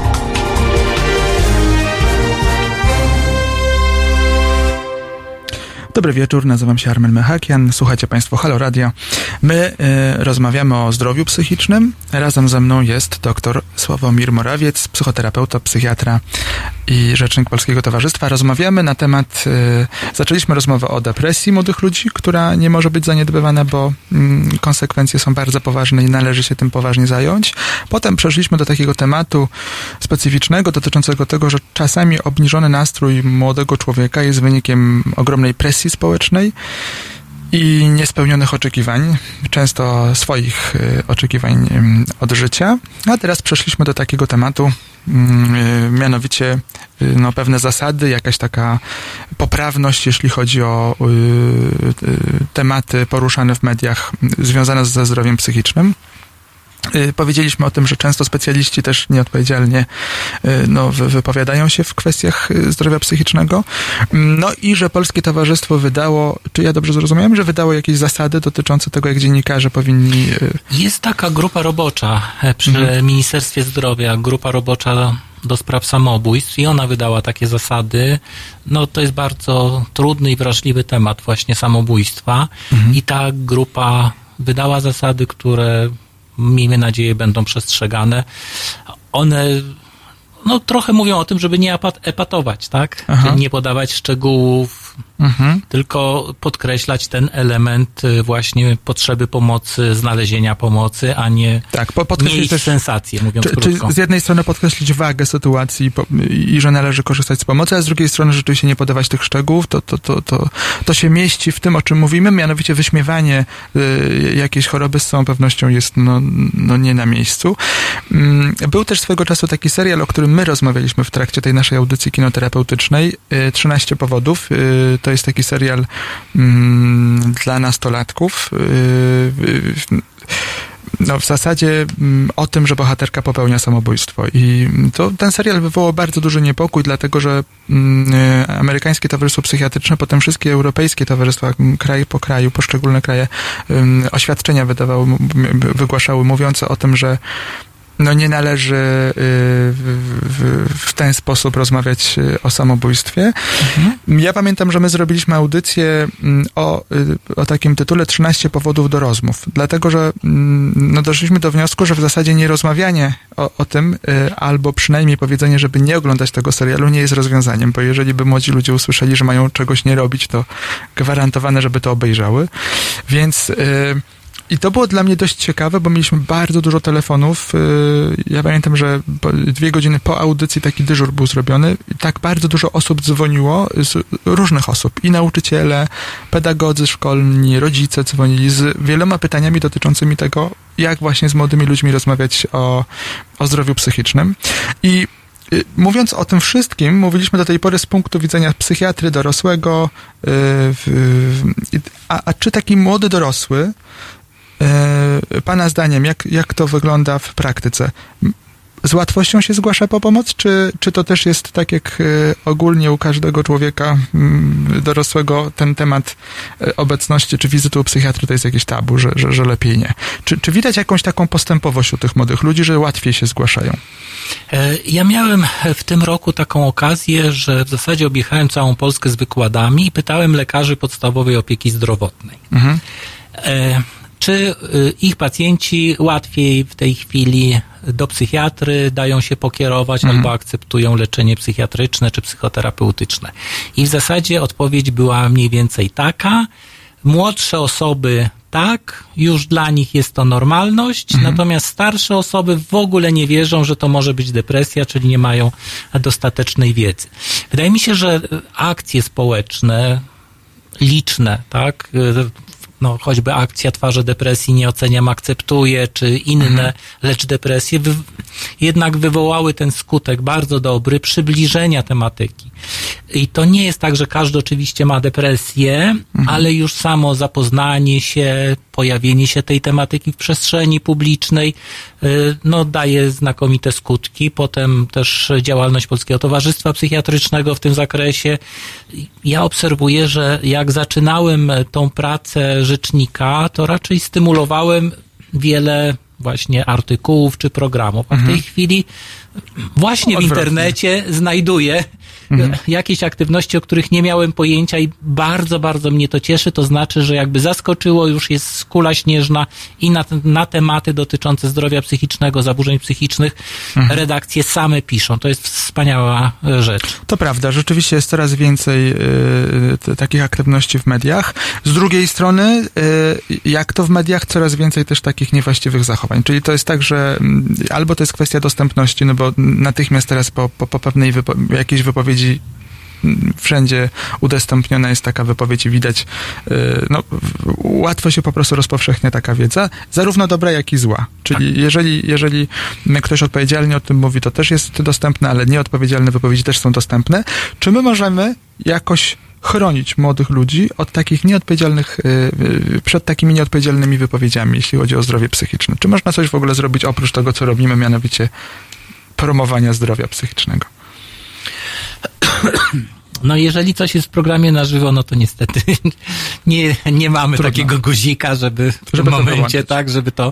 Dobry wieczór, nazywam się Armen Mechakian, słuchacie Państwo Halo Radio. My y, rozmawiamy o zdrowiu psychicznym. Razem ze mną jest dr Sławomir Morawiec, psychoterapeuta, psychiatra i rzecznik Polskiego Towarzystwa. Rozmawiamy na temat, y, zaczęliśmy rozmowę o depresji młodych ludzi, która nie może być zaniedbywana, bo y, konsekwencje są bardzo poważne i należy się tym poważnie zająć. Potem przeszliśmy do takiego tematu specyficznego, dotyczącego tego, że czasami obniżony nastrój młodego człowieka jest wynikiem ogromnej presji społecznej i niespełnionych oczekiwań, często swoich y, oczekiwań y, od życia. A teraz przeszliśmy do takiego tematu, y, mianowicie y, no, pewne zasady, jakaś taka poprawność, jeśli chodzi o y, y, tematy poruszane w mediach związane ze zdrowiem psychicznym. Powiedzieliśmy o tym, że często specjaliści też nieodpowiedzialnie no, wypowiadają się w kwestiach zdrowia psychicznego. No i że Polskie Towarzystwo wydało, czy ja dobrze zrozumiałem, że wydało jakieś zasady dotyczące tego, jak dziennikarze powinni... Jest taka grupa robocza przy mhm. Ministerstwie Zdrowia, grupa robocza do spraw samobójstw i ona wydała takie zasady. No to jest bardzo trudny i wrażliwy temat właśnie samobójstwa mhm. i ta grupa wydała zasady, które miejmy nadzieję będą przestrzegane. One no trochę mówią o tym, żeby nie epatować, tak? Czyli nie podawać szczegółów, mhm. tylko podkreślać ten element właśnie potrzeby pomocy, znalezienia pomocy, a nie, tak, po, podkreślić nie też sensacje, mówiąc czy, krótko. Czy z jednej strony podkreślić wagę sytuacji po, i że należy korzystać z pomocy, a z drugiej strony rzeczywiście nie podawać tych szczegółów, to, to, to, to, to się mieści w tym, o czym mówimy, mianowicie wyśmiewanie y, jakiejś choroby z całą pewnością jest no, no nie na miejscu. Y, był też swego czasu taki serial, o którym my rozmawialiśmy w trakcie tej naszej audycji kinoterapeutycznej, y, trzynaście powodów. Y, to jest taki serial y, dla nastolatków. Y, y, No, w zasadzie o tym, że bohaterka popełnia samobójstwo. I to, ten serial wywołał bardzo duży niepokój, dlatego że y, amerykańskie towarzystwo psychiatryczne, potem wszystkie europejskie towarzystwa, kraj po kraju, poszczególne kraje y, oświadczenia wydawały, wygłaszały, mówiące o tym, że no nie należy y, w, w, w ten sposób rozmawiać o samobójstwie. Mhm. Ja pamiętam, że my zrobiliśmy audycję o, o takim tytule trzynaście powodów do rozmów, dlatego że no, doszliśmy do wniosku, że w zasadzie nierozmawianie o, o tym, y, albo przynajmniej powiedzenie, żeby nie oglądać tego serialu, nie jest rozwiązaniem, bo jeżeli by młodzi ludzie usłyszeli, że mają czegoś nie robić, to gwarantowane, żeby to obejrzały. Więc y, I to było dla mnie dość ciekawe, bo mieliśmy bardzo dużo telefonów. Ja pamiętam, że dwie godziny po audycji taki dyżur był zrobiony i tak bardzo dużo osób dzwoniło, z różnych osób. I nauczyciele, pedagodzy szkolni, rodzice dzwonili z wieloma pytaniami dotyczącymi tego, jak właśnie z młodymi ludźmi rozmawiać o, o zdrowiu psychicznym. I mówiąc o tym wszystkim, mówiliśmy do tej pory z punktu widzenia psychiatry dorosłego, a, a czy taki młody dorosły, Pana zdaniem, jak, jak to wygląda w praktyce? Z łatwością się zgłasza po pomoc, czy, czy to też jest tak jak ogólnie u każdego człowieka dorosłego ten temat obecności czy wizyty u psychiatry to jest jakieś tabu, że, że, że lepiej nie? Czy, czy widać jakąś taką postępowość u tych młodych ludzi, że łatwiej się zgłaszają? Ja miałem w tym roku taką okazję, że w zasadzie objechałem całą Polskę z wykładami i pytałem lekarzy podstawowej opieki zdrowotnej. Mhm. E- Czy ich pacjenci łatwiej w tej chwili do psychiatry dają się pokierować mhm. albo akceptują leczenie psychiatryczne czy psychoterapeutyczne? I w zasadzie odpowiedź była mniej więcej taka. Młodsze osoby tak, już dla nich jest to normalność, mhm. natomiast starsze osoby w ogóle nie wierzą, że to może być depresja, czyli nie mają dostatecznej wiedzy. Wydaje mi się, że akcje społeczne, liczne, tak, no, choćby akcja Twarze depresji nie oceniam, akceptuję, czy inne, mhm. lecz depresje, wy, jednak wywołały ten skutek bardzo dobry przybliżenia tematyki. I to nie jest tak, że każdy oczywiście ma depresję, mhm. ale już samo zapoznanie się, pojawienie się tej tematyki w przestrzeni publicznej, no daje znakomite skutki. Potem też działalność Polskiego Towarzystwa Psychiatrycznego w tym zakresie. Ja obserwuję, że jak zaczynałem tą pracę rzecznika, to raczej stymulowałem wiele właśnie artykułów czy programów, a w tej chwili właśnie w internecie znajduję mhm. jakieś aktywności, o których nie miałem pojęcia i bardzo, bardzo mnie to cieszy. To znaczy, że jakby zaskoczyło, już jest kula śnieżna i na, na tematy dotyczące zdrowia psychicznego, zaburzeń psychicznych mhm. redakcje same piszą. To jest wspaniała rzecz. To prawda, rzeczywiście jest coraz więcej y, takich aktywności w mediach. Z drugiej strony, y, jak to w mediach, coraz więcej też takich niewłaściwych zachowań. Czyli to jest tak, że y, albo to jest kwestia dostępności, no bo natychmiast teraz po, po, po pewnej wypo- jakiejś wypowiedzi wszędzie udostępniona jest taka wypowiedź i widać, no, łatwo się po prostu rozpowszechnia taka wiedza, zarówno dobra, jak i zła. Czyli tak. jeżeli, jeżeli ktoś odpowiedzialnie o tym mówi, to też jest dostępne, ale nieodpowiedzialne wypowiedzi też są dostępne. Czy my możemy jakoś chronić młodych ludzi od takich nieodpowiedzialnych, przed takimi nieodpowiedzialnymi wypowiedziami, jeśli chodzi o zdrowie psychiczne? Czy można coś w ogóle zrobić oprócz tego, co robimy, mianowicie promowania zdrowia psychicznego? No jeżeli coś jest w programie na żywo, no to niestety nie, nie mamy Trudno. takiego guzika, żeby w tym żeby momencie tak, żeby to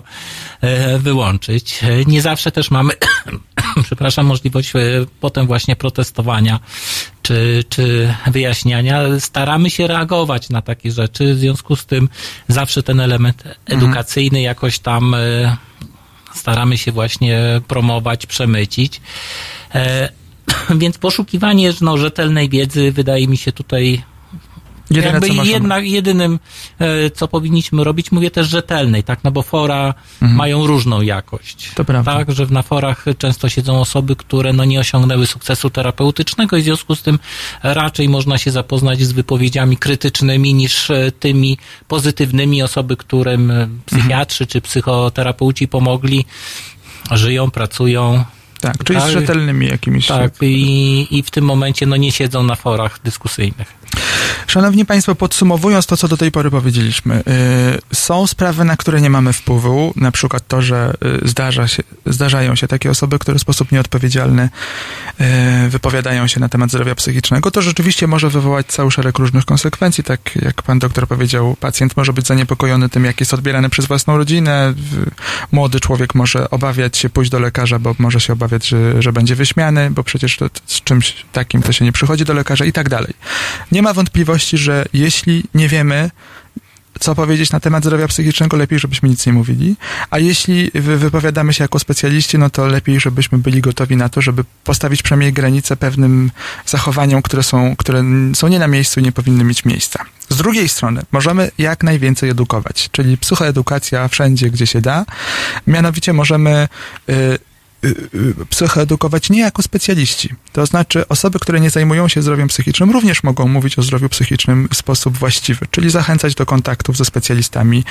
e, wyłączyć. Nie zawsze też mamy przepraszam, możliwość e, potem właśnie protestowania czy, czy wyjaśniania. Staramy się reagować na takie rzeczy, w związku z tym zawsze ten element edukacyjny mhm. jakoś tam e, staramy się właśnie promować, przemycić. E, Więc poszukiwanie no, rzetelnej wiedzy wydaje mi się tutaj Jedyne, jakby jedna, jedynym, co powinniśmy robić, mówię też rzetelnej, tak, no bo fora mhm. mają różną jakość. To prawda. Tak, że na forach często siedzą osoby, które no nie osiągnęły sukcesu terapeutycznego i w związku z tym raczej można się zapoznać z wypowiedziami krytycznymi niż tymi pozytywnymi, osoby, którym psychiatrzy mhm. czy psychoterapeuci pomogli, żyją, pracują. Tak, czyli tak, z rzetelnymi jakimiś... Tak, i, i w tym momencie no nie siedzą na forach dyskusyjnych. Szanowni Państwo, podsumowując to, co do tej pory powiedzieliśmy, yy, są sprawy, na które nie mamy wpływu, na przykład to, że yy, zdarza się, zdarzają się takie osoby, które w sposób nieodpowiedzialny yy, wypowiadają się na temat zdrowia psychicznego. To rzeczywiście może wywołać cały szereg różnych konsekwencji, tak jak pan doktor powiedział, pacjent może być zaniepokojony tym, jak jest odbierany przez własną rodzinę, młody człowiek może obawiać się pójść do lekarza, bo może się obawiać, że, że będzie wyśmiany, bo przecież to, z czymś takim to się nie przychodzi do lekarza i tak dalej. Nie ma wątpliwości, że jeśli nie wiemy, co powiedzieć na temat zdrowia psychicznego, lepiej, żebyśmy nic nie mówili, a jeśli wypowiadamy się jako specjaliści, no to lepiej, żebyśmy byli gotowi na to, żeby postawić przynajmniej granicę pewnym zachowaniom, które są, które są nie na miejscu i nie powinny mieć miejsca. Z drugiej strony możemy jak najwięcej edukować, czyli psychoedukacja wszędzie, gdzie się da. Mianowicie możemy y, psychoedukować nie jako specjaliści. To znaczy osoby, które nie zajmują się zdrowiem psychicznym, również mogą mówić o zdrowiu psychicznym w sposób właściwy, czyli zachęcać do kontaktów ze specjalistami,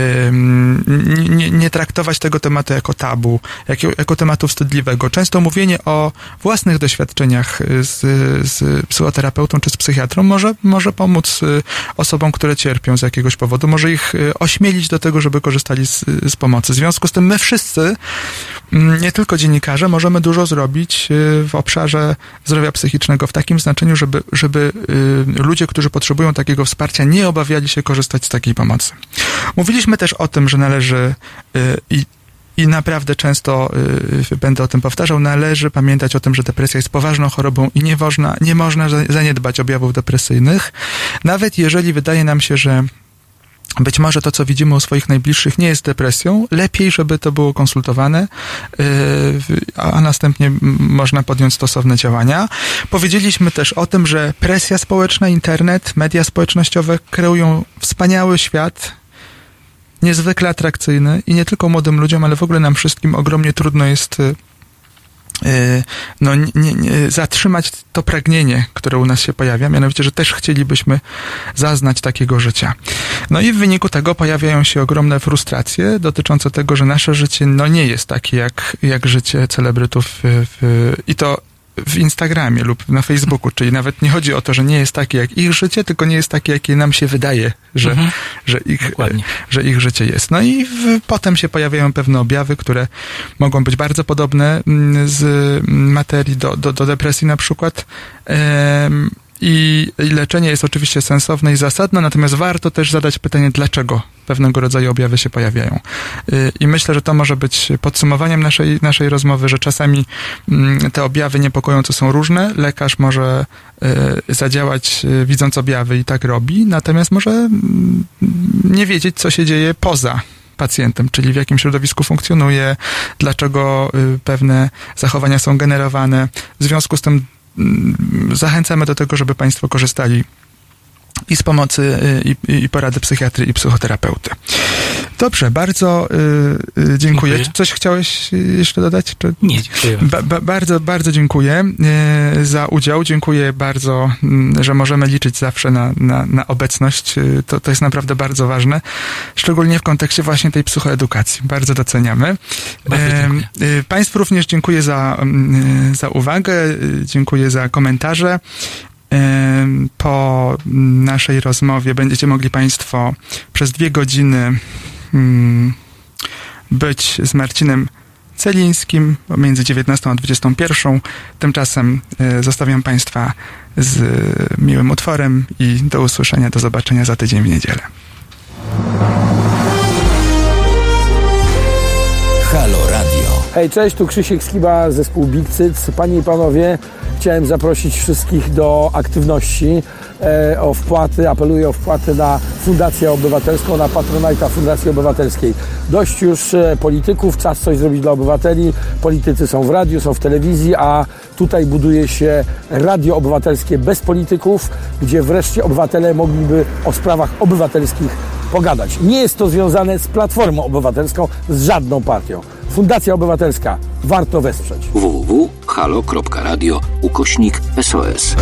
nie, nie traktować tego tematu jako tabu, jako, jako tematu wstydliwego. Często mówienie o własnych doświadczeniach z, z psychoterapeutą czy z psychiatrą może, może pomóc osobom, które cierpią z jakiegoś powodu, może ich ośmielić do tego, żeby korzystali z, z pomocy. W związku z tym my wszyscy, nie tylko dziennikarze, możemy dużo zrobić w obszarze zdrowia psychicznego w takim znaczeniu, żeby, żeby ludzie, którzy potrzebują takiego wsparcia, nie obawiali się korzystać z takiej pomocy. Mówiliśmy też o tym, że należy i I naprawdę często y, będę o tym powtarzał, należy pamiętać o tym, że depresja jest poważną chorobą i nie można, nie można zaniedbać objawów depresyjnych. Nawet jeżeli wydaje nam się, że być może to, co widzimy u swoich najbliższych, nie jest depresją. Lepiej, żeby to było konsultowane, a następnie można podjąć stosowne działania. Powiedzieliśmy też o tym, że presja społeczna, internet, media społecznościowe kreują wspaniały świat, niezwykle atrakcyjny i nie tylko młodym ludziom, ale w ogóle nam wszystkim ogromnie trudno jest no, nie, nie, zatrzymać to pragnienie, które u nas się pojawia, mianowicie, że też chcielibyśmy zaznać takiego życia. No i w wyniku tego pojawiają się ogromne frustracje dotyczące tego, że nasze życie no, nie jest takie jak, jak życie celebrytów w, w, i to w Instagramie lub na Facebooku, czyli nawet nie chodzi o to, że nie jest takie jak ich życie, tylko nie jest takie, jakie nam się wydaje, że, mhm. że, ich, że ich życie jest. No i w, potem się pojawiają pewne objawy, które mogą być bardzo podobne z materii do, do, do depresji na przykład. Ehm, I leczenie jest oczywiście sensowne i zasadne, natomiast warto też zadać pytanie, dlaczego pewnego rodzaju objawy się pojawiają. I myślę, że to może być podsumowaniem naszej, naszej rozmowy, że czasami te objawy niepokojące są różne. Lekarz może zadziałać widząc objawy i tak robi, natomiast może nie wiedzieć, co się dzieje poza pacjentem, czyli w jakim środowisku funkcjonuje, dlaczego pewne zachowania są generowane. W związku z tym zachęcamy do tego, żeby Państwo korzystali i z pomocy, i, i porady psychiatry, i psychoterapeuty. Dobrze, bardzo y, y, dziękuję. dziękuję. Coś chciałeś jeszcze dodać? Czy... Nie, dziękuję. Ba, ba, bardzo, bardzo dziękuję y, za udział. Dziękuję bardzo, y, że możemy liczyć zawsze na, na, na obecność. Y, to, to jest naprawdę bardzo ważne, szczególnie w kontekście właśnie tej psychoedukacji. Bardzo doceniamy. Bardzo dziękuję. Y, y, Państwu również dziękuję za, y, za uwagę, y, dziękuję za komentarze. Po naszej rozmowie będziecie mogli Państwo przez dwie godziny być z Marcinem Celińskim między dziewiętnastą a dwudziestą pierwszą. Tymczasem zostawiam Państwa z miłym utworem i do usłyszenia, do zobaczenia za tydzień w niedzielę. Halo Radio. Hej, cześć, tu Krzysiek Skiba, zespół Big Cyc. Panie i panowie, chciałem zaprosić wszystkich do aktywności, e, o wpłaty, apeluję o wpłaty na Fundację Obywatelską, na Patronite'a Fundacji Obywatelskiej. Dość już e, polityków, czas coś zrobić dla obywateli. Politycy są w radiu, są w telewizji, a tutaj buduje się radio obywatelskie bez polityków, gdzie wreszcie obywatele mogliby o sprawach obywatelskich pogadać. Nie jest to związane z Platformą Obywatelską, z żadną partią. Fundacja Obywatelska. Warto wesprzeć. w w w kropka halo kropka radio ukośnik S O S.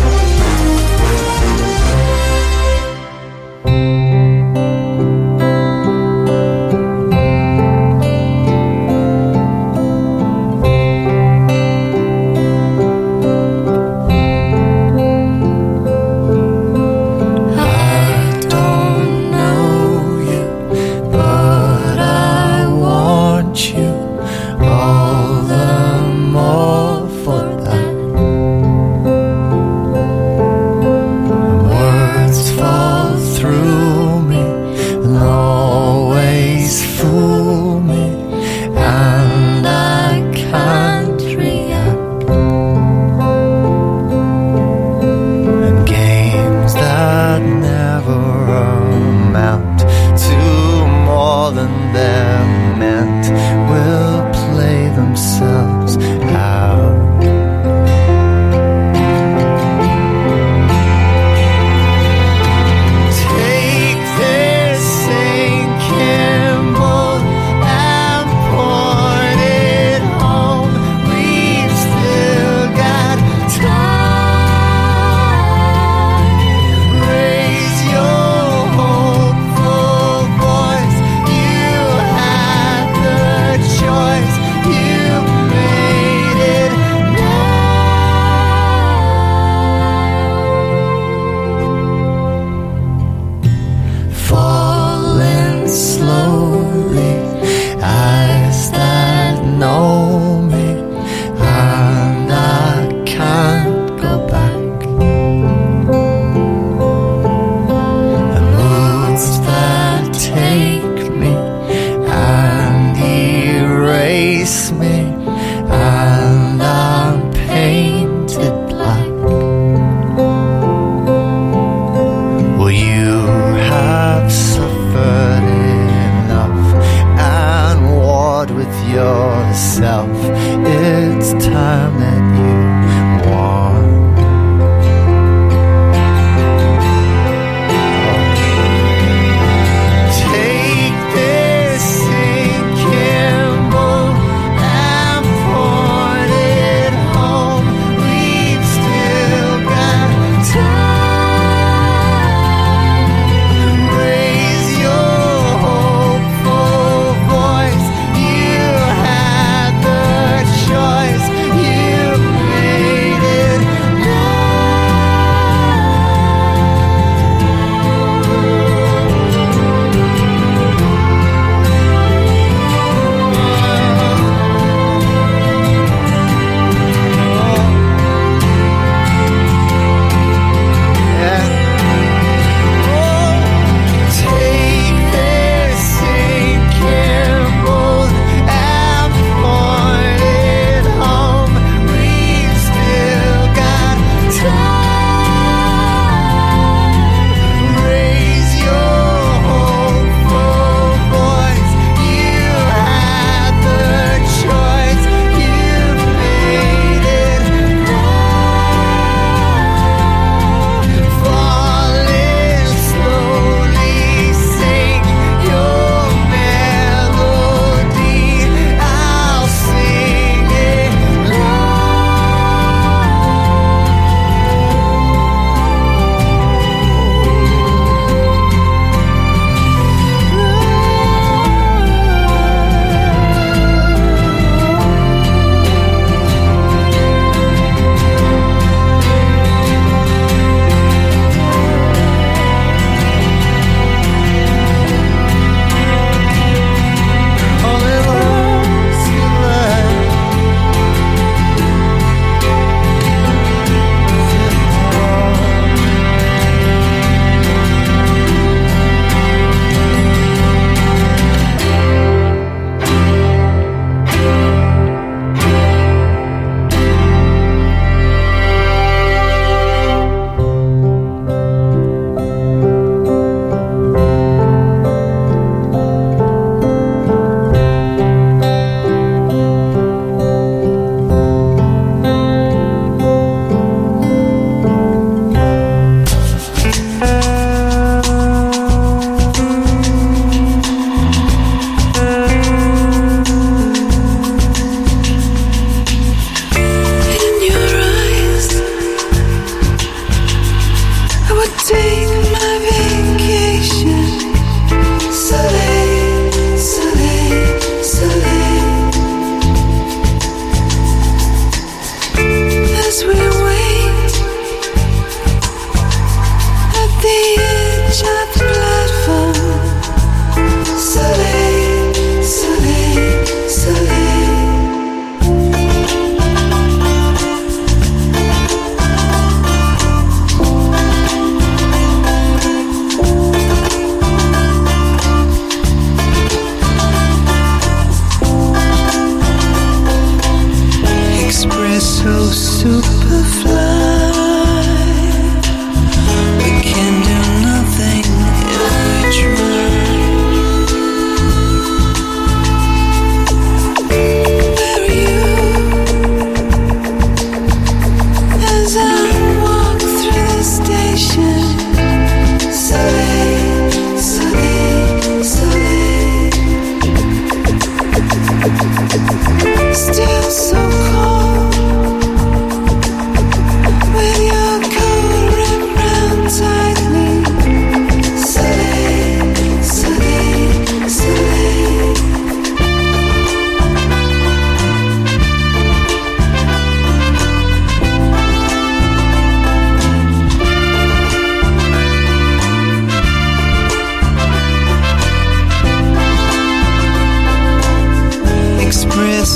Raise your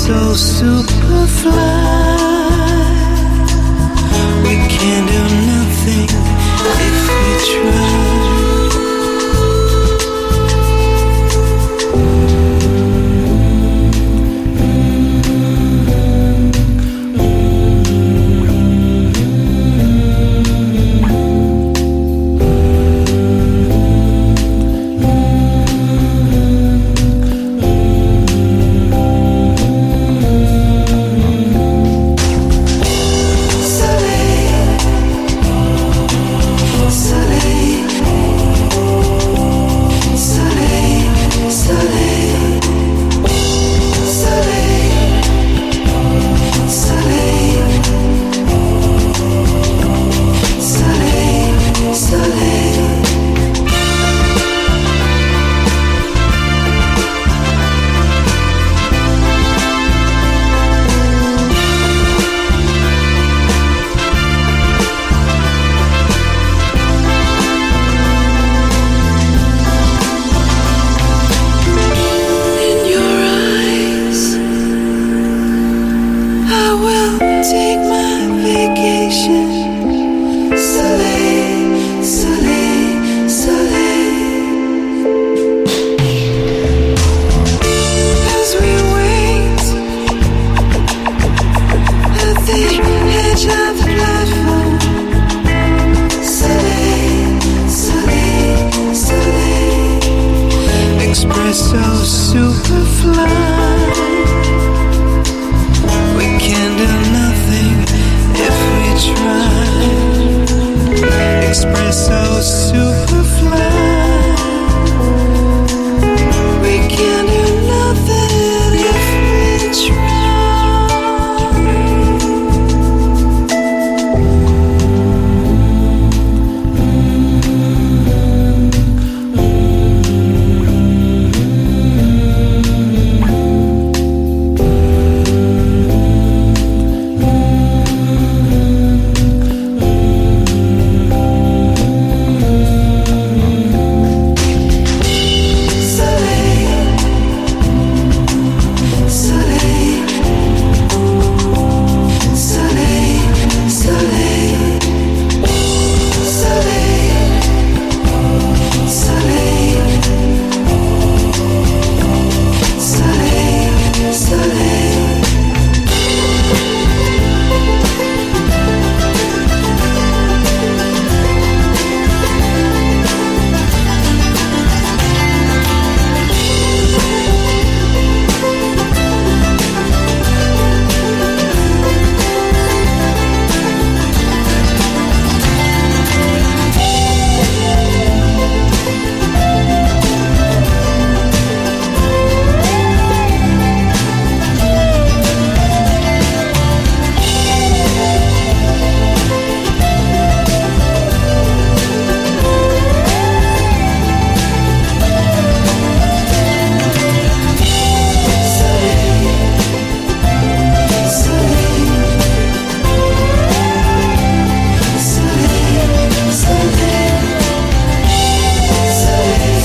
Espresso Superfly. We can't do nothing if we try. Espresso Superfly.